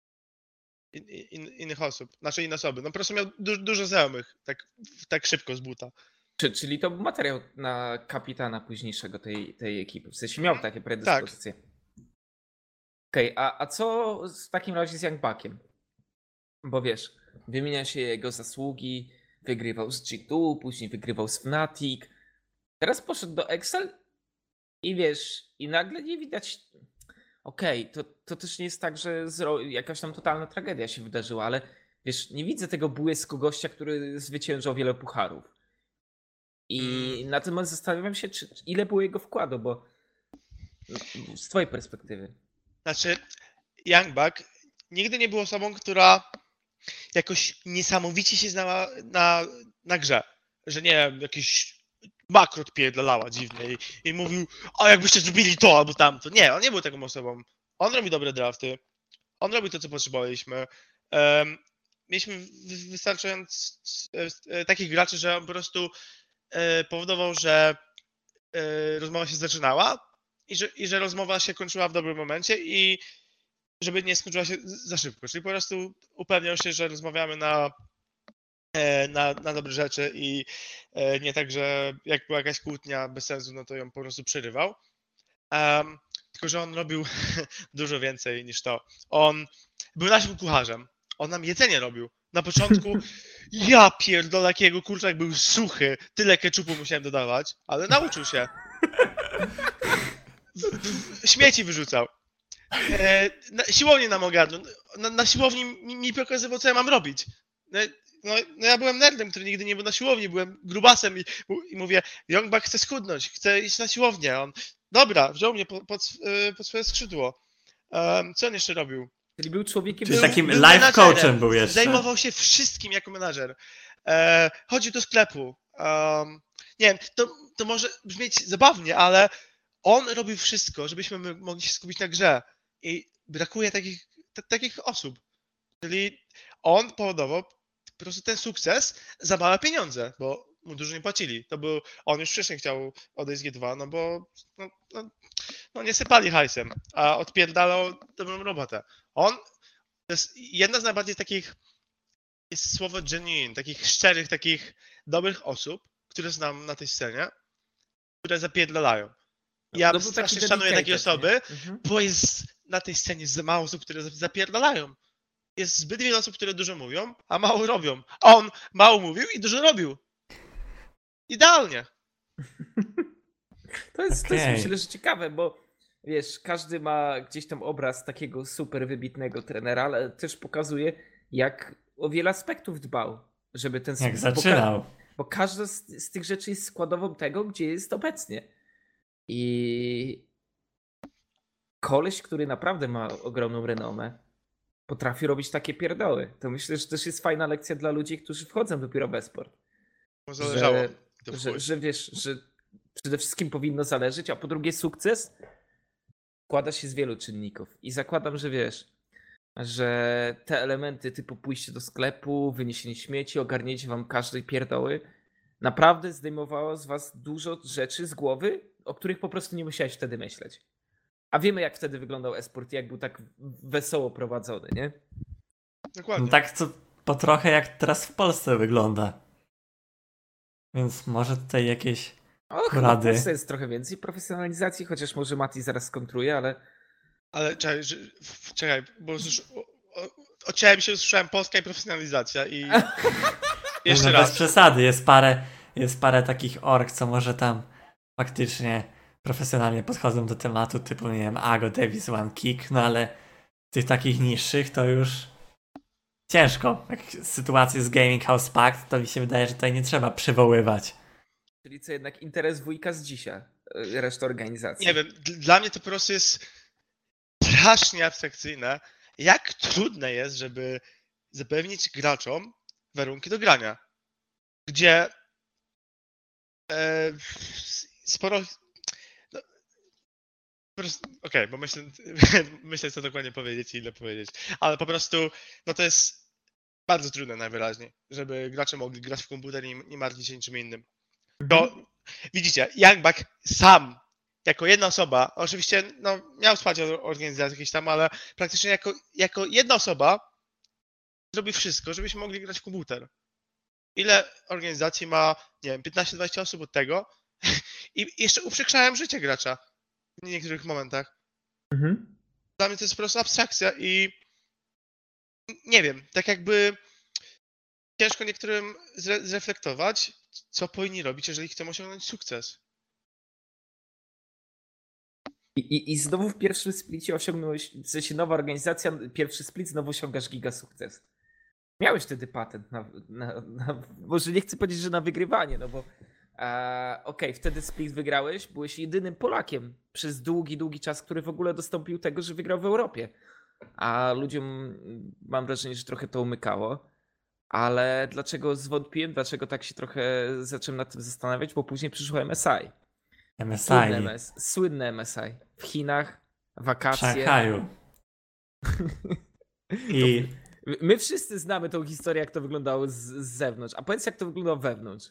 innych osób, znaczy inne osoby. No po prostu miał dużo znajomych, tak szybko z buta. Czyli to był materiał na kapitana późniejszego tej ekipy. W sensie miał takie predyspozycje. Tak. Okej, a co w takim razie z Youngbuckiem? Bo wiesz, wymienia się jego zasługi, wygrywał z G2, później wygrywał z Fnatic. Teraz poszedł do Excel i wiesz, i nagle nie widać... Okej, to też nie jest tak, że jakaś tam totalna tragedia się wydarzyła, ale wiesz, nie widzę tego błysku gościa, który zwyciężał wiele pucharów. I na tym zastanawiam się, ile było jego wkładu, bo z twojej perspektywy. Znaczy, Youngbuck nigdy nie był osobą, która jakoś niesamowicie się znała na grze. Że nie wiem, jakiś makro odpierdalała dziwnie i mówił, a jakbyście zrobili to albo tamto. Nie, on nie był taką osobą. On robi dobre drafty. On robi to, co potrzebowaliśmy. Mieliśmy wystarczająco takich graczy, że on po prostu powodował, że rozmowa się zaczynała i że rozmowa się kończyła w dobrym momencie i żeby nie skończyła się za szybko. Czyli po prostu upewniał się, że rozmawiamy na dobre rzeczy i nie tak, że jak była jakaś kłótnia bez sensu, no to ją po prostu przerywał. Tylko, że on robił dużo więcej niż to. On był naszym kucharzem. On nam jedzenie robił. Na początku ja pierdolę, jak jego kurczak był suchy. Tyle keczupu musiałem dodawać, ale nauczył się. Śmieci wyrzucał. Siłownię nam ogarnął. Na siłowni mi pokazywał, co ja mam robić. No ja byłem nerdem, który nigdy nie był na siłowni, byłem grubasem i mówię, Youngbuck chce schudnąć, chce iść na siłownię. On, dobra, wziął mnie pod swoje skrzydło. Co on jeszcze robił? Czyli był człowiekiem... Czyli Był- takim był life menadżerem. coachem był jeszcze. Zajmował się wszystkim jako menadżer. Chodził do sklepu. Nie wiem, to może brzmieć zabawnie, ale on robił wszystko, żebyśmy mogli się skupić na grze. I brakuje takich osób. Czyli on powodował po prostu ten sukces za małe pieniądze, bo mu dużo nie płacili. On już wcześniej chciał odejść z G2, no bo nie sypali hajsem, a odpierdalał dobrą robotę. To jest jedna z najbardziej takich, jest słowo genuine, takich szczerych, takich dobrych osób, które znam na tej scenie, które zapierdalają. Ja był taki strasznie szanuję takie dedicated, osoby, nie? Mhm. bo jest na tej scenie za mało osób, które zapierdalają. Jest zbyt wiele osób, które dużo mówią, a mało robią. A on mało mówił i dużo robił. Idealnie. To jest Okej. myślę, że ciekawe, bo wiesz, każdy ma gdzieś tam obraz takiego super wybitnego trenera, ale też pokazuje, jak o wiele aspektów dbał, żeby ten Jak bo zaczynał. Bo każda z tych rzeczy jest składową tego, gdzie jest obecnie. I koleś, który naprawdę ma ogromną renomę, potrafi robić takie pierdoły. To myślę, że też jest fajna lekcja dla ludzi, którzy wchodzą dopiero w e-sport. Mu zależało. To w chuj. Że wiesz, że przede wszystkim powinno zależeć, a po drugie sukces składa się z wielu czynników. I zakładam, że wiesz, że te elementy typu pójście do sklepu, wyniesienie śmieci, ogarnięcie wam każdej pierdoły naprawdę zdejmowało z was dużo rzeczy z głowy, o których po prostu nie musiałeś wtedy myśleć. A wiemy, jak wtedy wyglądał e-sport, jak był tak wesoło prowadzony, nie? Dokładnie. No tak to po trochę jak teraz w Polsce wygląda. Więc może tutaj jakieś Chyba w rady. Polsce jest trochę więcej profesjonalizacji, chociaż może Mati zaraz skontruje, ale Ale czekaj, bo już od się usłyszałem polska i profesjonalizacja i jeszcze No bez raz. przesady, jest parę takich org, co może tam faktycznie profesjonalnie podchodzą do tematu, typu nie wiem, Ago, Davis, One Kick, no ale tych takich niższych to już ciężko. Jak sytuację z Gaming House Pact, to mi się wydaje, że tutaj nie trzeba przywoływać. czyli co jednak interes wujka z dzisiaj, reszta organizacji. Nie wiem, dla mnie to po prostu jest strasznie abstrakcyjne, jak trudne jest, żeby zapewnić graczom warunki do grania, gdzie sporo... No, Okej, bo myślę, co dokładnie powiedzieć i ile powiedzieć, ale po prostu, no to jest bardzo trudne najwyraźniej, żeby gracze mogli grać w komputer i nie martwić się niczym innym. To widzicie, Youngbuck sam, jako jedna osoba, oczywiście no, miał wsparcie organizacji jakieś tam, ale praktycznie jako jedna osoba zrobi wszystko, żebyśmy mogli grać w komputer. Ile organizacji ma, nie wiem, 15-20 osób od tego i jeszcze uprzykrzałem życie gracza w niektórych momentach. Dla mnie to jest po prostu abstrakcja i nie wiem, tak jakby ciężko niektórym zreflektować, co powinni robić, jeżeli chcą osiągnąć sukces. I znowu w pierwszym splicie osiągnąłeś, w sensie nowa organizacja, pierwszy split, znowu osiągasz giga sukces. Miałeś wtedy patent na może nie chcę powiedzieć, że na wygrywanie, no bo okej, wtedy split wygrałeś, byłeś jedynym Polakiem przez długi czas, który w ogóle dostąpił tego, że wygrał w Europie. A ludziom mam wrażenie, że trochę to umykało. Ale dlaczego zwątpiłem, dlaczego tak się trochę zacząłem nad tym zastanawiać, bo później przyszło MSI. Słynne MSI. W Chinach, W wakacje. Szanghaju. I My wszyscy znamy tą historię, jak to wyglądało z zewnątrz. A powiedz, jak to wyglądało wewnątrz.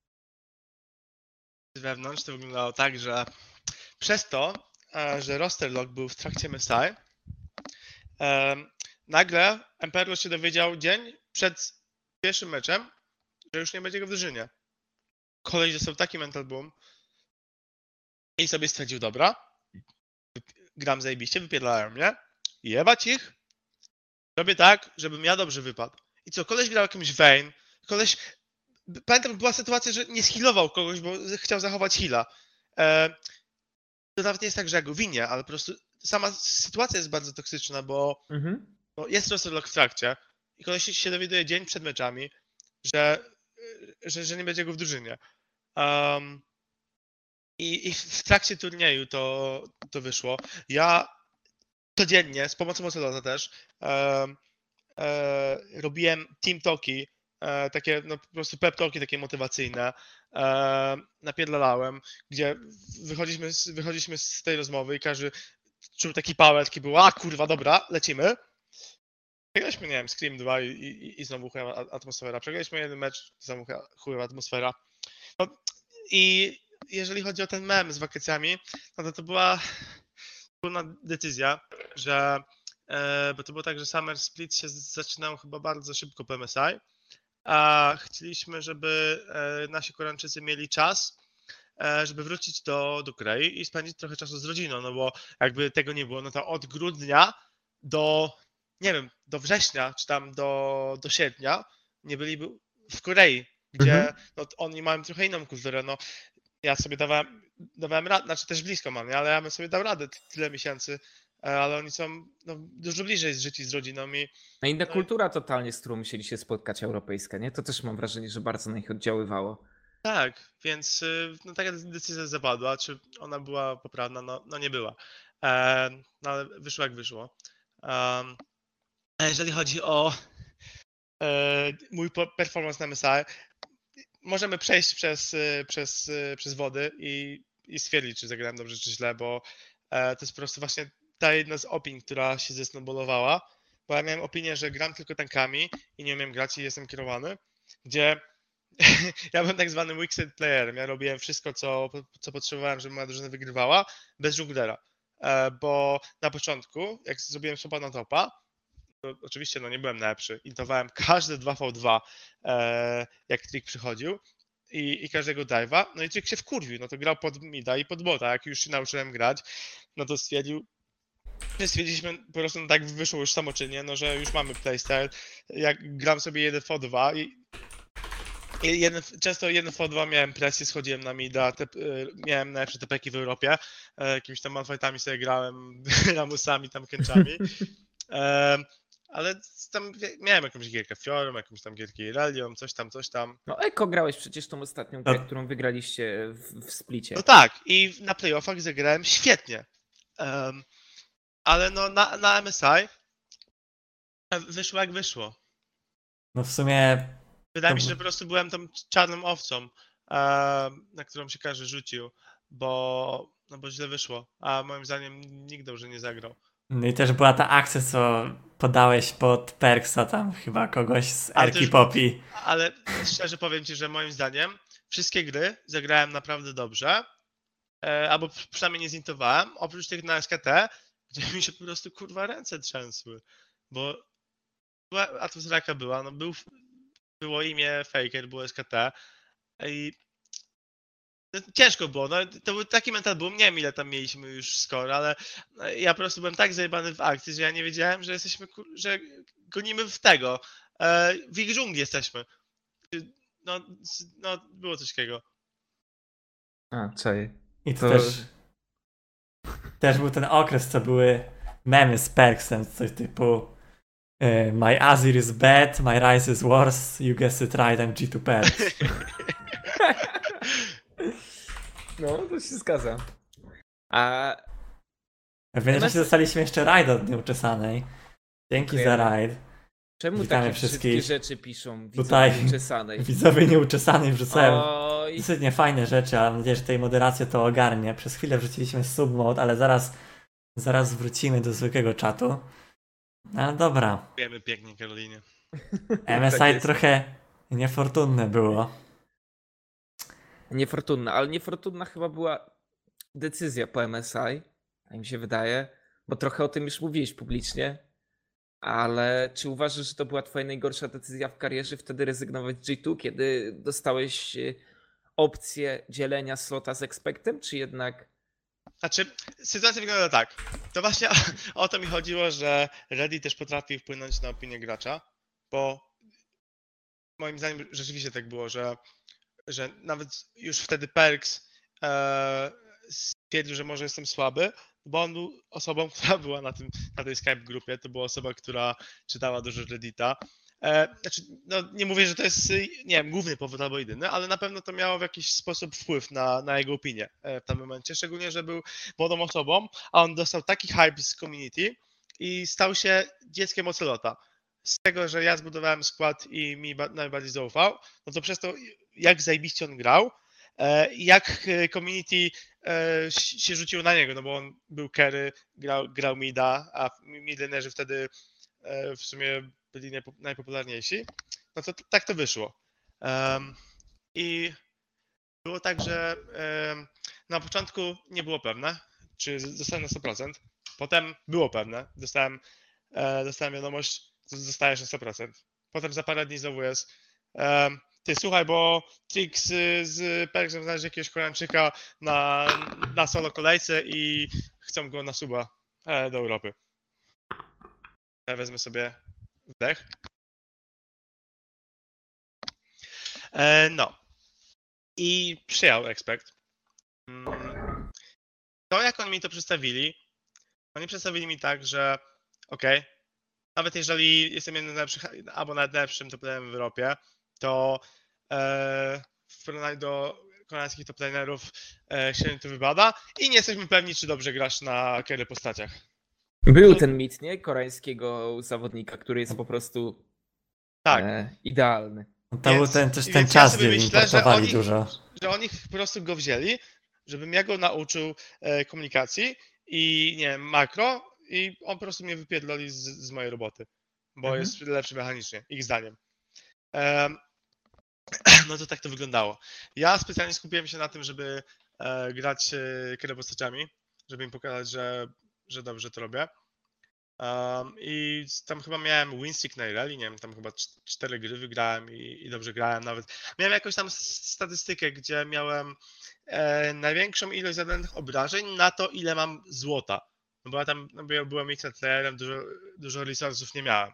Z wewnątrz to wyglądało tak, że przez to, że roster lock był w trakcie MSI, Nagle Emperor się dowiedział dzień przed pierwszym meczem, że już nie będzie go w drużynie. Koleś dostał taki mental boom i sobie stwierdził, dobra, gram zajebiście, wypierdalają mnie, jebać ich, robię tak, żebym ja dobrze wypadł. I co, koleś grał jakimś Vayne, koleś, pamiętam, była sytuacja, że nie skillował kogoś, bo chciał zachować heala. To nawet nie jest tak, że ja go winię, ale po prostu sama sytuacja jest bardzo toksyczna, bo jest roster lock w trakcie i koleś się dowiaduje dzień przed meczami, że nie będzie go w drużynie. I w trakcie turnieju to wyszło. Ja codziennie, z pomocą Ocelota też, robiłem team talki, takie no, po prostu pep talki takie motywacyjne, napierdalałem, gdzie wychodziliśmy z tej rozmowy i każdy czuł taki power, taki był, a kurwa, dobra, lecimy. Przegraliśmy, nie wiem, Scream 2 i znowu chujowa atmosfera. Przegraliśmy jeden mecz, znowu chujowa atmosfera. No, i jeżeli chodzi o ten mem z wakacjami, no to była wspólna decyzja, że bo to było tak, że Summer Split się zaczynał chyba bardzo szybko po MSI, a chcieliśmy, żeby nasi Koreańczycy mieli czas, żeby wrócić do Korei i spędzić trochę czasu z rodziną, no bo jakby tego nie było, no to od grudnia do, nie wiem, do września, czy tam do sierpnia nie byliby w Korei, gdzie no, oni mają trochę inną kulturę, no ja sobie dawałem radę, znaczy też blisko mam, nie? Ale ja bym sobie dał radę tyle miesięcy, ale oni są no, dużo bliżej życi z rodziną i... No inna kultura totalnie, z którą musieli się spotkać, europejska, nie? To też mam wrażenie, że bardzo na nich oddziaływało. Tak, więc no, taka decyzja zapadła, czy ona była poprawna? No nie była. No ale wyszło jak wyszło. A jeżeli chodzi o mój performance na MSI, możemy przejść przez wody i stwierdzić, czy zagrałem dobrze, czy źle, bo to jest po prostu właśnie ta jedna z opinii, która się zesnobolowała, bo ja miałem opinię, że gram tylko tankami i nie umiem grać i jestem kierowany, gdzie ja byłem tak zwanym weak-side playerem, ja robiłem wszystko, co potrzebowałem, żeby moja drużyna wygrywała, bez żonglera, bo na początku, jak zrobiłem sopa na topa, to oczywiście no nie byłem najlepszy, intowałem każde 2v2, jak trik przychodził i każdego dive'a, no i trik się wkurwił, no to grał pod mida i pod bota, jak już się nauczyłem grać, no to stwierdziliśmy, po prostu no tak wyszło już samoczynnie, no że już mamy playstyle, jak gram sobie 1v2 często 1v2 miałem presję, schodziłem na mida, miałem najlepsze tepeki w Europie, jakimiś tam malfightami sobie grałem, ramusami, tam kęczami. Ale tam miałem jakąś gierkę Fiorą, jakąś tam gierkę Irelią, coś tam. No Eko grałeś przecież tą ostatnią grę, którą wygraliście w splicie. No tak, i na playoffach zagrałem świetnie. Ale no na MSI wyszło jak wyszło. No w sumie... Wydaje mi się, że po prostu byłem tą czarną owcą, na którą się każdy rzucił, bo źle wyszło. A moim zdaniem nikt dobrze nie zagrał. No i też była ta akcja, co podałeś pod Perksa tam chyba kogoś z Erki Poppy. Ale szczerze powiem ci, że moim zdaniem wszystkie gry zagrałem naprawdę dobrze, albo przynajmniej nie zintowałem, oprócz tych na SKT, gdzie mi się po prostu kurwa ręce trzęsły, bo atmosfera była, no było imię Faker, było SKT i ciężko było, no to był taki mental boom, nie wiem ile tam mieliśmy już score, ale ja po prostu byłem tak zajebany w akcji, że ja nie wiedziałem, że że gonimy w tego, w ich dżungli jesteśmy. No było coś takiego. A, czaj. I to też był ten okres, co były memy z Perksem, coś typu My Azir is bad, my Ryze is worse, you guess it right, I'm G2 Perks. No, to się zgadza. A W międzyczasie dostaliśmy jeszcze raid od Nieuczesanej. Dzięki za raid. Czemu Witamy takie wszystkich. wszystkie rzeczy piszą Tutaj widzowie Nieuczesanej? Widzowie Nieuczesanej wrzucają Oj. dosyć niefajne rzeczy, ale mam nadzieję, że tej moderacja to ogarnie. Przez chwilę wrzuciliśmy submode, ale zaraz wrócimy do zwykłego czatu. No dobra. Wiemy pięknie, Karolinie. MSI Tak jest. trochę niefortunne było. Niefortunna, ale niefortunna chyba była decyzja po MSI, tak mi się wydaje, bo trochę o tym już mówiłeś publicznie, Ale czy uważasz, że to była twoja najgorsza decyzja w karierze wtedy rezygnować z G2, kiedy dostałeś opcję dzielenia slota z Expectem, czy jednak... Znaczy, sytuacja wygląda tak. To właśnie o to mi chodziło, że Reddit też potrafi wpłynąć na opinię gracza, bo moim zdaniem rzeczywiście tak było, że nawet już wtedy Perks stwierdził, że może jestem słaby, bo on był osobą, która była na tej Skype grupie, to była osoba, która czytała dużo Reddita. Znaczy, no nie mówię, że to jest, nie wiem, główny powód albo jedyny, ale na pewno to miało w jakiś sposób wpływ na jego opinię w tym momencie, szczególnie, że był młodą osobą, a on dostał taki hype z community i stał się dzieckiem Ocelota. Z tego, że ja zbudowałem skład i mi najbardziej zaufał, no to przez to, jak zajebiście on grał, jak community się rzuciło na niego, no bo on był carry, grał mida, a midlanerzy wtedy w sumie byli najpopularniejsi, no to tak to wyszło. I było tak, że na początku nie było pewne, czy zostanę na 100%, potem było pewne, dostałem wiadomość, że zostajesz na 100%. Potem za parę dni znowu jest ty słuchaj, bo Trix z Perksem znaleźli jakiegoś Koreańczyka na solo kolejce i chcą go na suba do Europy. Ja wezmę sobie wdech. No. I przyjął Expect. To jak oni mi to przedstawili, oni przedstawili mi tak, że okej, nawet jeżeli jestem jednym z najlepszych, albo nawet najlepszym top lanerem w Europie, to w porównaniu do koreańskich top lanerów średnio to wypada i nie jesteśmy pewni, czy dobrze grasz na carry postaciach. Był ten mit, nie? Koreańskiego zawodnika, który jest po prostu Tak. Idealny. To był ten czas, gdzie importowali dużo. Że oni po prostu go wzięli, żebym ja go nauczył komunikacji i nie wiem, makro i on po prostu mnie wypierdoli z mojej roboty, bo jest lepszy mechanicznie, ich zdaniem. No to tak to wyglądało. Ja specjalnie skupiłem się na tym, żeby grać carry postaciami, żeby im pokazać, że dobrze to robię. I tam chyba miałem win streak na Ireli, nie wiem, tam chyba 4 gry wygrałem i dobrze grałem nawet. Miałem jakąś tam statystykę, gdzie miałem największą ilość zadanych obrażeń na to, ile mam złota. No bo ja tam byłem X-Playerem, dużo resursów nie miałem.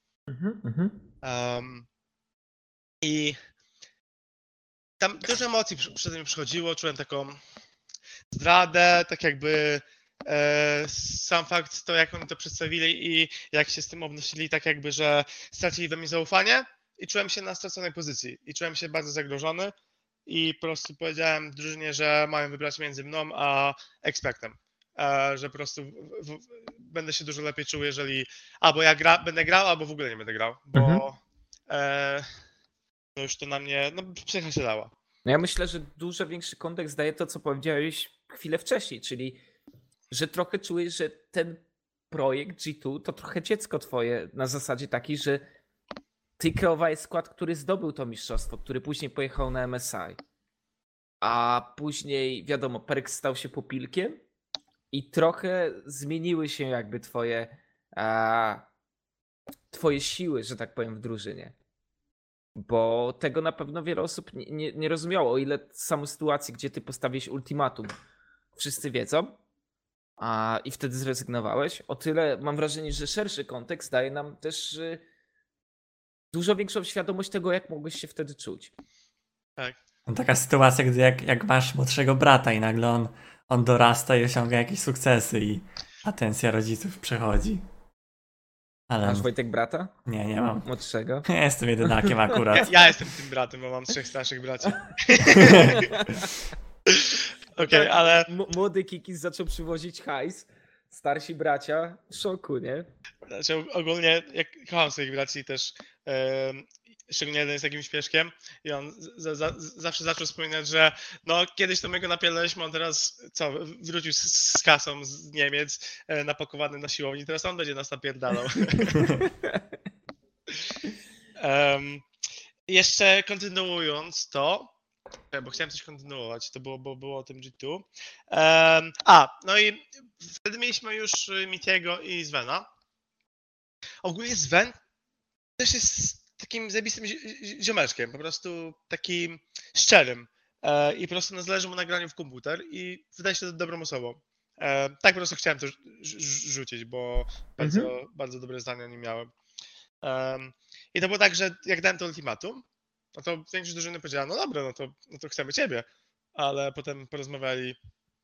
I tam dużo emocji przed mnie przychodziło, czułem taką zdradę, tak jakby sam fakt to, jak oni to przedstawili i jak się z tym obnosili, tak jakby, że stracili we mnie zaufanie i czułem się na straconej pozycji i czułem się bardzo zagrożony i po prostu powiedziałem drużynie, że mają wybrać między mną a Expectem, że po prostu będę się dużo lepiej czuł, jeżeli albo ja będę grał, albo w ogóle nie będę grał, bo no już to na mnie, no psycha się dała. No ja myślę, że dużo większy kontekst daje to, co powiedziałeś chwilę wcześniej, czyli że trochę czujesz, że ten projekt G2 to trochę dziecko twoje na zasadzie takiej, że ty kreowałeś skład, który zdobył to mistrzostwo, który później pojechał na MSI. A później, wiadomo, Perks stał się pupilkiem i trochę zmieniły się jakby twoje siły, że tak powiem, w drużynie. Bo tego na pewno wiele osób nie rozumiało, o ile samą sytuację, gdzie ty postawiłeś ultimatum, wszyscy wiedzą, i wtedy zrezygnowałeś, o tyle mam wrażenie, że szerszy kontekst daje nam też dużo większą świadomość tego, jak mogłeś się wtedy czuć. Tak. Taka sytuacja, gdy jak masz młodszego brata i nagle on dorasta i osiąga jakieś sukcesy i atencja rodziców przechodzi. Ale... Masz Wojtek brata? Nie mam. Młodszego? Ja jestem jedynakiem akurat. Ja jestem tym bratem, bo mam 3 starszych braci. Okej, ale... Młody Kikis zaczął przywozić hajs, starsi bracia w szoku, nie? Znaczy ogólnie, jak kocham swoich braci też, szczególnie jeden jest takim śpieszkiem i on zawsze zaczął wspominać, że no kiedyś to my go napierdaliśmy, on teraz wrócił z kasą z Niemiec, napakowany na siłowni, teraz on będzie nas napierdalał. Jeszcze kontynuując to, bo chciałem coś kontynuować, to było o tym G2. No i wtedy mieliśmy już Mitiego i Svena. ogólnie Sven też jest takim zajebistym ziomeczkiem, po prostu takim szczerym. I po prostu zależy mu na graniu w komputer i wydaje się dobrą osobą. Tak po prostu chciałem to rzucić, bo bardzo dobre zdania nie miałem. I to było tak, że jak dałem to ultimatum, no to większość drużyny powiedziała, no dobra, no to chcemy ciebie. Ale potem porozmawiali,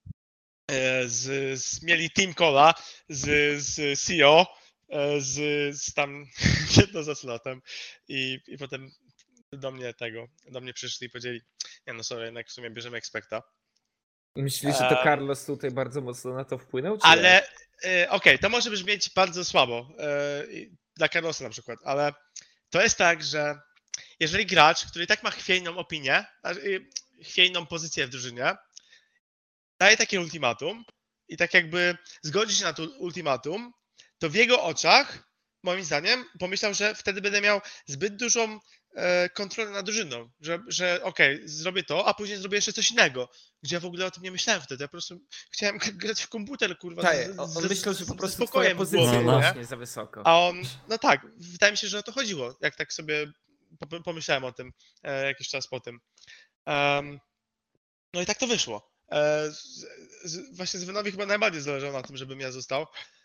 mieli team calla z CEO, z tam jedno za slotem i potem do mnie przyszli i powiedzieli, nie no sorry, jednak w sumie bierzemy Expecta. Myślisz, że to Carlos tutaj bardzo mocno na to wpłynął? Czy Ale okej, to może brzmieć bardzo słabo dla Carlosa na przykład, ale to jest tak, że jeżeli gracz, który i tak ma chwiejną opinię, chwiejną pozycję w drużynie, daje takie ultimatum i tak jakby zgodzi się na to ultimatum, to w jego oczach, moim zdaniem, pomyślał, że wtedy będę miał zbyt dużą kontrolę nad drużyną, że okej, zrobię to, a później zrobię jeszcze coś innego, gdzie ja w ogóle o tym nie myślałem wtedy, ja po prostu chciałem grać w komputer, kurwa. Tak, on myślał, że po prostu twoja spokojem w pozycja głowie, nie? rośnie za wysoko. A on, no tak, wydaje mi się, że o to chodziło, jak tak sobie pomyślałem o tym jakiś czas po tym. No i tak to wyszło. Właśnie Svenowi chyba najbardziej zależało na tym, żebym ja został.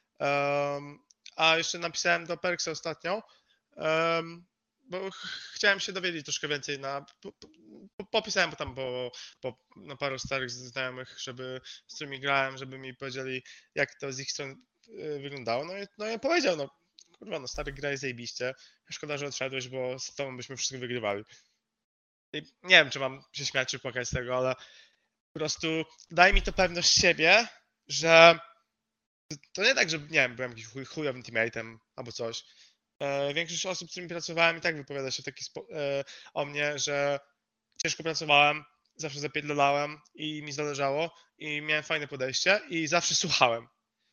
A jeszcze napisałem do Perksa ostatnio, bo chciałem się dowiedzieć troszkę więcej popisałem tam na paru starych znajomych, z którymi grałem, żeby mi powiedzieli, jak to z ich strony wyglądało. No i powiedział, no kurwa, no stary, gra jest zajebiście. Szkoda, że odszedłeś, bo z tobą byśmy wszystko wygrywali. I nie wiem, czy mam się śmiać, czy płakać z tego, ale po prostu daje mi to pewność siebie, że to nie tak, że nie wiem, byłem jakimś chujowym teammate'em albo coś. Większość osób, z którymi pracowałem, i tak wypowiada się w taki o mnie, że ciężko pracowałem, zawsze zapierdolałem i mi zależało i miałem fajne podejście i zawsze słuchałem.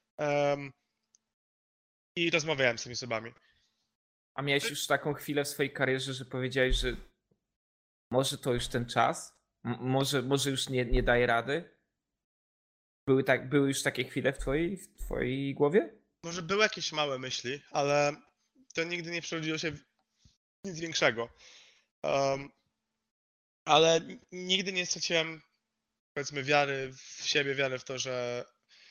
I rozmawiałem z tymi osobami. A miałeś już taką chwilę w swojej karierze, że powiedziałeś, że może to już ten czas? Może już nie daje rady? Były już takie chwile w twojej głowie? Może były jakieś małe myśli, ale to nigdy nie przerodziło się w nic większego. Ale nigdy nie straciłem, powiedzmy, wiary w siebie, wiary w to, że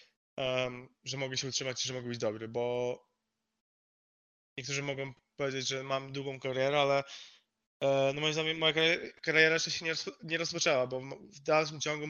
mogę się utrzymać i że mogę być dobry, bo niektórzy mogą powiedzieć, że mam długą karierę, ale no moim zdaniem moja kariera jeszcze się nie rozpoczęła, bo w dalszym ciągu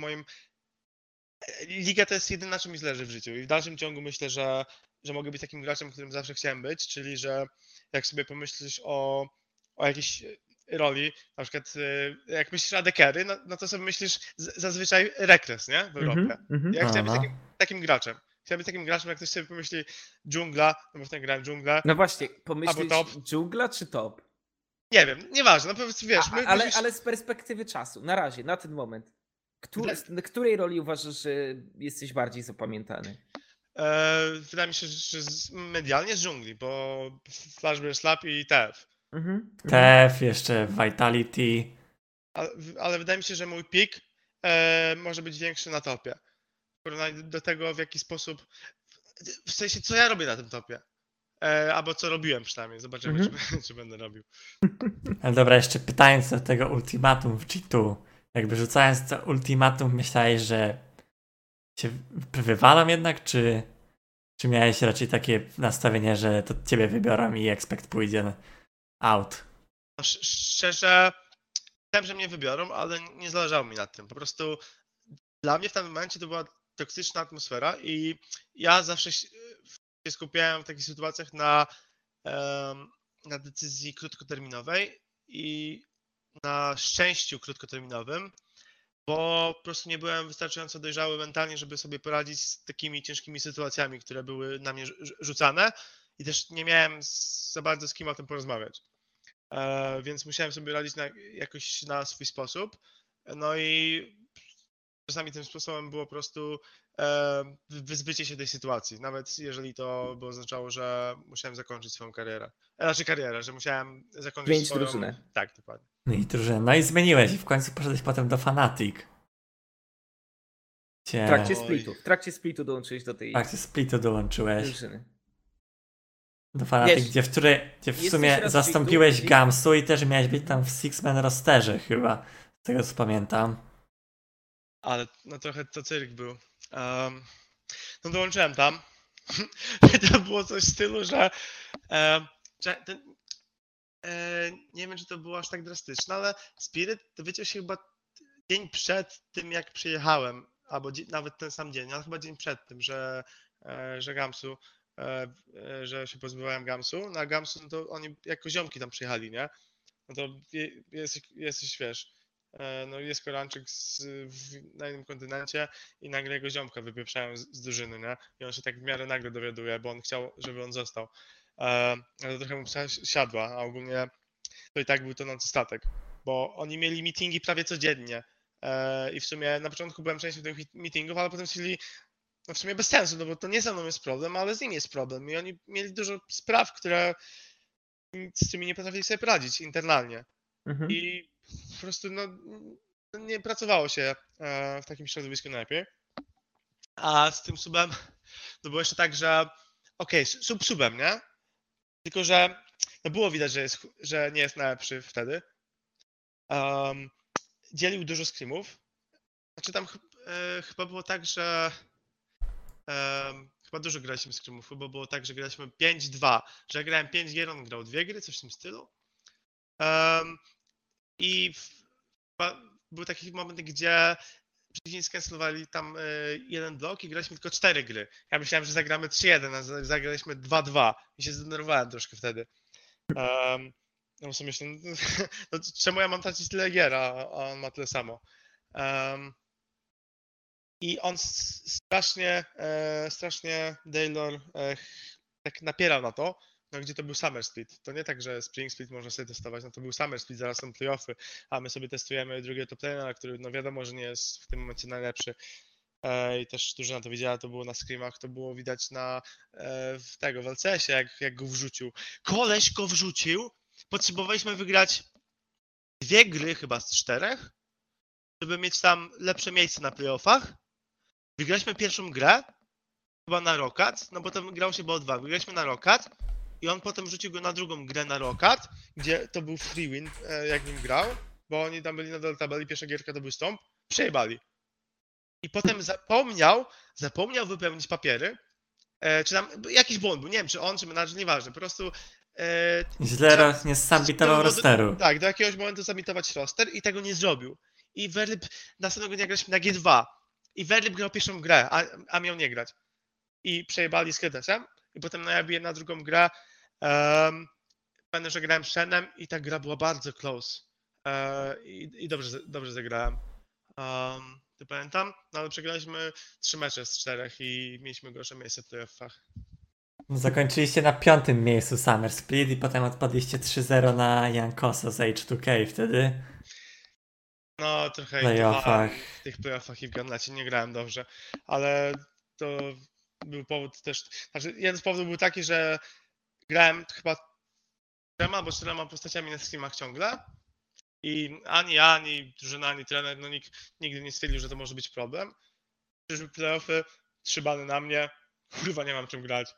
liga to jest jedyna, czym mi zależy w życiu i w dalszym ciągu myślę, że mogę być takim graczem, którym zawsze chciałem być, czyli że jak sobie pomyślisz o jakiejś roli, na przykład jak myślisz o AD-carry, no to sobie myślisz zazwyczaj Rekres, nie? W Europie. Ja chcę być takim graczem. Chciałem być takim graczem, jak ktoś sobie pomyśli dżungla, no bo wtedy grałem dżunglę. No właśnie, pomyślisz top. dżungla czy top? Nie wiem, nieważne, no po prostu wiesz. Ale z perspektywy czasu, na razie, na ten moment. Na której roli uważasz, że jesteś bardziej zapamiętany? Wydaje mi się, że medialnie z dżungli, bo Flashbear Slap i TF. TF, jeszcze Vitality. Ale wydaje mi się, że mój pik może być większy na topie. W porównaniu do tego, w jaki sposób. W sensie, co ja robię na tym topie. Albo co robiłem przynajmniej. Zobaczymy, czy będę robił. Ale dobra, jeszcze pytając do tego ultimatum w G2. Jakby rzucając to ultimatum, myślałeś, że cię wywalam jednak, czy miałeś raczej takie nastawienie, że to ciebie wybiorą i Expect pójdzie out? No, szczerze, chciałem, że mnie wybiorą, ale nie zależało mi na tym. Po prostu dla mnie w tym momencie to była toksyczna atmosfera i ja zawsze się skupiałem w takich sytuacjach na decyzji krótkoterminowej i na szczęściu krótkoterminowym, bo po prostu nie byłem wystarczająco dojrzały mentalnie, żeby sobie poradzić z takimi ciężkimi sytuacjami, które były na mnie rzucane i też nie miałem za bardzo z kim o tym porozmawiać. Więc musiałem sobie radzić jakoś na swój sposób. No i czasami tym sposobem było po prostu wyzbycie się tej sytuacji, nawet jeżeli to by oznaczało, że musiałem zakończyć swoją karierę. Że musiałem zakończyć Zmienić swoją... drużynę. Tak, dokładnie. No i drużynę. No i zmieniłeś i w końcu poszedłeś potem do Fnatic. W trakcie splitu dołączyłeś do tej W trakcie splitu dołączyłeś. drużyny. do Fnatic, Wiesz, gdzie w jesteś sumie raz zastąpiłeś w Gamsu i też miałeś być tam w Six-Man rosterze chyba, z tego co pamiętam. Ale no trochę to cyrk był. No dołączyłem tam. To było coś w stylu, że nie wiem, czy to było aż tak drastyczne, ale Spirit dowiedział się chyba dzień przed tym, jak przyjechałem, albo nawet ten sam dzień, ale chyba dzień przed tym, że Gamsu, że się pozbywałem Gamsu. Na Gamsu, no to oni jako ziomki tam przyjechali, nie? No to jesteś, wiesz, no jest Koreańczyk na innym kontynencie i nagle jego ziomka wypieprzają z drużyny, nie? I on się tak w miarę nagle dowiaduje, bo on chciał, żeby on został. Ale trochę mu siadła, a ogólnie to i tak był tonący statek, bo oni mieli meetingi prawie codziennie. I w sumie na początku byłem częścią tych meetingów, ale potem stwierdzili, no w sumie bez sensu, no bo to nie ze mną jest problem, ale z nimi jest problem. I oni mieli dużo spraw, z którymi nie potrafili sobie poradzić internalnie. Mhm. I po prostu no, nie pracowało się w takim środowisku najlepiej. A z tym subem to było jeszcze tak, że okej, sub subem, nie? Tylko, że no było widać, że nie jest najlepszy wtedy. Dzielił dużo scrimów. Znaczy tam chyba było tak, że chyba dużo graliśmy scrimów, chyba było tak, że graliśmy 5-2, że ja grałem 5 gier, on grał 2 gry, coś w tym stylu. I był taki moment, gdzie przeciwnicy skancelowali tam jeden blok i graliśmy tylko 4 gry. Ja myślałem, że zagramy 3-1, a zagraliśmy 2-2 i się zdenerwowałem troszkę wtedy. No sobie myślę, no, czemu ja mam tracić tyle gier, a on ma tyle samo. I on strasznie Daylor tak napierał na to, no gdzie to był Summer Split. To nie tak, że Spring Split można sobie testować, no to był Summer Split, zaraz są playoffy, a my sobie testujemy drugiego top lanera, który no wiadomo, że nie jest w tym momencie najlepszy. I też dużo na to widziała, to było na screamach, to było widać na w LCS-ie, jak go wrzucił. Koleś go wrzucił, potrzebowaliśmy wygrać 2 gry chyba z 4, żeby mieć tam lepsze miejsce na playoffach. Wygraliśmy pierwszą grę, chyba na Rockat, no bo tam grał się o 2. Wygraliśmy na Rockat i on potem rzucił go na drugą grę na Rockat, gdzie to był free win, jak nim grał, bo oni tam byli na tabeli, pierwsza gierka to był stąp, przejebali. I potem zapomniał wypełnić papiery, czy tam jakiś błąd był, nie wiem, czy on, czy menadżer, nieważne, po prostu... Źle nie submitował rosteru. Tak, do jakiegoś momentu submitować roster i tego nie zrobił. I Verlip następnego dnia graliśmy na G2. I Verlip grał pierwszą grę, a miał nie grać. I przejebali z Kretesem. I potem ja biję na drugą grę. Pamiętam, że grałem z Shenem i ta gra była bardzo close. I dobrze zagrałem. To pamiętam, no ale przegraliśmy 3 mecze z 4 i mieliśmy gorsze miejsce w playoffach. Zakończyliście na 5. miejscu Summer Split i potem odpadliście 3-0 na Jankosa z H2K wtedy. No trochę w tych playoffach i w Gunlecie nie grałem dobrze, ale to był powód też, znaczy jeden z powodów był taki, że grałem chyba 3 albo 4 postaciami na streamach ciągle i ani ja, ani drużyna, ani trener, no nikt nigdy nie stwierdził, że to może być problem. Przyszły playoffy, 3 bany na mnie, kurwa nie mam czym grać.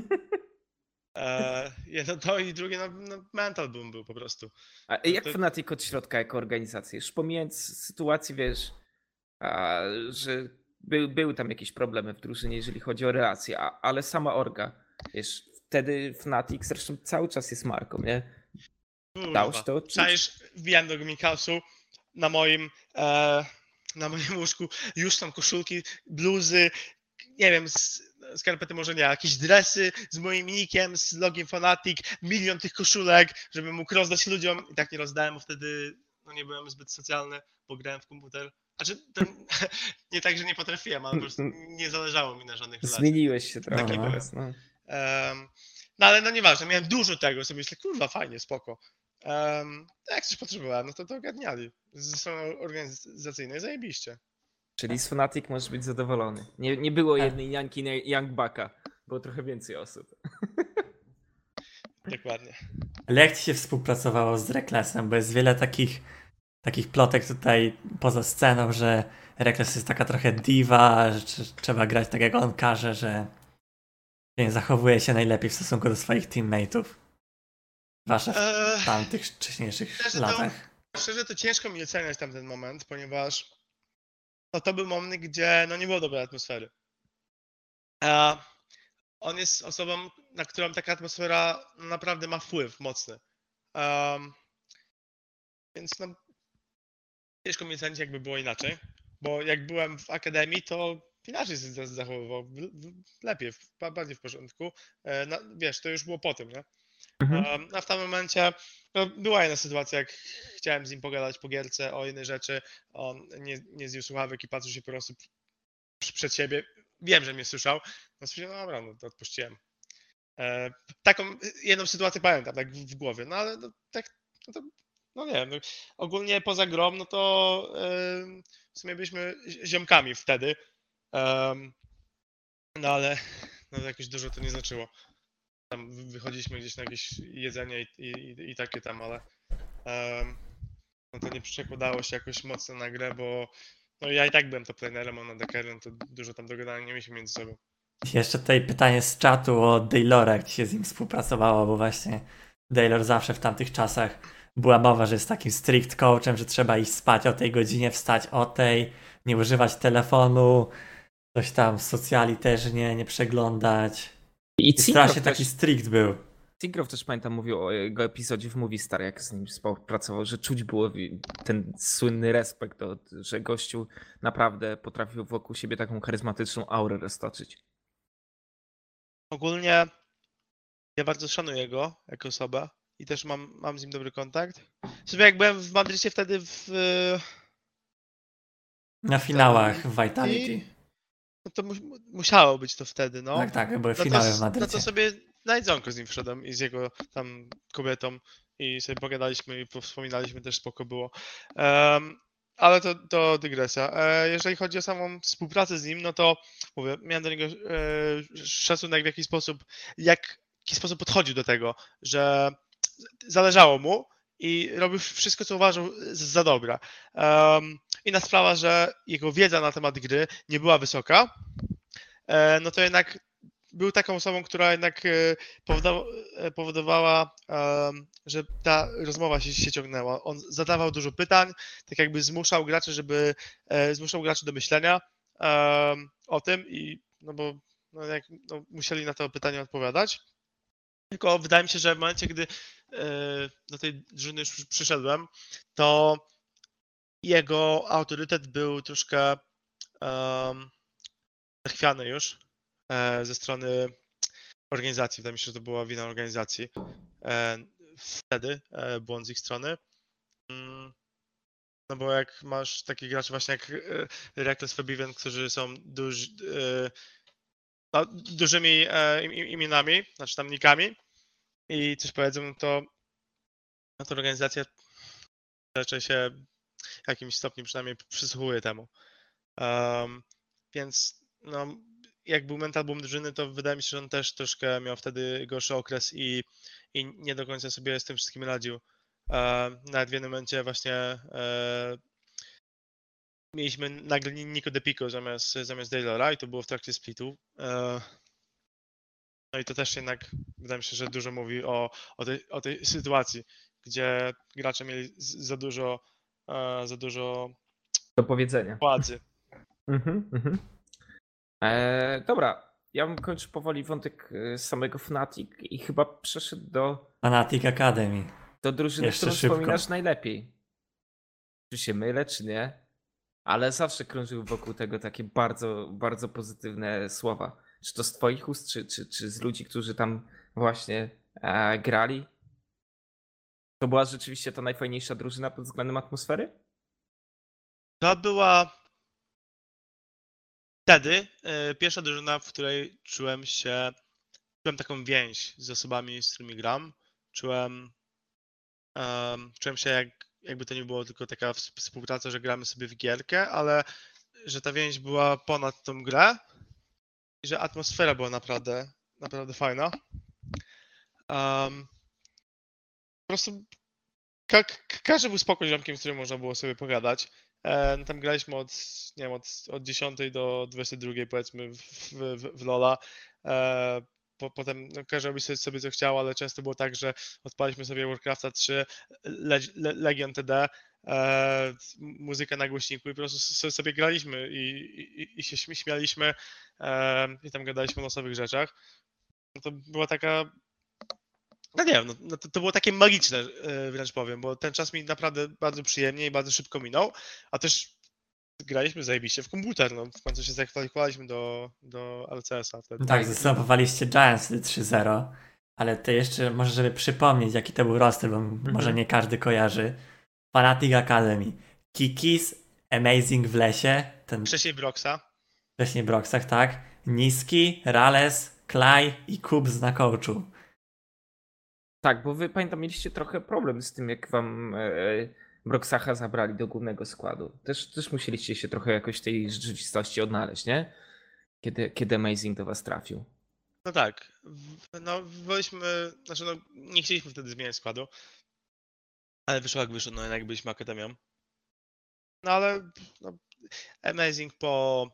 Jedno to i drugie, no mental boom był po prostu. A jak Fnatic od środka jako organizacja? Już pomijając sytuację, wiesz, że były tam jakieś problemy w drużynie, jeżeli chodzi o relacje, ale sama orga, wiesz, wtedy Fnatic zresztą cały czas jest marką, nie? Dało się to odczuć? Przecież wbijałem do Gaminghouse na moim łóżku, już tam koszulki, bluzy, nie wiem, skarpety może nie, jakieś dresy z moim nickiem, z logiem Fnatic, 1 milion tych koszulek, żeby mógł rozdać ludziom i tak nie rozdałem, bo wtedy no, nie byłem zbyt socjalny, bo grałem w komputer. Znaczy, nie tak, że nie potrafiłem, ale po prostu nie zależało mi na żadnych relacjach. Zmieniłeś się trochę. Taki byłem. No ale no nieważne, miałem dużo tego, sobie myślę, kurwa, fajnie, spoko. Jak coś potrzebowałem, no to ogarniali. Ze strony organizacyjnej zajebiście. Czyli z Fnatic możesz być zadowolony. Nie było jednej Janki na Young Bucka, było trochę więcej osób. Dokładnie. Ale jak ci się współpracowało z Recklessem? Bo jest wiele takich plotek tutaj poza sceną, że Reckless jest taka trochę diva, że trzeba grać tak jak on każe, że nie zachowuje się najlepiej w stosunku do swoich teammateów? Wasze Eee, w tamtych wcześniejszych Szczerze latach. Szczerze to ciężko mi oceniać tamten moment, ponieważ to był moment, gdzie nie było dobrej atmosfery. A on jest osobą, na którą taka atmosfera naprawdę ma wpływ mocny. Więc ciężko mi ocenić, jakby było inaczej. Bo jak byłem w akademii, to inaczej się zachowywał. Lepiej, bardziej w porządku. Wiesz, to już było po tym, nie? A w tym momencie była jedna sytuacja, jak chciałem z nim pogadać po gierce o innej rzeczy. On nie zjął słuchawek i patrzył się po prostu przed siebie. Wiem, że mnie słyszał. No stwierdziłem, no dobra, to odpuściłem. Taką jedną sytuację pamiętam, tak w głowie. No ale tak, nie wiem. Ogólnie poza grą, no to w sumie byliśmy ziomkami wtedy. No ale jakoś dużo to nie znaczyło. Tam wychodziliśmy gdzieś na jakieś jedzenie i takie tam, ale to nie przekładało się jakoś mocno na grę, bo ja i tak byłem top lanerem, on na deckerem, to dużo tam dogadania nie mieliśmy między sobą. Jeszcze tutaj pytanie z czatu o Daylora, jak ci się z nim współpracowało, bo właśnie Daylor zawsze w tamtych czasach była mowa, że jest takim strict coachem, że trzeba iść spać o tej godzinie, wstać o tej, nie używać telefonu, coś tam socjali też nie przeglądać. I I strasznie taki strict był. Tigrow też pamiętam mówił o jego epizodzie w Movie Star, jak z nim współpracował, że czuć było ten słynny respekt, że gościu naprawdę potrafił wokół siebie taką charyzmatyczną aurę roztoczyć. Ogólnie ja bardzo szanuję go jako osobę i też mam z nim dobry kontakt. Sobie jak byłem w Madrycie wtedy Na finałach w Vitality. no to musiało być to wtedy, no. Tak, były finały w No Madrycie. to sobie na jedzonko z nim wszedłem i z jego tam kobietą i sobie pogadaliśmy i wspominaliśmy, też spoko było. Ale to dygresja. Jeżeli chodzi o samą współpracę z nim, no to mówię, miałem do niego szacunek w jaki sposób podchodził do tego, że zależało mu i robił wszystko, co uważał za dobre. Inna sprawa, że jego wiedza na temat gry nie była wysoka, no to jednak był taką osobą, która jednak powodowała, że ta rozmowa się ciągnęła. On zadawał dużo pytań, tak jakby zmuszał graczy do myślenia o tym i bo musieli na to pytanie odpowiadać. Tylko wydaje mi się, że w momencie, gdy do tej drużyny już przyszedłem, to jego autorytet był troszkę zachwiany już ze strony organizacji. Wydaje mi się, że to była wina organizacji. Wtedy błąd z ich strony. No bo jak masz takich graczy właśnie jak Reckless Fabian, którzy są dużymi imionami, znaczy tam nickami i coś powiedzą, to organizacja raczej się w jakimś stopniu przynajmniej przysłuchuje temu. Więc jak był mental boom drużyny, to wydaje mi się, że on też troszkę miał wtedy gorszy okres i nie do końca sobie z tym wszystkim radził. Nawet w jednym momencie właśnie mieliśmy nagle Nico De Pico zamiast Daylora i to było w trakcie splitu. No i to też jednak wydaje mi się, że dużo mówi o tej sytuacji, gdzie gracze mieli za dużo Do powiedzenia. władzy. Dobra, ja bym kończył powoli wątek samego Fnatic i chyba przeszedł do Fnatic Academy. do drużyny, Jeszcze którą szybko. wspominasz najlepiej. Czy się mylę, czy nie? Ale zawsze krążyły wokół tego takie bardzo, bardzo pozytywne słowa. Czy to z twoich ust, czy z ludzi, którzy tam właśnie grali? To była rzeczywiście ta najfajniejsza drużyna pod względem atmosfery? To była wtedy pierwsza drużyna, w której czułem taką więź z osobami, z którymi gram. Czułem się jakby to nie było tylko taka współpraca, że gramy sobie w gierkę, ale że ta więź była ponad tą grę i że atmosfera była naprawdę, naprawdę fajna. Po prostu każdy był spoko ziomkiem, z którym można było sobie pogadać. Tam graliśmy od 10 do 22 powiedzmy w LoL'a. potem każdy robi sobie co chciał, ale często było tak, że odpaliśmy sobie Warcrafta 3, Legion TD, muzykę na głośniku i po prostu sobie graliśmy i się śmialiśmy i tam gadaliśmy o losowych rzeczach. No to była taka, no nie wiem, no to było takie magiczne, wręcz powiem, bo ten czas mi naprawdę bardzo przyjemnie i bardzo szybko minął, a też graliśmy zajebiście w komputer, no w końcu się zakwalifikowaliśmy do LCS-a wtedy. Tak, zastępowaliście Giants 3-0, ale to jeszcze może, żeby przypomnieć, jaki to był roster, bo może nie każdy kojarzy. Fnatic Academy, Kikis, Amazing w lesie, ten Wcześniej Broxa. wcześniej Broxach, tak? Niski, Rales, Klaj i Kubs na coachu. Tak, bo wy pamiętam mieliście trochę problem z tym, jak wam Broxacha zabrali do głównego składu. Też musieliście się trochę jakoś w tej rzeczywistości odnaleźć, nie? Kiedy Amazing do was trafił. No tak, no byliśmy, znaczy no nie chcieliśmy wtedy zmieniać składu, ale wyszło jak wyszło, no jednak byliśmy akademią. No ale no, Amazing po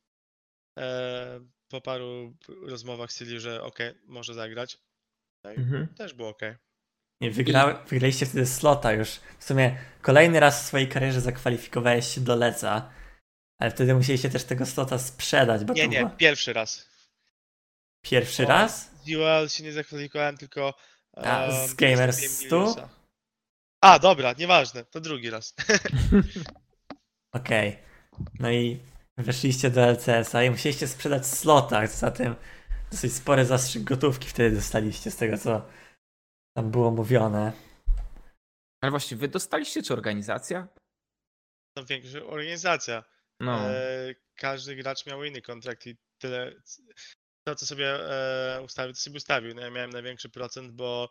paru rozmowach stwierdził, że okej, może zagrać. No i też było okej. Nie, wygraliście wtedy slota już. W sumie kolejny raz w swojej karierze zakwalifikowałeś się do Leca, ale wtedy musieliście też tego slota sprzedać, bo to Nie, było... pierwszy raz. Pierwszy raz? Z UL się nie zakwalifikowałem, tylko Z Gamers zrobiłem 100? Giliusa. A, dobra, nieważne, to drugi raz. Okej. No i weszliście do LCS-a i musieliście sprzedać slota, zatem dosyć spory zastrzyk gotówki wtedy dostaliście z tego, co tam było mówione. Ale właśnie, wy dostaliście czy organizacja? To większa organizacja. No. Każdy gracz miał inny kontrakt i tyle. To, co sobie ustawił, to sobie ustawił. No ja miałem największy procent, bo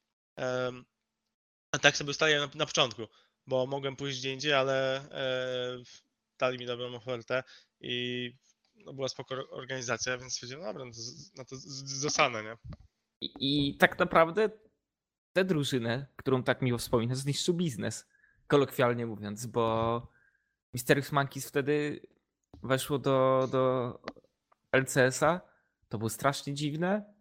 a tak sobie ustaliłem na początku, bo mogłem pójść gdzie indziej, ale dali mi dobrą ofertę i no, była spoko organizacja, więc stwierdziłem, dobra, no to zostanę, nie? I tak naprawdę tę drużynę, którą tak miło wspominać, zniszczył biznes. Kolokwialnie mówiąc, bo Mysterious Monkeys wtedy weszło do LCS-a. To było strasznie dziwne.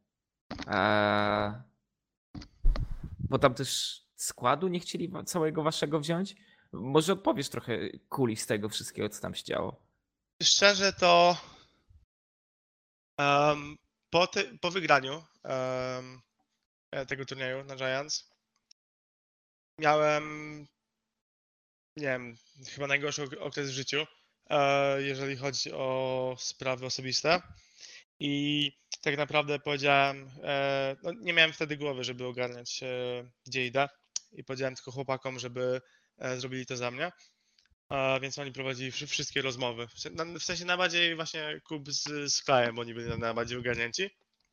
Bo tam też składu nie chcieli całego waszego wziąć. Może odpowiesz trochę kulis tego wszystkiego, co tam się działo. Szczerze to po wygraniu tego turnieju na Giants miałem, nie wiem, chyba najgorszy okres w życiu, jeżeli chodzi o sprawy osobiste. I tak naprawdę powiedziałem, no nie miałem wtedy głowy, żeby ogarniać gdzie idę i powiedziałem tylko chłopakom, żeby zrobili to za mnie. Więc oni prowadzili wszystkie rozmowy. W sensie najbardziej właśnie Kub z Klajem, bo oni byli najbardziej ogarnięci.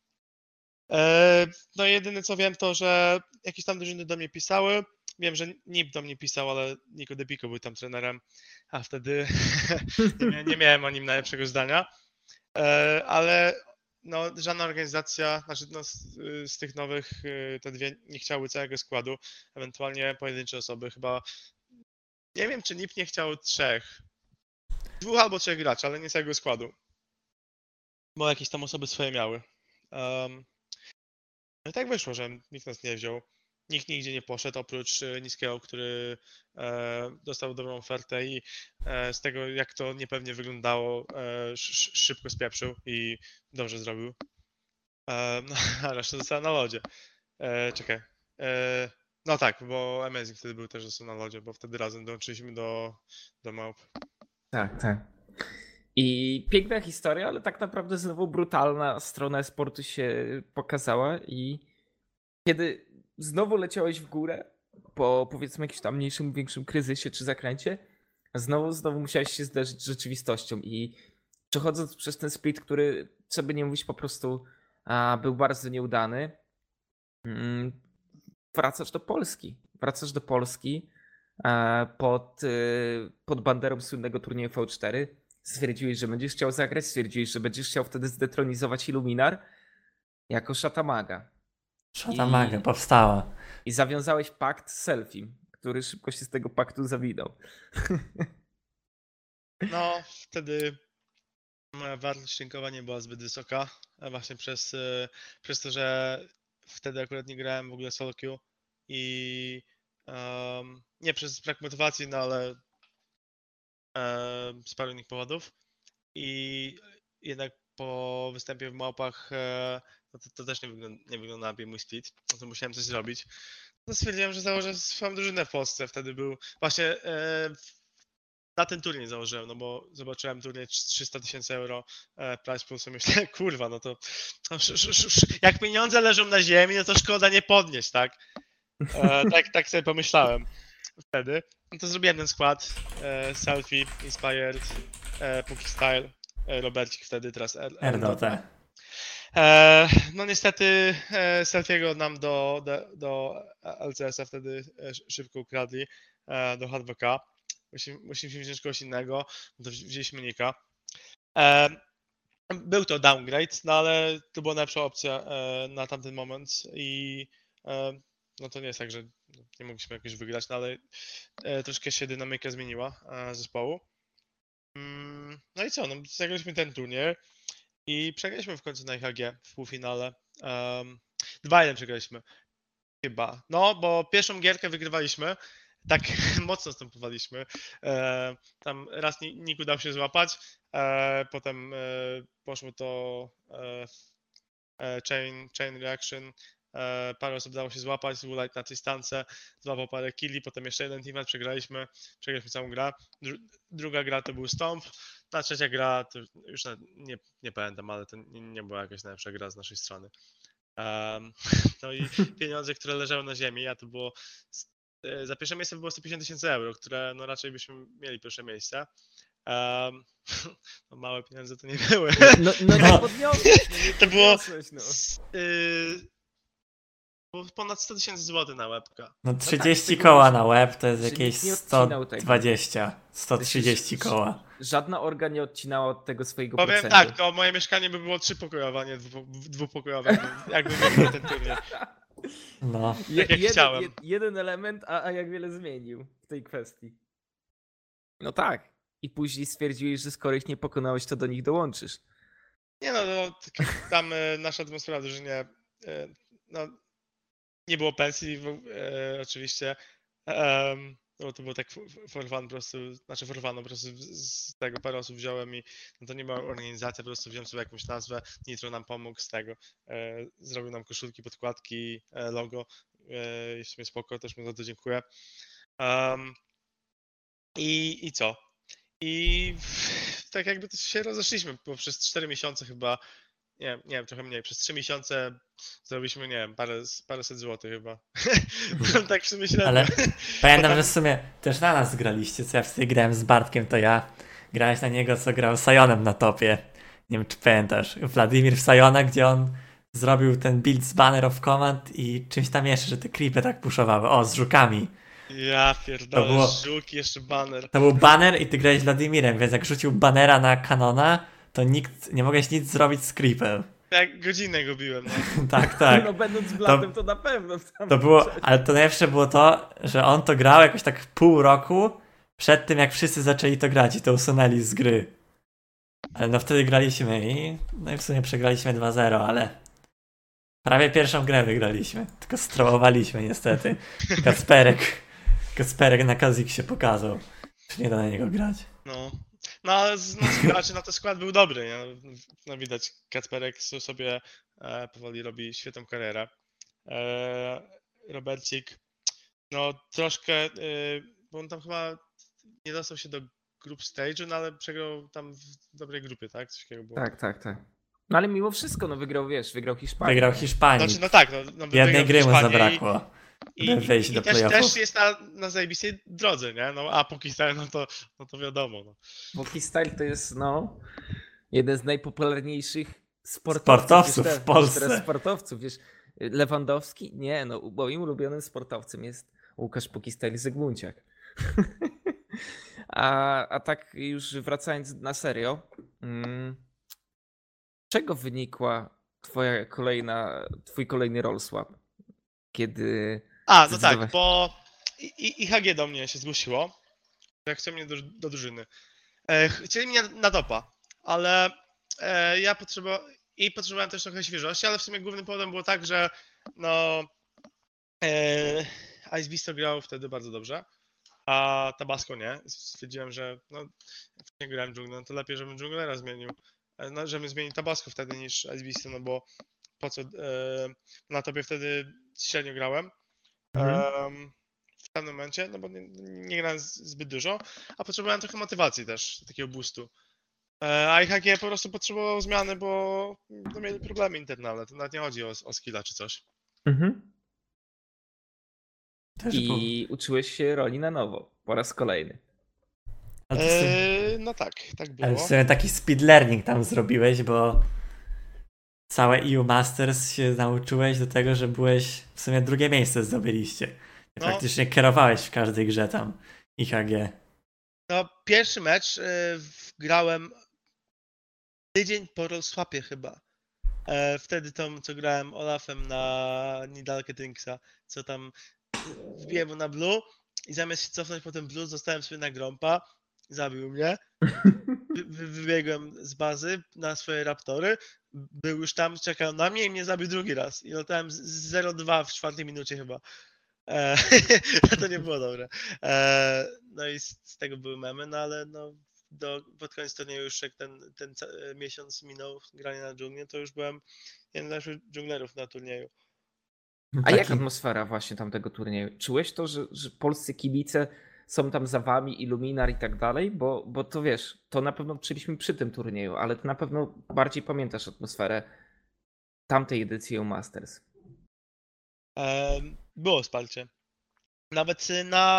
No jedyne co wiem to, że jakieś tam drużyny do mnie pisały. Wiem, że NIP do mnie pisał, ale Niko Depiko był tam trenerem, a wtedy nie miałem o nim najlepszego zdania. Ale no, żadna organizacja, znaczy no, z tych nowych, te dwie nie chciały całego składu, ewentualnie pojedyncze osoby, chyba nie wiem, czy NIP nie chciał 3, 2 albo 3 graczy, ale nie całego składu, bo jakieś tam osoby swoje miały. No i tak wyszło, że nikt nas nie wziął. Nikt nigdzie nie poszedł, oprócz Niskiego, który dostał dobrą ofertę i z tego, jak to niepewnie wyglądało, szybko spieprzył i dobrze zrobił. No, a reszta została na lodzie. Czekaj. No tak, bo Amazing wtedy był też został na lodzie, bo wtedy razem dołączyliśmy do małp. Tak, tak. I piękna historia, ale tak naprawdę znowu brutalna strona sportu się pokazała i kiedy znowu leciałeś w górę, po powiedzmy jakimś tam mniejszym, większym kryzysie czy zakręcie, znowu musiałeś się zderzyć z rzeczywistością i przechodząc przez ten split, który, co by nie mówić, po prostu był bardzo nieudany, wracasz do Polski. Wracasz do Polski pod banderą słynnego turnieju V4. Stwierdziłeś, że będziesz chciał zagrać, stwierdziłeś, że będziesz chciał wtedy zdetronizować Illuminar jako Szatamaga. Szatamaga powstała. I zawiązałeś pakt z Selfim, który szybko się z tego paktu zawinął. No, wtedy Moja wartość rynkowa nie była zbyt wysoka, właśnie przez to, że wtedy akurat nie grałem w ogóle solo queue i nie przez brak motywacji, no ale z paru innych powodów. I jednak po występie w małpach no to też nie wygląda lepiej mój split, no to musiałem coś zrobić. No stwierdziłem, że założę swoją drużynę w Polsce, wtedy był właśnie na ten turniej założyłem, no bo zobaczyłem turniej 300 000 euro prize pool, sobie myślę, kurwa, no to no, jak pieniądze leżą na ziemi, no to szkoda nie podnieść, tak? Tak sobie pomyślałem wtedy. No to zrobiłem ten skład, Selfie, Inspired, Puki Style, Robercik wtedy, teraz RDOT. No niestety Selfiego nam do LCS-a wtedy szybko ukradli, do HWK. Musimy wziąć kogoś innego, no to wzięliśmy Nika. Był to downgrade, no ale to była najlepsza opcja na tamten moment i no to nie jest tak, że nie mogliśmy jakoś wygrać, no ale troszkę się dynamika zmieniła zespołu. No i co, no zagraliśmy ten turniej i przegraliśmy w końcu na IHG w półfinale. 2-1 przegraliśmy chyba. No, bo pierwszą gierkę wygrywaliśmy, tak mocno stępowaliśmy. Tam raz Nick udało się złapać, potem poszło to chain reaction, parę osób dało się złapać, Woolite na dystance, złapał parę killi, potem jeszcze jeden teammate, przegraliśmy całą grę. Druga gra to był Stomp, ta trzecia gra to już nie pamiętam, ale to nie była jakaś najlepsza gra z naszej strony. No i pieniądze, które leżały na ziemi, a to było za pierwsze miejsce było 150 000 euro, które no raczej byśmy mieli pierwsze miejsce. No małe pieniądze to nie były. No nie podniosłeś, no nie To było podniosłeś, no. Było ponad 100 000 złotych na łebka. No tak, 30 tylko koła że- na łeb to jest że jakieś nikt nie odcinał tego. 120, 130 koła. Żadna orga nie odcinała od tego swojego Powiem procentu. tak, to moje mieszkanie by było 3-pokojowe, a nie dwupokojowe, jakby wygrał ten turniej. No. Tak jak chciałem. Jeden element, a jak wiele zmienił w tej kwestii. No tak. I później stwierdziłeś, że skoro ich nie pokonałeś, to do nich dołączysz. Nie no, tam nasza atmosfera w drużynie, no nie było pensji oczywiście, no to było tak for fun po prostu, znaczy for fun, po prostu z tego parę osób wziąłem i no to nie była organizacja, po prostu wziąłem sobie jakąś nazwę, Nitro nam pomógł z tego, zrobił nam koszulki, podkładki, logo, i w sumie spoko, też mu za to dziękuję. I co? I tak jakby to się rozeszliśmy, bo przez 4 miesiące chyba, nie wiem, trochę mniej, przez 3 miesiące zrobiliśmy, nie wiem, paręset złotych chyba. Tak w sumie średnio. Ale pamiętam, Potem- że w sumie też na nas graliście, co ja wtedy grałem z Bartkiem, to ja grałeś na niego, co grał Sionem na topie. Nie wiem, czy pamiętasz. Wladimir w Siona, gdzie on zrobił ten build z Banner of Command i czymś tam jeszcze, że te creepy tak puszowały. O, z żukami. Ja pierdolę, To było- żółki, jeszcze banner. To był banner i ty grałeś Vladimirem, więc jak rzucił bannera na kanona, to nikt, nie mogłeś nic zrobić z creepem. Jak godzinę go biłem, no. Tak, tak. No będąc bladym, to na pewno. w tamtym To było, czasie. ale to najlepsze było to, że on to grał jakoś tak pół roku przed tym, jak wszyscy zaczęli to grać i to usunęli z gry. Ale no wtedy graliśmy i no i w sumie przegraliśmy 2-0, ale prawie pierwszą grę wygraliśmy. Tylko strołowaliśmy niestety. Kacperek na Kazik się pokazał. Już nie da na niego grać. No ale znaczy na to skład był dobry, nie? No widać, Kacperek sobie powoli robi świetną karierę. Robercik, no troszkę, bo on tam chyba nie dostał się do group stage'u, no ale przegrał tam w dobrej grupie, tak? Coś takiego było. Tak. No ale mimo wszystko, no wygrał Hiszpanię. Wygrał Hiszpanii. Znaczy, no tak, no Jednej wygrał gry mu Hiszpanię zabrakło. by wejść do też playoffów. jest na zajebistej drodze, nie? No a póki stale, no to wiadomo. No. Poki Style to jest jeden z najpopularniejszych Sportowców wiesz, w Polsce. Teraz sportowców, wiesz, Lewandowski? Nie, no moim ulubionym sportowcym jest Łukasz Pokistali Zygmunciak. a tak już wracając na serio, czego wynikła twój kolejny roll swap? Kiedy... No tak, bo IHG do mnie się zgłosiło, że chce mnie do drużyny. Chcieli mnie na topa, ale ja potrzebowałem też trochę świeżości, ale w sumie głównym powodem było tak, że no Ice Beast grał wtedy bardzo dobrze, a Tabasco nie. Stwierdziłem, że no, jak nie grałem dżunglę, no to lepiej, żebym dżunglera zmienił. No, żebym zmienił Tabasco wtedy niż Ice Beast, no bo po co na tobie wtedy średnio grałem. W pewnym momencie, no bo nie grałem zbyt dużo, a potrzebowałem trochę motywacji też, takiego boostu. A IHG po prostu potrzebował zmiany, bo no, mieli problemy internalne. To nawet nie chodzi o skilla czy coś. Też był. I uczyłeś się roli na nowo, po raz kolejny. Ale to w sumie- No tak Ale w było. sumie taki speed learning tam zrobiłeś, bo całe EU Masters się nauczyłeś do tego, że byłeś w sumie drugie miejsce zdobyliście. I No. praktycznie kierowałeś w każdej grze tam IHG. No, pierwszy mecz grałem tydzień po rollswapie chyba. Wtedy tą, co grałem Olafem na Nidalkę Trinksa, co tam wbiłem mu na blue i zamiast się cofnąć po ten blue, zostałem sobie na grompa, zabił mnie. Wybiegłem z bazy na swoje raptory, był już tam, czekał na mnie i mnie zabił drugi raz. I latałem z 0-2 w 4 minucie chyba. To nie było dobre. No i z tego były memy, no ale no, pod koniec turnieju już jak ten miesiąc minął grania na dżunglie, to już byłem jeden z najlepszych dżunglerów na turnieju. A jak atmosfera właśnie tamtego turnieju? Czułeś to, że polscy kibice są tam za wami, Illuminar i tak dalej? Bo to wiesz, to na pewno czuliśmy przy tym turnieju, ale ty na pewno bardziej pamiętasz atmosferę tamtej edycji Masters. Było wsparcie. Nawet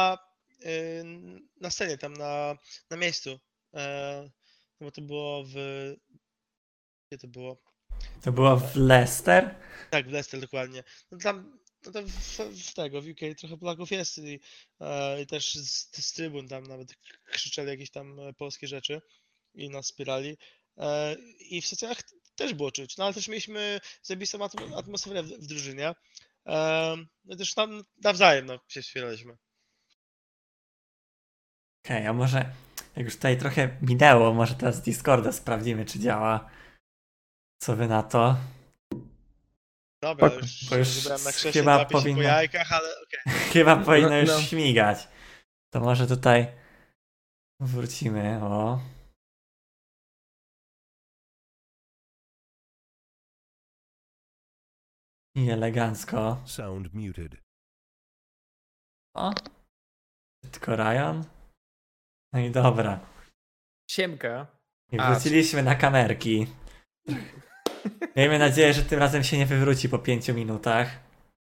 na scenie, tam na miejscu. Bo to było Gdzie to było? To było w Leicester? Tak, w Leicester dokładnie. No tam no to w UK trochę Polaków jest i też z trybun tam nawet krzyczeli jakieś tam polskie rzeczy i nas wspierali. I w socjalach też było czuć, no ale też mieliśmy zajebistą atmosferę w drużynie. No też tam nawzajem no, się wspieraliśmy. Okej, a może jak już tutaj trochę minęło, może teraz z Discorda sprawdzimy, czy działa. Co wy na to? Dobra, Spoko, już bo już zebrałem na krześle, chyba łapię się po powinno- jajkach, ale okej. Chyba powinno No, już no. śmigać. To może tutaj wrócimy, o. I elegancko. Sound muted. O. Tylko Ryan. No i dobra. Siemka. I A, wróciliśmy na kamerki. Miejmy nadzieję, że tym razem się nie wywróci po 5 minutach.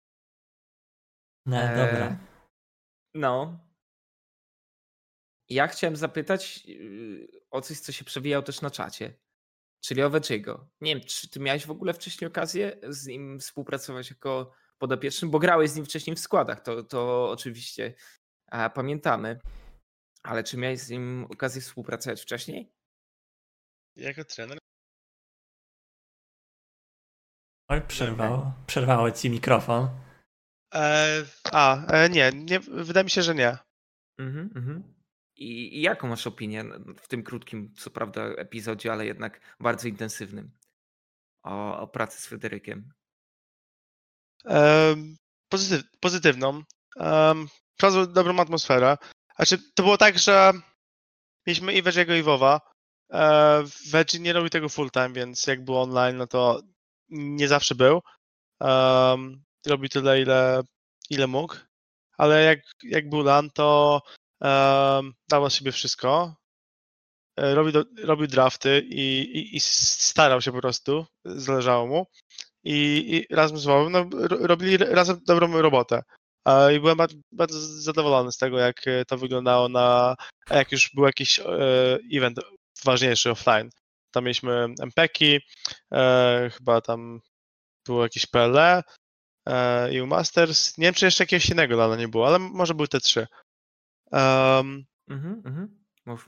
No dobra. No. Ja chciałem zapytać o coś, co się przewijało też na czacie. Czyli o Vechiego. Nie wiem, czy ty miałeś w ogóle wcześniej okazję z nim współpracować jako podopiecznym, bo grałeś z nim wcześniej w składach, to oczywiście pamiętamy. Ale czy miałeś z nim okazję współpracować wcześniej? Jako trener? Oj, przerwało ci mikrofon. Nie, wydaje mi się, że nie. I jaką masz opinię w tym krótkim, co prawda, epizodzie, ale jednak bardzo intensywnym o pracy z Fryderykiem? Pozytywną. Bardzo dobrą atmosferę. Znaczy, to było tak, że mieliśmy i Veggie'ego i WoWa. Veggie nie robi tego full time, więc jak był online, no to nie zawsze był. Robi tyle, ile mógł. Ale jak był LAN, to dawał z siebie wszystko. Robił drafty i starał się po prostu, zależało mu. I razem z WoWem no, robili razem dobrą robotę. I byłem bardzo zadowolony z tego, jak to wyglądało jak już był jakiś event ważniejszy offline. Tam mieliśmy MPeki, chyba tam było jakieś PLE, EU Masters. Nie wiem, czy jeszcze jakiegoś innego lana nie było, ale może były te 3. Mów.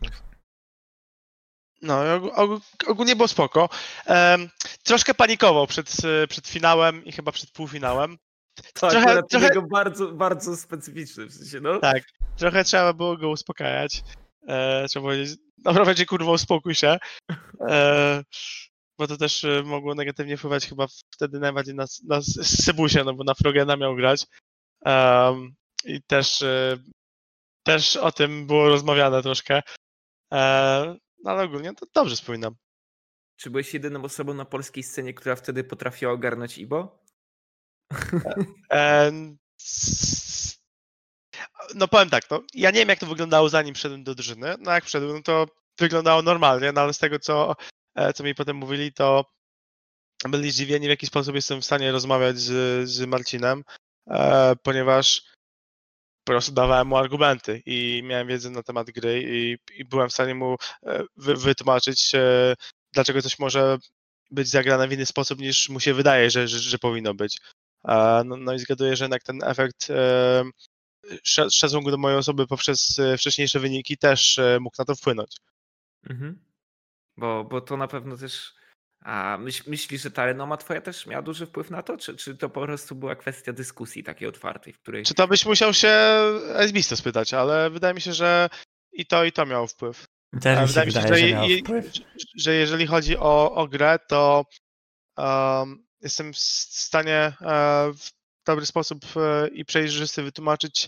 No, ogólnie było spoko. Troszkę panikował przed finałem i chyba przed półfinałem. To akurat trochę bardzo, bardzo specyficzny, w sensie, no. Tak, trochę trzeba było go uspokajać. Trzeba powiedzieć, dobra, będzie kurwa, uspokój się. bo to też mogło negatywnie wpływać chyba wtedy najbardziej na Sebusie, no bo na Frogena miał grać. I też o tym było rozmawiane troszkę. No ale ogólnie to dobrze wspominam. Czy byłeś jedyną osobą na polskiej scenie, która wtedy potrafiła ogarnąć Ibo? No powiem tak, no, ja nie wiem jak to wyglądało zanim wszedłem do drużyny. No jak wszedłem, no to wyglądało normalnie, no ale z tego co mi potem mówili, to byli zdziwieni w jaki sposób jestem w stanie rozmawiać z Marcinem, ponieważ po prostu dawałem mu argumenty i miałem wiedzę na temat gry i byłem w stanie mu wytłumaczyć, dlaczego coś może być zagrane w inny sposób niż mu się wydaje, że powinno być. No i zgaduję, że jednak ten efekt szacunku do mojej osoby poprzez wcześniejsze wyniki też mógł na to wpłynąć. Mhm. Bo to na pewno też... A myślisz, że ta renoma twoja też miała duży wpływ na to? Czy to po prostu była kwestia dyskusji takiej otwartej, w której... Czy to byś musiał się SBista spytać, ale wydaje mi się, że i to miało wpływ. Też mi się Wydaje mi się, wydaje, że miał wpływ. że jeżeli chodzi o grę, to jestem w stanie w dobry sposób i przejrzysty wytłumaczyć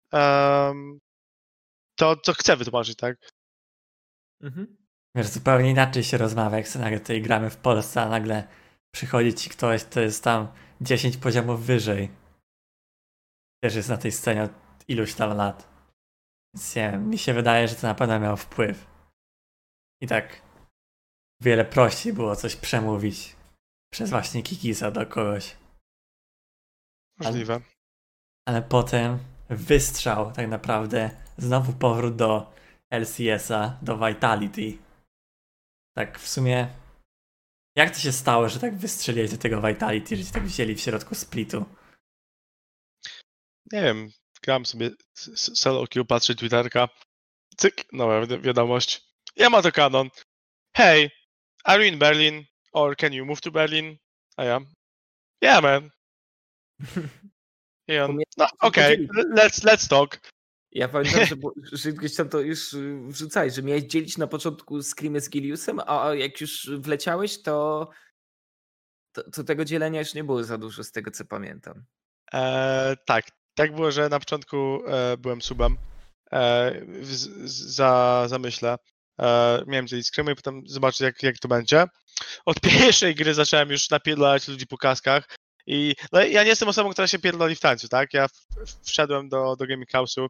to, co chcę wytłumaczyć, tak? Mhm. Wiesz, zupełnie inaczej się rozmawia, jak sobie nagle tutaj gramy w Polsce, a nagle przychodzi ci ktoś, kto jest tam 10 poziomów wyżej. Też jest na tej scenie od iluś tam lat. Więc nie wiem, mi się wydaje, że to na pewno miał wpływ. I tak wiele prościej było coś przemówić przez właśnie Kikisa do kogoś. Możliwe. Ale potem wystrzał tak naprawdę, znowu powrót do LCS-a, do Vitality. Tak w sumie, jak to się stało, że tak wystrzeliłeś do tego Vitality, że cię tak wzięli w środku splitu? Nie wiem, gram sobie solo queue, patrzę Twitterka, cyk, nowa wiadomość. Yamato Canon. Hey, are you in Berlin? Or can you move to Berlin? I am. Yeah, man. I on, no, okej, let's talk. Ja pamiętam, że gdzieś tam to już wrzucałeś, że miałeś dzielić na początku screamy z Giliusem, a jak już wleciałeś, to tego dzielenia już nie było za dużo, z tego co pamiętam. Tak było, że na początku byłem subem za myślę. Miałem dzielić screamy i potem zobaczyć jak to będzie. Od pierwszej gry zacząłem już napierdalać ludzi po kaskach. I no, ja nie jestem osobą, która się pierdoli w tańcu, tak? Ja wszedłem do Gaming House'u,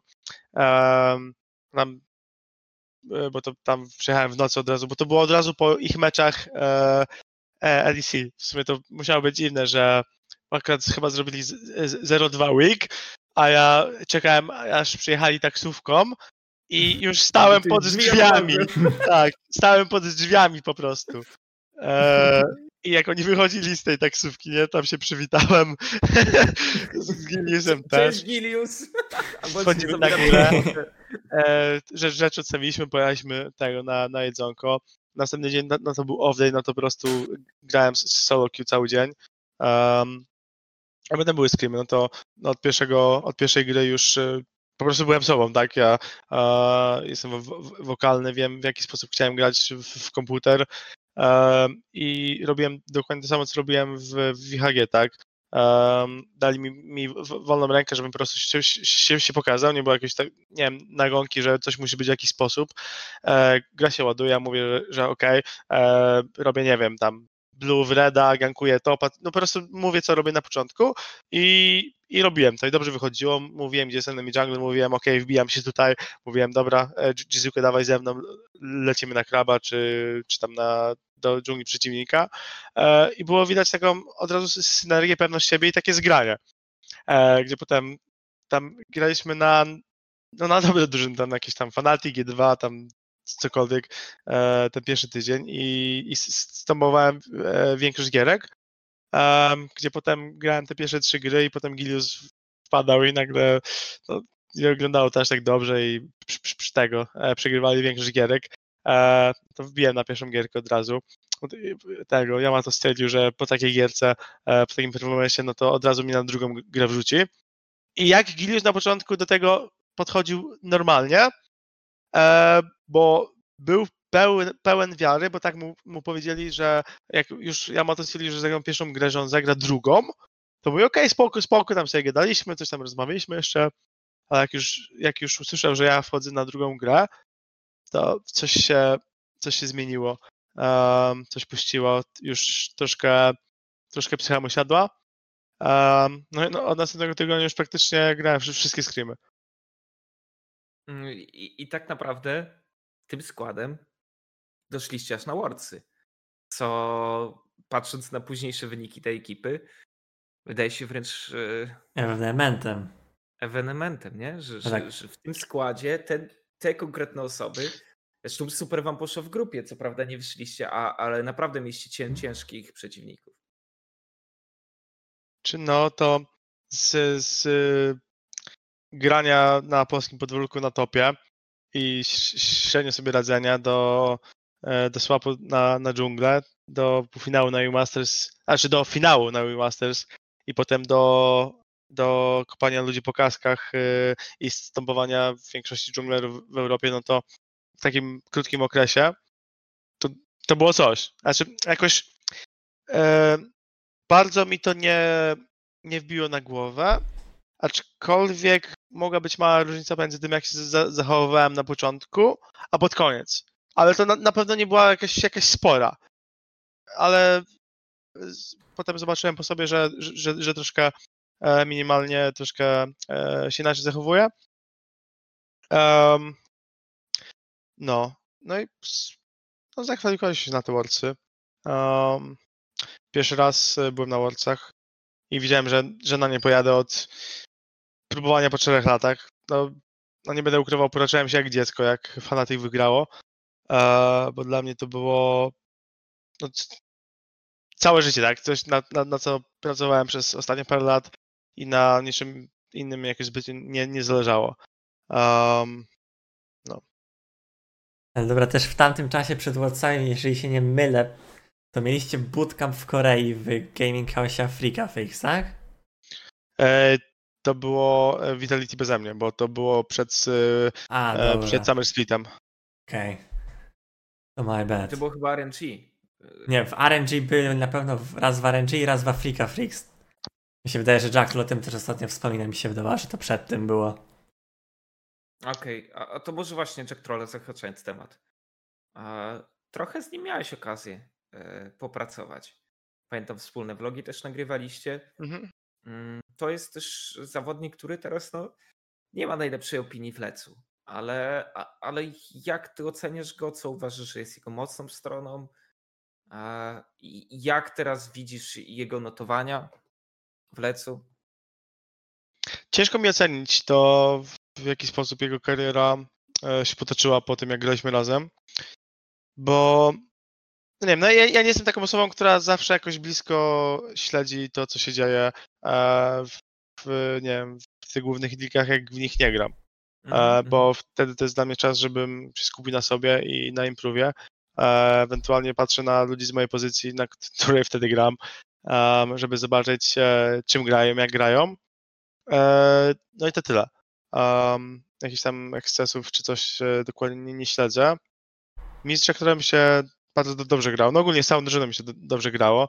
bo to tam przyjechałem w nocy od razu, bo to było od razu po ich meczach LEC. W sumie to musiało być dziwne, że akurat chyba zrobili 0-2 week, a ja czekałem, aż przyjechali taksówką i już stałem pod drzwiami. Tak, stałem pod drzwiami po prostu. I jak oni wychodzili z tej taksówki, nie, tam się przywitałem z Giliusem też. Cześć Gilius! Wchodzimy na górę. Rzecz odstawiliśmy, pojechaliśmy tego na jedzonko. Następny dzień, no to był off day, no to po prostu grałem z solo queue cały dzień. A potem były screamy, no to od pierwszej gry już po prostu byłem sobą, tak? Ja jestem wokalny, wiem w jaki sposób chciałem grać w komputer i robiłem dokładnie to samo, co robiłem w WHG, tak? Dali mi wolną rękę, żebym po prostu się pokazał, nie było jakiejś, tak, nie wiem, nagonki, że coś musi być w jakiś sposób. Gra się ładuje, ja mówię, że okej, robię, nie wiem, tam blue w reda, gankuję topa, no po prostu mówię, co robię na początku i robiłem to i dobrze wychodziło, mówiłem, gdzie jest enemy jungle, mówiłem, okej, wbijam się tutaj, mówiłem, dobra, Jizuke, dawaj ze mną, lecimy na kraba, czy tam do dżungli przeciwnika i było widać taką od razu synergię, pewność siebie i takie zgranie, gdzie potem tam graliśmy na dobre drużyny, tam jakieś tam Fnatic, G2, tam cokolwiek ten pierwszy tydzień i stąpowałem większość gierek, gdzie potem grałem te pierwsze 3 gry i potem Gilius wpadał i nagle no, nie wyglądało to aż tak dobrze i przy tego przegrywali większość gierek. To wbiłem na pierwszą gierkę od razu. Tego Yamato stwierdził, że po takiej gierce, po takim performance'ie, no to od razu mi na drugą grę wrzuci. I jak Gilius na początku do tego podchodził normalnie, bo był pełen wiary, bo tak mu powiedzieli, że jak już Yamato stwierdził, że zagram pierwszą grę, że on zagra drugą, to mówię, okej, spoko, tam sobie gadaliśmy, coś tam rozmawialiśmy jeszcze, ale jak już usłyszał, że ja wchodzę na drugą grę, to coś się zmieniło, coś puściło, już troszkę psycha mu siadła. No, od następnego tygodnia już praktycznie grałem wszystkie screamy. I tak naprawdę tym składem doszliście aż na Worldsy, co patrząc na późniejsze wyniki tej ekipy, wydaje się wręcz ewenementem, nie? Że w tym składzie te konkretne osoby, zresztą super wam poszło w grupie, co prawda nie wyszliście, ale naprawdę mieliście ciężkich przeciwników. Czy no to z grania na polskim podwórku na topie i średnio sobie radzenia do swapu na dżunglę, do półfinału na U-Masters, znaczy do finału na U-Masters i potem do kopania ludzi po kaskach i stąpowania większości dżunglerów w Europie, no to w takim krótkim okresie to było coś. Znaczy jakoś bardzo mi to nie wbiło na głowę, aczkolwiek mogła być mała różnica między tym, jak się zachowywałem na początku, a pod koniec. Ale to na pewno nie była jakaś spora. Ale potem zobaczyłem po sobie, że troszkę minimalnie troszkę się inaczej zachowuje. No i zakwalifikowałem się na te Worldsy. Pierwszy raz byłem na Worldsach i widziałem, że na nie pojadę od próbowania po 4 latach. No nie będę ukrywał, poroczyłem się jak dziecko, jak Fnatic wygrało, bo dla mnie to było całe życie, tak? Coś, na co pracowałem przez ostatnie parę lat i na niczym innym jakoś zbyt nie zależało. No. Ale dobra, też w tamtym czasie przed Worldsami, jeżeli się nie mylę, to mieliście bootcamp w Korei w Gaming House Africa Fix, tak? To było Vitality beze mnie, bo to było przed Summer Splitem. Okej. To my bad. To było chyba RNG. Nie, w RNG były na pewno raz w RNG i raz w Africa Freaks. Mi się wydaje, że Jack o tym też ostatnio wspomina, mi się wydawało, że to przed tym było. Okej, a to może właśnie Jack Trolle zahaczając temat. Trochę z nim miałeś okazję popracować. Pamiętam, wspólne vlogi też nagrywaliście. Mhm. To jest też zawodnik, który teraz nie ma najlepszej opinii w Lecu. Ale jak ty oceniasz go? Co uważasz, że jest jego mocną stroną? Jak teraz widzisz jego notowania w Lecu? Ciężko mi ocenić to, w jaki sposób jego kariera się potoczyła po tym, jak graliśmy razem. Bo nie wiem, ja nie jestem taką osobą, która zawsze jakoś blisko śledzi to, co się dzieje nie wiem, w tych głównych ligach, jak w nich nie gram. Bo wtedy to jest dla mnie czas, żebym się skupił na sobie i na improwie. Ewentualnie patrzę na ludzi z mojej pozycji, na której wtedy gram, żeby zobaczyć, czym grają, jak grają. No i to tyle. Jakichś tam ekscesów czy coś dokładnie nie śledzę. Mistrza, którym się bardzo dobrze grał. No ogólnie z całą drużyną mi się dobrze grało.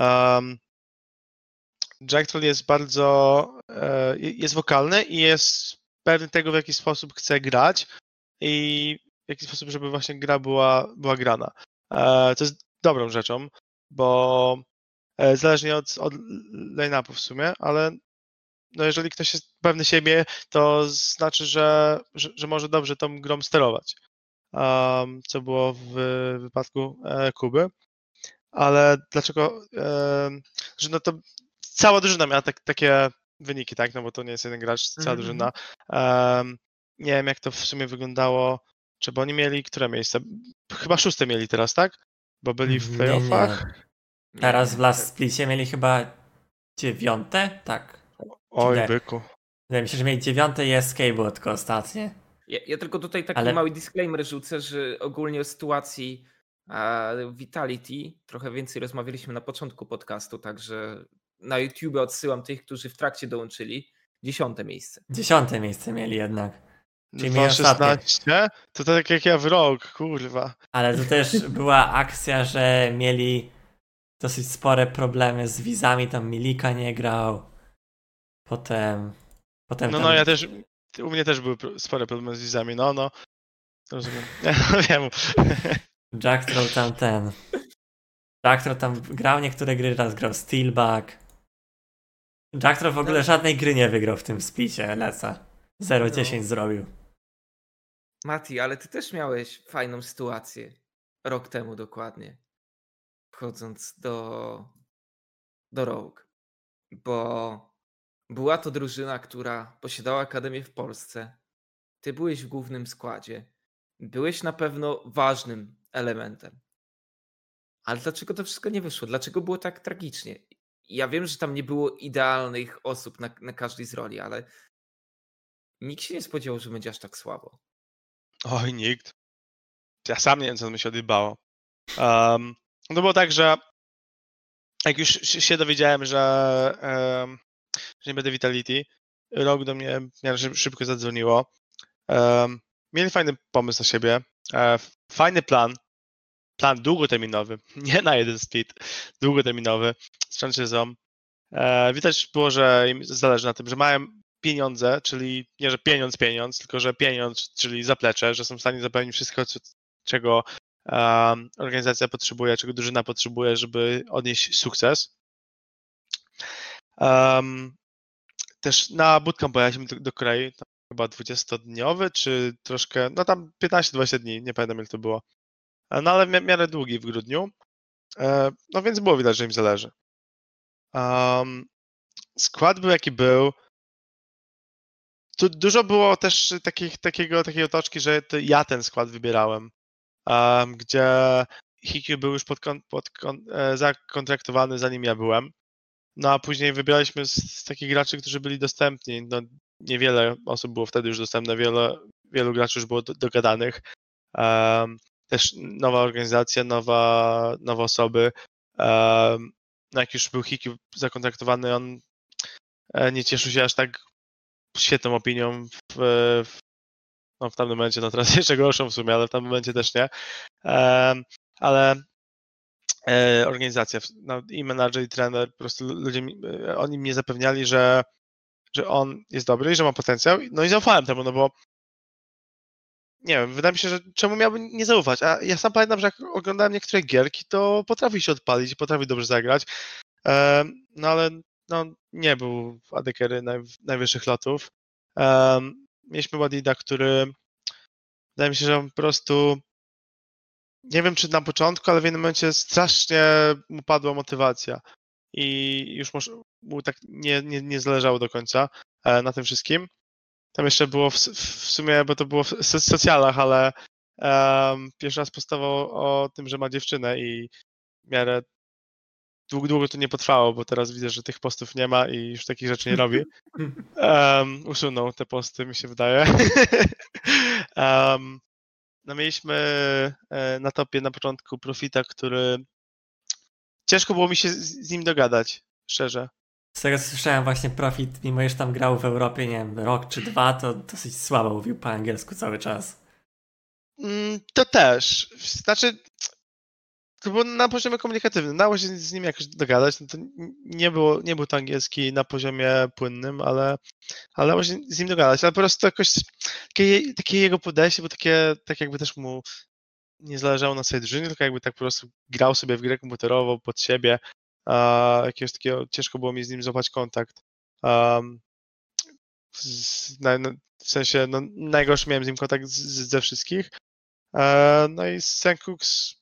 Jack Troll jest bardzo jest wokalny i jest pewny tego, w jaki sposób chce grać i w jaki sposób, żeby właśnie gra była grana. To jest dobrą rzeczą, bo zależnie od line-upu w sumie, ale no jeżeli ktoś jest pewny siebie, to znaczy, że może dobrze tą grą sterować. Co było w wypadku Kuby. Ale dlaczego? Że no to cała drużyna miała takie wyniki, tak? No bo to nie jest jeden gracz, cała drużyna. Nie wiem, jak to w sumie wyglądało. Czy bo oni mieli które miejsce? Chyba 6 mieli teraz, tak? Bo byli w playoffach. Nie. Teraz w Last Splicie mieli chyba 9? Tak. Oj, byku. Wydaje mi się, że mieli 9 i escape było tylko ostatnie. Ja tylko tutaj taki mały disclaimer rzucę, że ogólnie o sytuacji Vitality trochę więcej rozmawialiśmy na początku podcastu, także na YouTube odsyłam tych, którzy w trakcie dołączyli. 10 miejsce. 10 miejsce mieli jednak. Czyli mieli ostatnie. 2.16? To tak jak ja w rok, kurwa. Ale to też była akcja, że mieli dosyć spore problemy z wizami, tam Milika nie grał. Potem No, tam no, ja też, u mnie też były spore problemy z wizami, no. Rozumiem. Wiem. Jacktroll tam grał niektóre gry, raz grał Steelback. Jacktroll w ogóle żadnej gry nie wygrał w tym splicie, Leca. 0-10 zrobił. Mati, ale ty też miałeś fajną sytuację. Rok temu dokładnie. Wchodząc do Rogue. Bo była to drużyna, która posiadała akademię w Polsce. Ty byłeś w głównym składzie. Byłeś na pewno ważnym elementem. Ale dlaczego to wszystko nie wyszło? Dlaczego było tak tragicznie? Ja wiem, że tam nie było idealnych osób na każdej z roli, ale nikt się nie spodziewał, że będzie aż tak słabo. Oj, nikt. Ja sam nie wiem, co mi się odjebało. No było tak, że jak już się dowiedziałem, że nie będę Vitality, Rogue do mnie szybko zadzwoniło. Mieli fajny pomysł na siebie, fajny plan długoterminowy, nie na jeden split, długoterminowy z franczyzą. Widać było, że im zależy na tym, że mają pieniądze, czyli nie, że pieniądz, tylko że pieniądz, czyli zaplecze, że są w stanie zapewnić wszystko, czego organizacja potrzebuje, czego drużyna potrzebuje, żeby odnieść sukces. Też na bootcamp pojechaliśmy do Korei, chyba 20-dniowy, czy troszkę, no tam 15-20 dni, nie pamiętam jak to było. No ale w miarę długi w grudniu. No więc było widać, że im zależy. Skład był jaki był. Tu dużo było też takiej otoczki, że to ja ten skład wybierałem, gdzie Hikyu był już zakontraktowany zanim ja byłem. No a później wybieraliśmy z takich graczy, którzy byli dostępni. No, niewiele osób było wtedy już dostępne, wielu graczy już było dogadanych. Też nowa organizacja, nowe osoby. No jak już był Hikyu zakontraktowany, on nie cieszył się aż tak świetną opinią w tamtym momencie, no teraz jeszcze gorszą w sumie, ale w tamtym momencie też nie. Ale organizacja, no, i menadżer, i trener, po prostu ludzie, oni mnie zapewniali, że on jest dobry i że ma potencjał. No i zaufałem temu, no bo nie wiem, wydaje mi się, że czemu miałbym nie zaufać? A ja sam pamiętam, że jak oglądałem niektóre gierki, to potrafi się odpalić, potrafi dobrze zagrać. No ale no, nie był AD-carry najwyższych lotów. Mieliśmy Wadida, który wydaje mi się, że on po prostu nie wiem, czy na początku, ale w jednym momencie strasznie mu padła motywacja i już mu tak nie zależało do końca na tym wszystkim. Tam jeszcze było w sumie, bo to było w socjalach, ale pierwszy raz postawał o tym, że ma dziewczynę i w miarę długo to nie potrwało, bo teraz widzę, że tych postów nie ma i już takich rzeczy nie robi. Usunął te posty, mi się wydaje. No mieliśmy na topie na początku Profita, który ciężko było mi się z nim dogadać, szczerze. Z tego co słyszałem, właśnie Profit, mimo że tam grał w Europie, nie wiem, rok czy dwa, to dosyć słabo mówił po angielsku cały czas. To też. Znaczy, to było na poziomie komunikatywnym. Dało się z nim jakoś dogadać. No to nie był to angielski na poziomie płynnym, ale dało się z nim dogadać. Ale po prostu jakoś takie jego podejście było takie, tak jakby też mu nie zależało na swojej drużynie, tylko jakby tak po prostu grał sobie w grę komputerową pod siebie. Jakiegoś takiego, ciężko było mi z nim złapać kontakt. W sensie, no, najgorszy miałem z nim kontakt ze wszystkich. No i Sencooks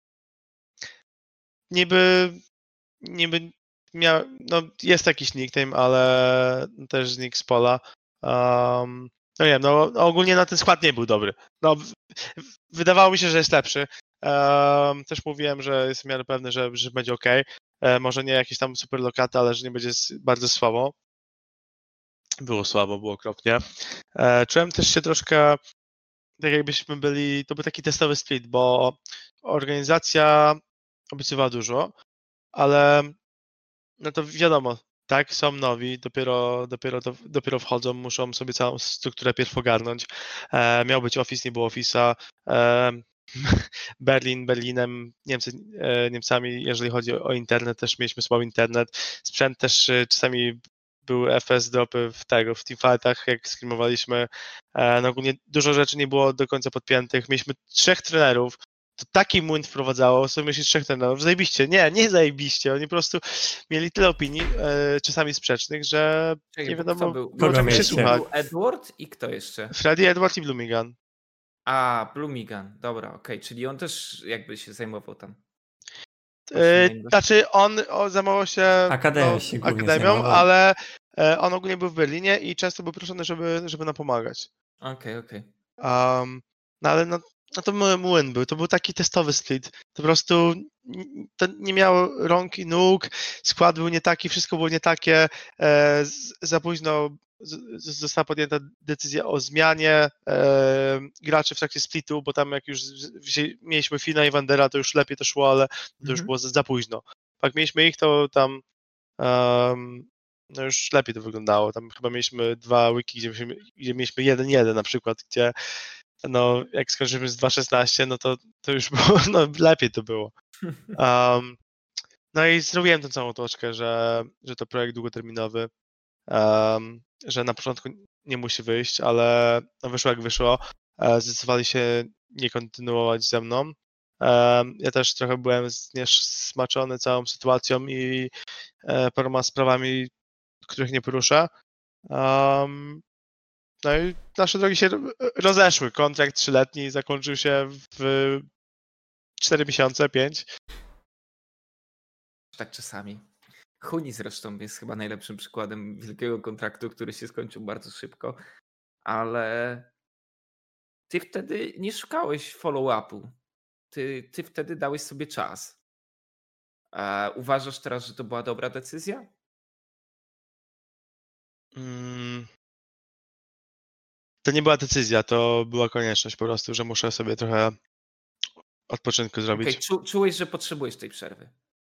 niby miał, no jest jakiś nickname, ale też nick z pola. No nie wiem, no ogólnie na ten skład nie był dobry. No wydawało mi się, że jest lepszy. Też mówiłem, że jestem w miarę pewny, że będzie ok. Może nie jakieś tam super lokaty, ale że nie będzie bardzo słabo. Było słabo, było okropnie. Czułem też się troszkę tak jakbyśmy byli, to był taki testowy split, bo organizacja obiecywała dużo, ale no to wiadomo, tak, są nowi, dopiero wchodzą, muszą sobie całą strukturę pierw ogarnąć. Miał być Office, nie było Office'a. Berlinem, Niemcami, jeżeli chodzi o internet, też mieliśmy słaby internet. Sprzęt też czasami były FPS dropy w teamfightach, jak screamowaliśmy. No ogólnie dużo rzeczy nie było do końca podpiętych. Mieliśmy 3 trenerów. To taki młyn wprowadzało, sobie myślisz 3 trenerów, zajebiście. Nie zajebiście, oni po prostu mieli tyle opinii, czasami sprzecznych, że nie wiadomo, Kto był? Kogo czego się mieliście? słuchać. Był Edward i kto jeszcze? Freddy, Edward i Blumigan. A, Blumigan, dobra, okej, czyli on też jakby się zajmował tam. Znaczy on zajmował się Akademią się głównie akademią, zajmował. ale on ogólnie był w Berlinie i często był proszony, żeby nam pomagać. Okej. No ale to młyn był, to był taki testowy split. To po prostu to nie miało rąk i nóg, skład był nie taki, wszystko było nie takie. Za późno została podjęta decyzja o zmianie graczy w trakcie splitu, bo tam jak już mieliśmy Fina i Wandera, to już lepiej to szło, ale to już było za późno. Jak mieliśmy ich, to tam no już lepiej to wyglądało. Tam chyba mieliśmy 2 wiki, gdzie mieliśmy 1-1 na przykład, gdzie no jak skończyliśmy z 2.16, no to już było, no lepiej to było. No i zrobiłem tę całą toczkę, że to projekt długoterminowy, że na początku nie musi wyjść, ale no wyszło jak wyszło. Zdecydowali się nie kontynuować ze mną. Ja też trochę byłem zniesmaczony całą sytuacją i paroma sprawami, których nie poruszę. No i nasze drogi się rozeszły. Kontrakt 3-letni zakończył się w 4 miesiące, 5. Tak czasami. Huni zresztą jest chyba najlepszym przykładem wielkiego kontraktu, który się skończył bardzo szybko, ale ty wtedy nie szukałeś follow-upu. Ty wtedy dałeś sobie czas. Uważasz teraz, że to była dobra decyzja? To nie była decyzja, to była konieczność po prostu, że muszę sobie trochę odpoczynku zrobić. Czułeś, że potrzebujesz tej przerwy?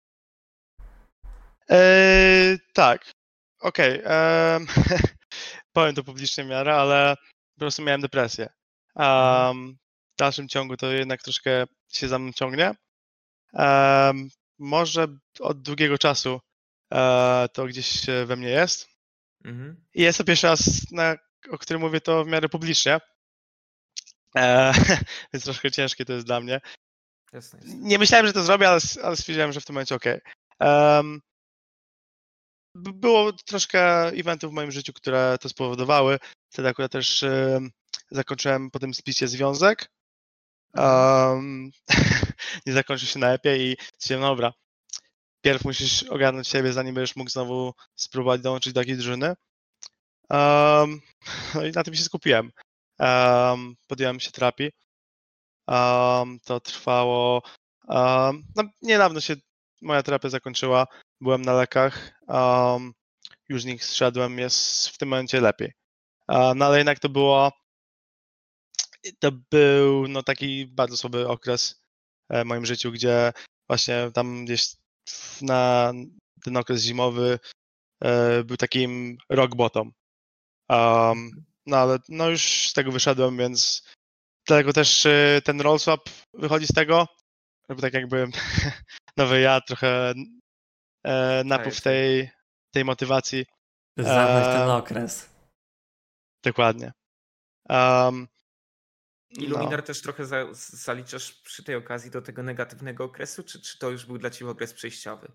Tak. Okej. Powiem to publicznie w miarę, ale po prostu miałem depresję. W dalszym ciągu to jednak troszkę się za mną ciągnie. Może od długiego czasu to gdzieś we mnie jest. I jest to pierwszy raz, o którym mówię to w miarę publicznie. Więc troszkę ciężkie to jest dla mnie. Jasne. Nie myślałem, że to zrobię, ale stwierdziłem, że w tym momencie okej. Było troszkę eventów w moim życiu, które to spowodowały. Wtedy akurat też zakończyłem po tym splicie związek. Nie zakończył się najlepiej i stwierdziłem, no dobra, pierw musisz ogarnąć siebie, zanim będziesz mógł znowu spróbować dołączyć do takiej drużyny. No i na tym się skupiłem. Podjąłem się terapii. To trwało... No, niedawno się moja terapia zakończyła. Byłem na lekach. Już z nich zszedłem. Jest w tym momencie lepiej. No ale jednak to był no, taki bardzo słaby okres w moim życiu, gdzie właśnie tam gdzieś na ten okres zimowy był takim rock bottom. No ale no już z tego wyszedłem, więc dlatego też ten roll swap wychodzi z tego, żeby tak jakby nowy ja, trochę napływ tej motywacji. Zamknąć ten okres. Dokładnie. Illuminar też trochę zaliczasz przy tej okazji do tego negatywnego okresu, czy to już był dla ciebie okres przejściowy?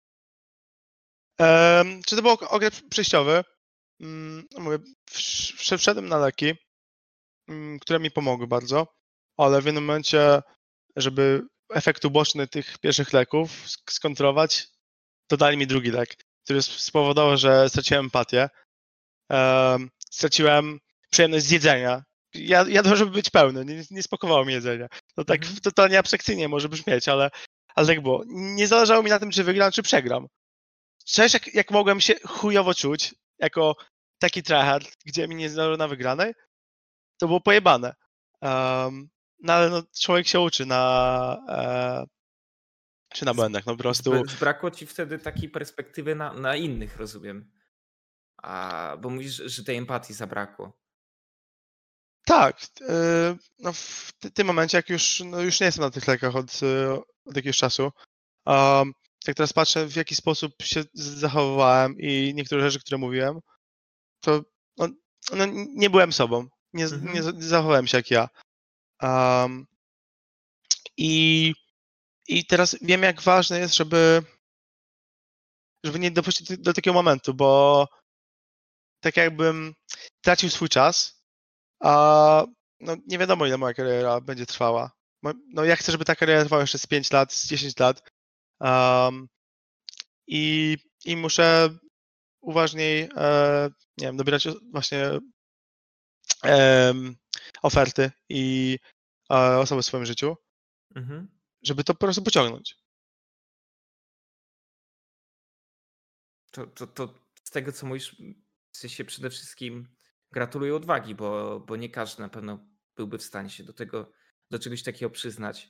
Czy to był okres przejściowy? Mówię, wszedłem na leki, które mi pomogły bardzo, ale w jednym momencie, żeby efekt uboczny tych pierwszych leków skontrolować, dodali mi drugi lek, który spowodował, że straciłem empatię, straciłem przyjemność z jedzenia. Jadłem, żeby być pełny, nie smakowało mi jedzenia. To tak totalnie abstrakcyjnie może brzmieć, ale tak było. Nie zależało mi na tym, czy wygram, czy przegram. Cześć, jak mogłem się chujowo czuć, jako taki tryhard, gdzie mi nie zależy na wygranej, to było pojebane. No ale no, człowiek się uczy czy na błędach, no po prostu. Zbrakło ci wtedy takiej perspektywy na innych, rozumiem. Bo mówisz, że tej empatii zabrakło. Tak, no w tym momencie, jak już nie jestem na tych lekach od jakiegoś czasu, jak teraz patrzę, w jaki sposób się zachowywałem i niektóre rzeczy, które mówiłem, to nie byłem sobą. Nie zachowałem się jak ja. I teraz wiem, jak ważne jest, żeby nie dopuścić do takiego momentu, bo tak jakbym tracił swój czas, a nie wiadomo, ile moja kariera będzie trwała. No ja chcę, żeby ta kariera trwała jeszcze z 5 lat, z 10 lat. I muszę uważniej, nie wiem, dobierać właśnie oferty i osoby w swoim życiu, żeby to po prostu pociągnąć. To z tego, co mówisz, w sensie przede wszystkim gratuluję odwagi, bo nie każdy na pewno byłby w stanie się do czegoś takiego przyznać.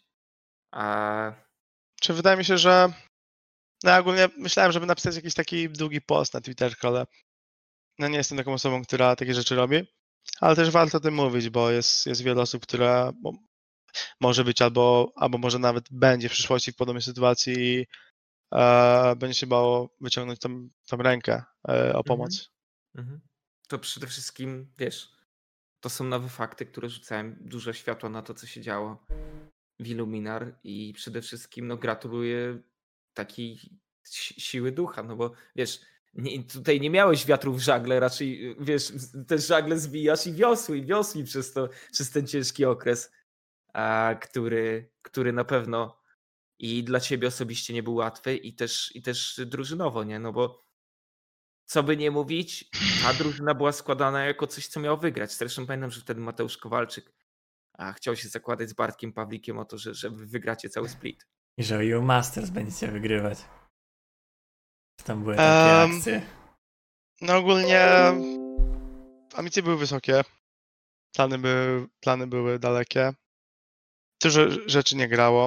Czy wydaje mi się, że ja ogólnie myślałem, żeby napisać jakiś taki długi post na Twitterze, ale nie jestem taką osobą, która takie rzeczy robi, ale też warto o tym mówić, bo jest wiele osób, które może być albo może nawet będzie w przyszłości w podobnej sytuacji i będzie się bało wyciągnąć tą rękę o pomoc. To przede wszystkim, wiesz, to są nowe fakty, które rzucają dużo światła na to, co się działo w Illuminar i przede wszystkim gratuluję takiej siły ducha, no bo wiesz, tutaj nie miałeś wiatru w żagle, raczej wiesz, te żagle zwijasz i wiosły przez ten ciężki okres, który na pewno i dla ciebie osobiście nie był łatwy i też drużynowo, nie? No bo co by nie mówić, ta drużyna była składana jako coś, co miał wygrać. Zresztą pamiętam, że wtedy Mateusz Kowalczyk chciał się zakładać z Bartkiem Pawlikiem o to, że wy wygracie cały split. I że EU Masters będziecie wygrywać. Tam były takie akcje. No ogólnie ambicje były wysokie. Plany były dalekie. Dużo rzeczy nie grało.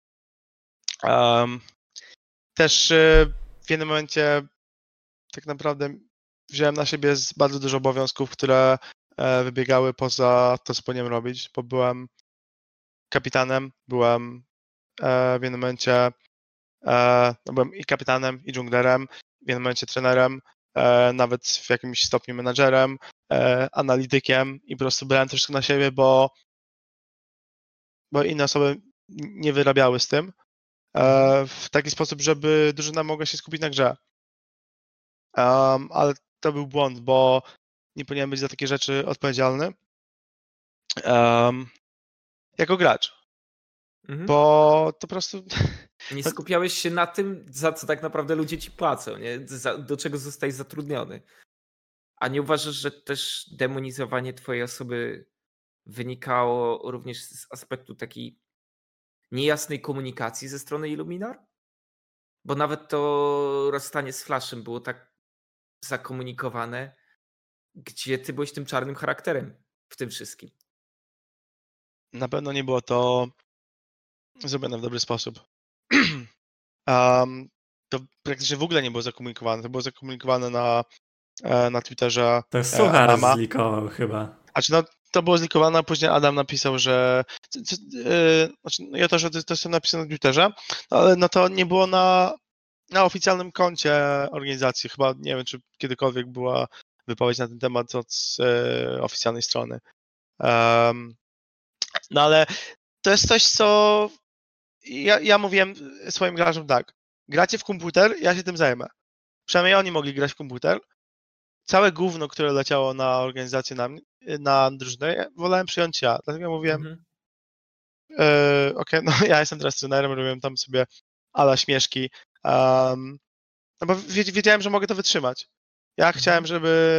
Też w jednym momencie tak naprawdę wziąłem na siebie bardzo dużo obowiązków, które wybiegały poza to, co powinienem robić, bo byłem kapitanem, byłem w jednym momencie byłem i kapitanem, i dżunglerem, w jednym momencie trenerem, nawet w jakimś stopniu menadżerem, analitykiem i po prostu brałem to wszystko na siebie, bo inne osoby nie wyrabiały z tym w taki sposób, żeby drużyna mogła się skupić na grze. Ale to był błąd, bo nie powinienem być za takie rzeczy odpowiedzialny jako gracz. Bo to po prostu... Nie skupiałeś się na tym, za co tak naprawdę ludzie ci płacą, nie? Do czego zostajesz zatrudniony. A nie uważasz, że też demonizowanie twojej osoby wynikało również z aspektu takiej niejasnej komunikacji ze strony Illuminar? Bo nawet to rozstanie z Flashem było tak zakomunikowane, gdzie ty byłeś tym czarnym charakterem w tym wszystkim. Na pewno nie było to zrobione w dobry sposób. To praktycznie w ogóle nie było zakomunikowane. To było zakomunikowane na Twitterze To Suchar Adama. zlikował chyba. Znaczy, to było zlikowane, a później Adam napisał, że... Znaczy, ja też to jestem napisane na Twitterze, ale to nie było na oficjalnym koncie organizacji. Chyba nie wiem, czy kiedykolwiek była wypowiedź na ten temat od oficjalnej strony. No ale to jest coś, co ja mówiłem swoim graczom tak. Gracie w komputer, ja się tym zajmę. Przynajmniej oni mogli grać w komputer. Całe gówno, które leciało na organizację na drużynę, wolałem przyjąć ja. Dlatego mówiłem, okej, no ja jestem teraz trenerem, robiłem tam sobie ala śmieszki, no bo wiedziałem, że mogę to wytrzymać. Ja chciałem,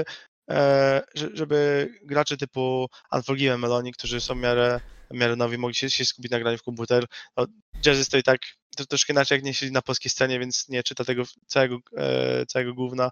żeby gracze typu Unforgiven Meloni, którzy są w miarę nowi, mogli się skupić na graniu w komputer. No, Jazzy stoi tak troszkę inaczej, jak nie siedzi na polskiej scenie, więc nie czyta tego całego gówna.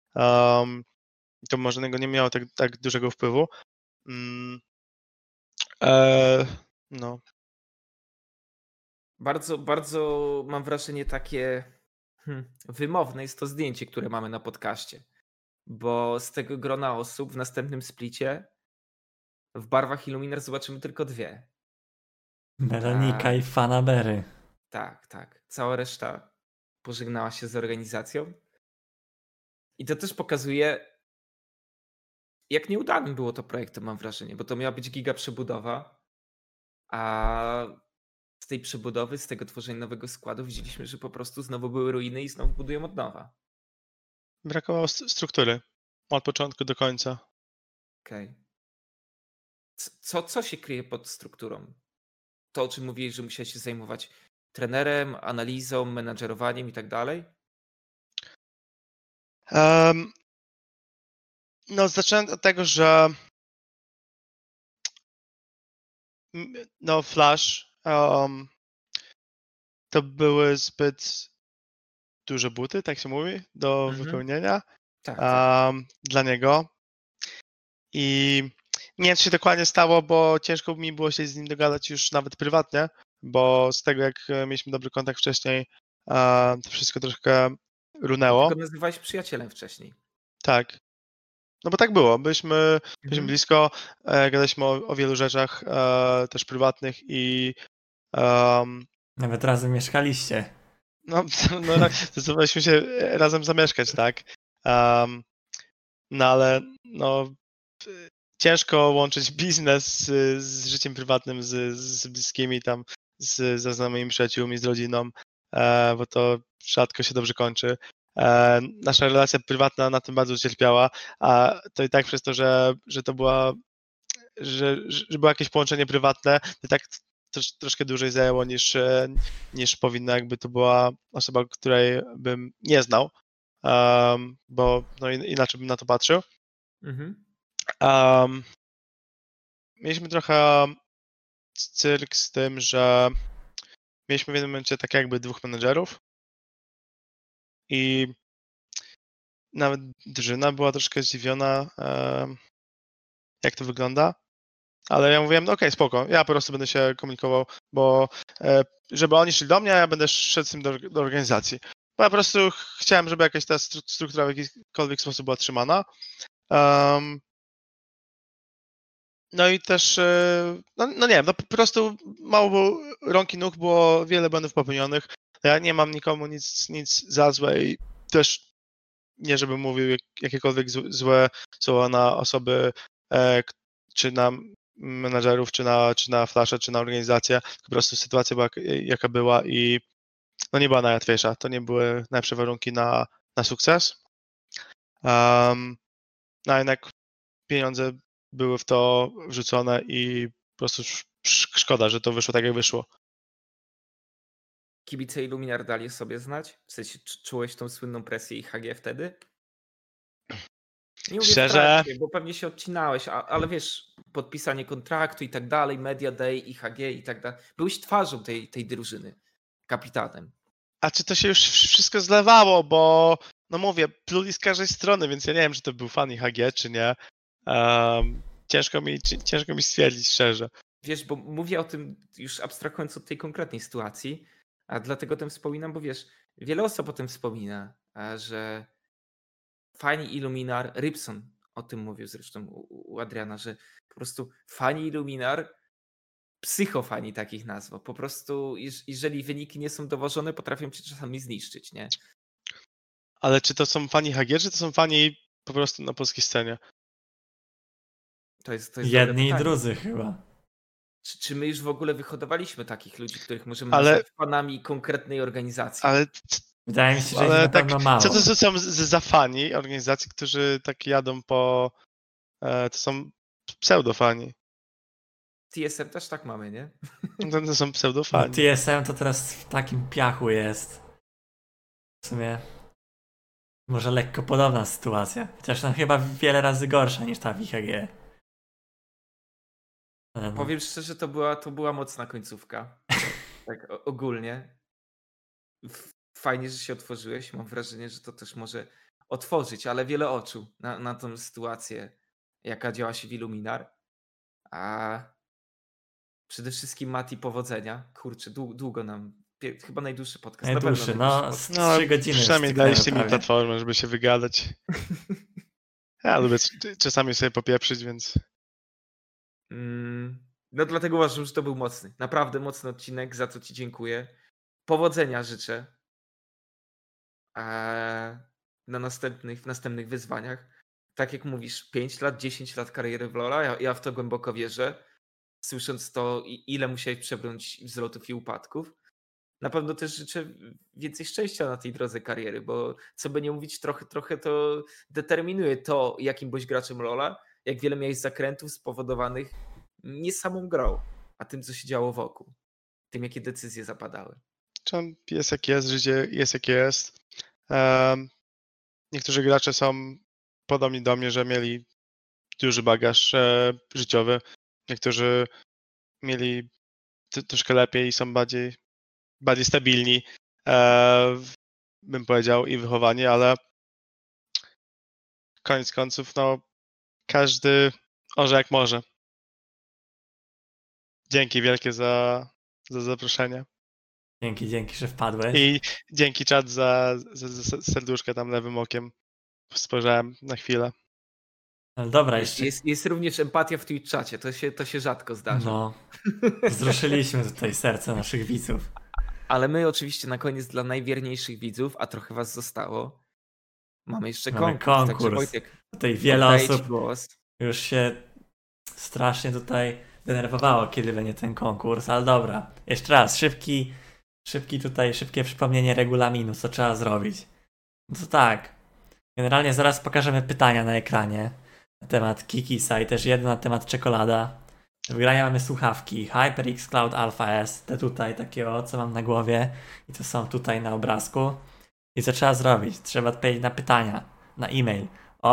To może na niego nie miało tak dużego wpływu. No. Bardzo, bardzo mam wrażenie takie wymowne jest to zdjęcie, które mamy na podcaście. Bo z tego grona osób w następnym splicie w barwach Illuminar zobaczymy tylko 2. Weronika i Fanabery. Tak. Cała reszta pożegnała się z organizacją. I to też pokazuje, jak nieudanym było to projektem, mam wrażenie, bo to miała być giga przebudowa, a z tej przebudowy, z tego tworzenia nowego składu widzieliśmy, że po prostu znowu były ruiny i znowu budują od nowa. Brakowało struktury od początku do końca. Okej. Co się kryje pod strukturą? To, o czym mówiłeś, że musiałeś się zajmować trenerem, analizą, menadżerowaniem i tak dalej? No, zacząłem od tego, że no Flash to były zbyt duże buty, tak się mówi, do wypełnienia Tak. dla niego. I nie wiem, co się dokładnie stało, bo ciężko mi było się z nim dogadać już nawet prywatnie, bo z tego, jak mieliśmy dobry kontakt wcześniej, to wszystko troszkę runęło. Tylko nazywałeś przyjacielem wcześniej. Tak. No bo tak było. Byliśmy blisko, gadaliśmy o wielu rzeczach też prywatnych i Nawet razem mieszkaliście. no zdecydowaliśmy się razem zamieszkać, tak. No ale no ciężko łączyć biznes z życiem prywatnym, z bliskimi tam, ze znajomymi przyjaciółmi, z rodziną, bo to rzadko się dobrze kończy. Nasza relacja prywatna na tym bardzo ucierpiała, a to i tak przez to, że to była, że było jakieś połączenie prywatne, to tak troszkę dłużej zajęło niż powinno, jakby to była osoba, której bym nie znał, bo no inaczej bym na to patrzył. Mieliśmy trochę cyrk z tym, że mieliśmy w jednym momencie tak jakby 2 menedżerów i nawet drużyna była troszkę zdziwiona, jak to wygląda, ale ja mówiłem, no okej, spoko, ja po prostu będę się komunikował, bo żeby oni szli do mnie, a ja będę szedł z tym do organizacji. Bo ja po prostu chciałem, żeby jakaś ta struktura w jakikolwiek sposób była trzymana. No i też, no nie wiem, no po prostu mało było rąk i nóg, było wiele błędów popełnionych. Ja nie mam nikomu nic za złe i też nie żebym mówił jakiekolwiek złe słowa na osoby, czy na menadżerów, czy na Flasha, czy na organizację. Po prostu sytuacja była jaka była i no nie była najłatwiejsza. To nie były najlepsze warunki na sukces. No jednak pieniądze były w to wrzucone i po prostu szkoda, że to wyszło tak, jak wyszło. Kibice Illuminar dali sobie znać? W sensie czułeś tą słynną presję IHG wtedy? Nie mówię Szczerze? w trakcie, bo pewnie się odcinałeś, ale wiesz, podpisanie kontraktu i tak dalej, Media Day, IHG i tak dalej. Byłeś twarzą tej drużyny, kapitanem. A czy to się już wszystko zlewało, bo no mówię, pluli z każdej strony, więc ja nie wiem, czy to był fan IHG, czy nie. Ciężko mi stwierdzić szczerze. Wiesz, bo mówię o tym już abstrahując od tej konkretnej sytuacji, a dlatego o tym wspominam, bo wiesz, wiele osób o tym wspomina, że fani Illuminar, Rybson o tym mówił zresztą u Adriana, że po prostu fani Illuminar, psychofani takich nazwał, po prostu jeżeli wyniki nie są dowożone, potrafią cię czasami zniszczyć, nie? Ale czy to są fani HG, czy to są fani po prostu na polskiej scenie? To jest Jedni i drudzy chyba. Czy my już w ogóle wyhodowaliśmy takich ludzi, których możemy nazwać fanami konkretnej organizacji? Ale wydaje mi się, że jest na pewno mało. Co to są za fani organizacji, którzy tak jadą po... To są pseudofani. TSM też tak mamy, nie? To są pseudofani. No, TSM to teraz w takim piachu jest. W sumie może lekko podobna sytuacja. Chociaż no, chyba wiele razy gorsza niż ta w IHG. No. Powiem szczerze, to była mocna końcówka. Tak ogólnie. Fajnie, że się otworzyłeś. Mam wrażenie, że to też może otworzyć, ale wiele oczu na tą sytuację, jaka działa się w Illuminar. A Przede wszystkim Mati, powodzenia. Kurczę, długo nam... Chyba najdłuższy podcast. Najdłuższy, na pewno no, najdłuższy No, 3 godziny. przynajmniej wstyknęły daliście mi prawie. platformę, żeby się wygadać. Ja lubię czasami sobie popieprzyć, więc... No dlatego uważam, że to był mocny. Naprawdę mocny odcinek, za co ci dziękuję. Powodzenia życzę w następnych wyzwaniach. Tak jak mówisz, 5 lat, 10 lat kariery w LoL'a, ja w to głęboko wierzę. Słysząc to, ile musiałeś przebrnąć wzlotów i upadków. Na pewno też życzę więcej szczęścia na tej drodze kariery, bo co by nie mówić, trochę to determinuje to, jakim byłeś graczem LoL'a, jak wiele miałeś zakrętów spowodowanych nie samą grą, a tym, co się działo wokół. Tym, jakie decyzje zapadały. Jest jak jest, życie jest jak jest. Niektórzy gracze są podobni do mnie, że mieli duży bagaż życiowy. Niektórzy mieli troszkę lepiej i są bardziej stabilni, bym powiedział, i wychowani, ale koniec końców, no, każdy orze jak może. Dzięki wielkie za zaproszenie. Dzięki, że wpadłeś. I dzięki czat za serduszkę tam lewym okiem. Spojrzałem na chwilę. Ale dobra, jeszcze... Jest również empatia w Twitch czacie, to się rzadko zdarza. No, wzruszyliśmy tutaj serce naszych widzów. Ale my oczywiście na koniec dla najwierniejszych widzów, a trochę was zostało, mamy jeszcze konkurs. Także Wojtek, Tutaj wiele oddaję ci osób głos. już się strasznie tutaj denerwowało, kiedy będzie ten konkurs, ale dobra. Jeszcze raz, szybkie przypomnienie regulaminu, co trzeba zrobić. No to tak, generalnie zaraz pokażemy pytania na ekranie na temat Kikisa i też jedno na temat czekolada. Do wygrania mamy słuchawki HyperX Cloud Alpha S, te tutaj, takie co mam na głowie i to są tutaj na obrazku. I co trzeba zrobić? Trzeba odpowiedzieć na pytania, na e-mail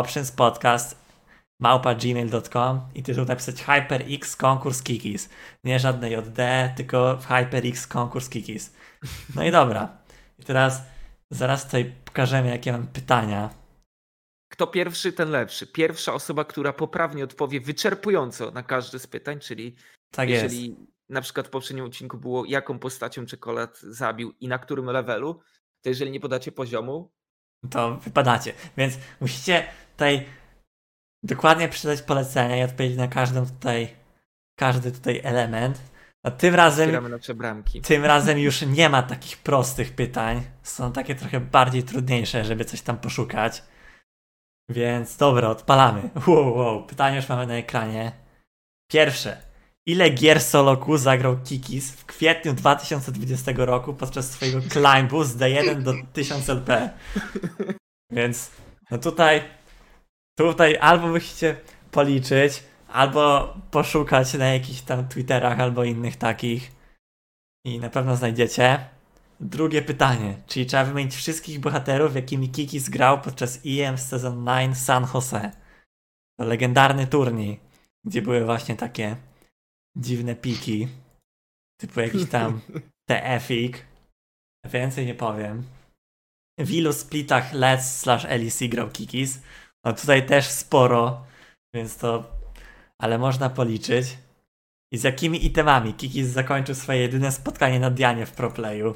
optionspodcast@gmail.com i tytuł napisać HyperX konkurs Kikis. Nie żadne JD, tylko HyperX konkurs Kikis. No i dobra. I teraz zaraz tutaj pokażemy, jakie mam pytania. Kto pierwszy, ten lepszy. Pierwsza osoba, która poprawnie odpowie wyczerpująco na każde z pytań, czyli Tak jeżeli jest. na przykład w poprzednim odcinku było, jaką postacią czekolad zabił i na którym levelu, to jeżeli nie podacie poziomu, To wypadacie. Więc musicie tutaj dokładnie przeczytać polecenia i odpowiedzieć na każdy tutaj element. A zbieramy nasze bramki. tym razem już nie ma takich prostych pytań. Są takie trochę bardziej trudniejsze, żeby coś tam poszukać. Więc dobra, odpalamy. Wow, pytanie już mamy na ekranie. Pierwsze. Ile gier solo queue zagrał Kikis w kwietniu 2020 roku podczas swojego climbu z D1 do 1000 LP? Więc no tutaj albo musicie policzyć, albo poszukać na jakichś tam Twitterach albo innych takich i na pewno znajdziecie. Drugie pytanie, czyli trzeba wymienić wszystkich bohaterów, jakimi Kikis grał podczas EM Season 9 San Jose. To legendarny turniej, gdzie były właśnie takie dziwne piki, typu jakiś tam TF-ik. Więcej nie powiem. W ilu splitach Let's/LEC grał Kikis? No tutaj też sporo, więc to... ale można policzyć. I z jakimi itemami Kikis zakończył swoje jedyne spotkanie na Dianie w ProPlayu?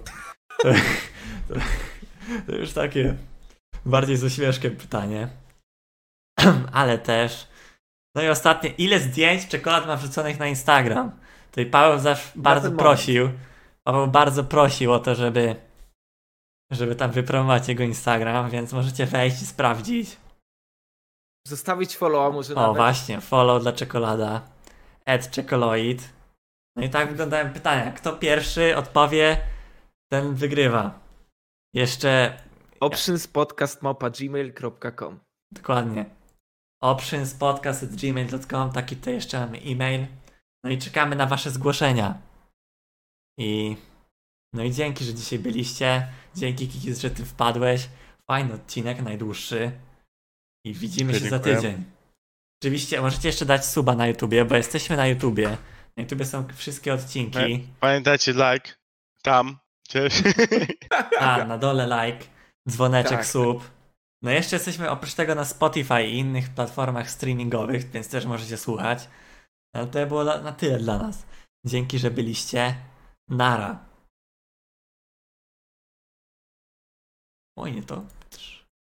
To już takie bardziej z uśmieszkiem pytanie. Ale też... No i ostatnie, ile zdjęć czekolad ma wrzuconych na Instagram? Tutaj Paweł bardzo prosił o to, żeby tam wypromować jego Instagram, więc możecie wejść i sprawdzić. Zostawić followa może O nawet. właśnie, follow dla czekolada. @czekoloid. No i tak wyglądają pytania. Kto pierwszy odpowie, ten wygrywa. Jeszcze... optionspodcast@gmail.com. Dokładnie. optionspodcast@gmail.com, taki tutaj jeszcze mamy e-mail. No i czekamy na wasze zgłoszenia. No i dzięki, że dzisiaj byliście. Dzięki Kikis, że ty wpadłeś. Fajny odcinek, najdłuższy. I widzimy się za tydzień. Oczywiście możecie jeszcze dać suba na YouTubie, bo jesteśmy na YouTubie. Na YouTubie są wszystkie odcinki. Pamiętajcie, like, tam. Na dole like, dzwoneczek, Tak. sub. No jeszcze jesteśmy oprócz tego na Spotify i innych platformach streamingowych, więc też możecie słuchać. Ale to było na tyle dla nas. Dzięki, że byliście. Nara. Oj, nie to.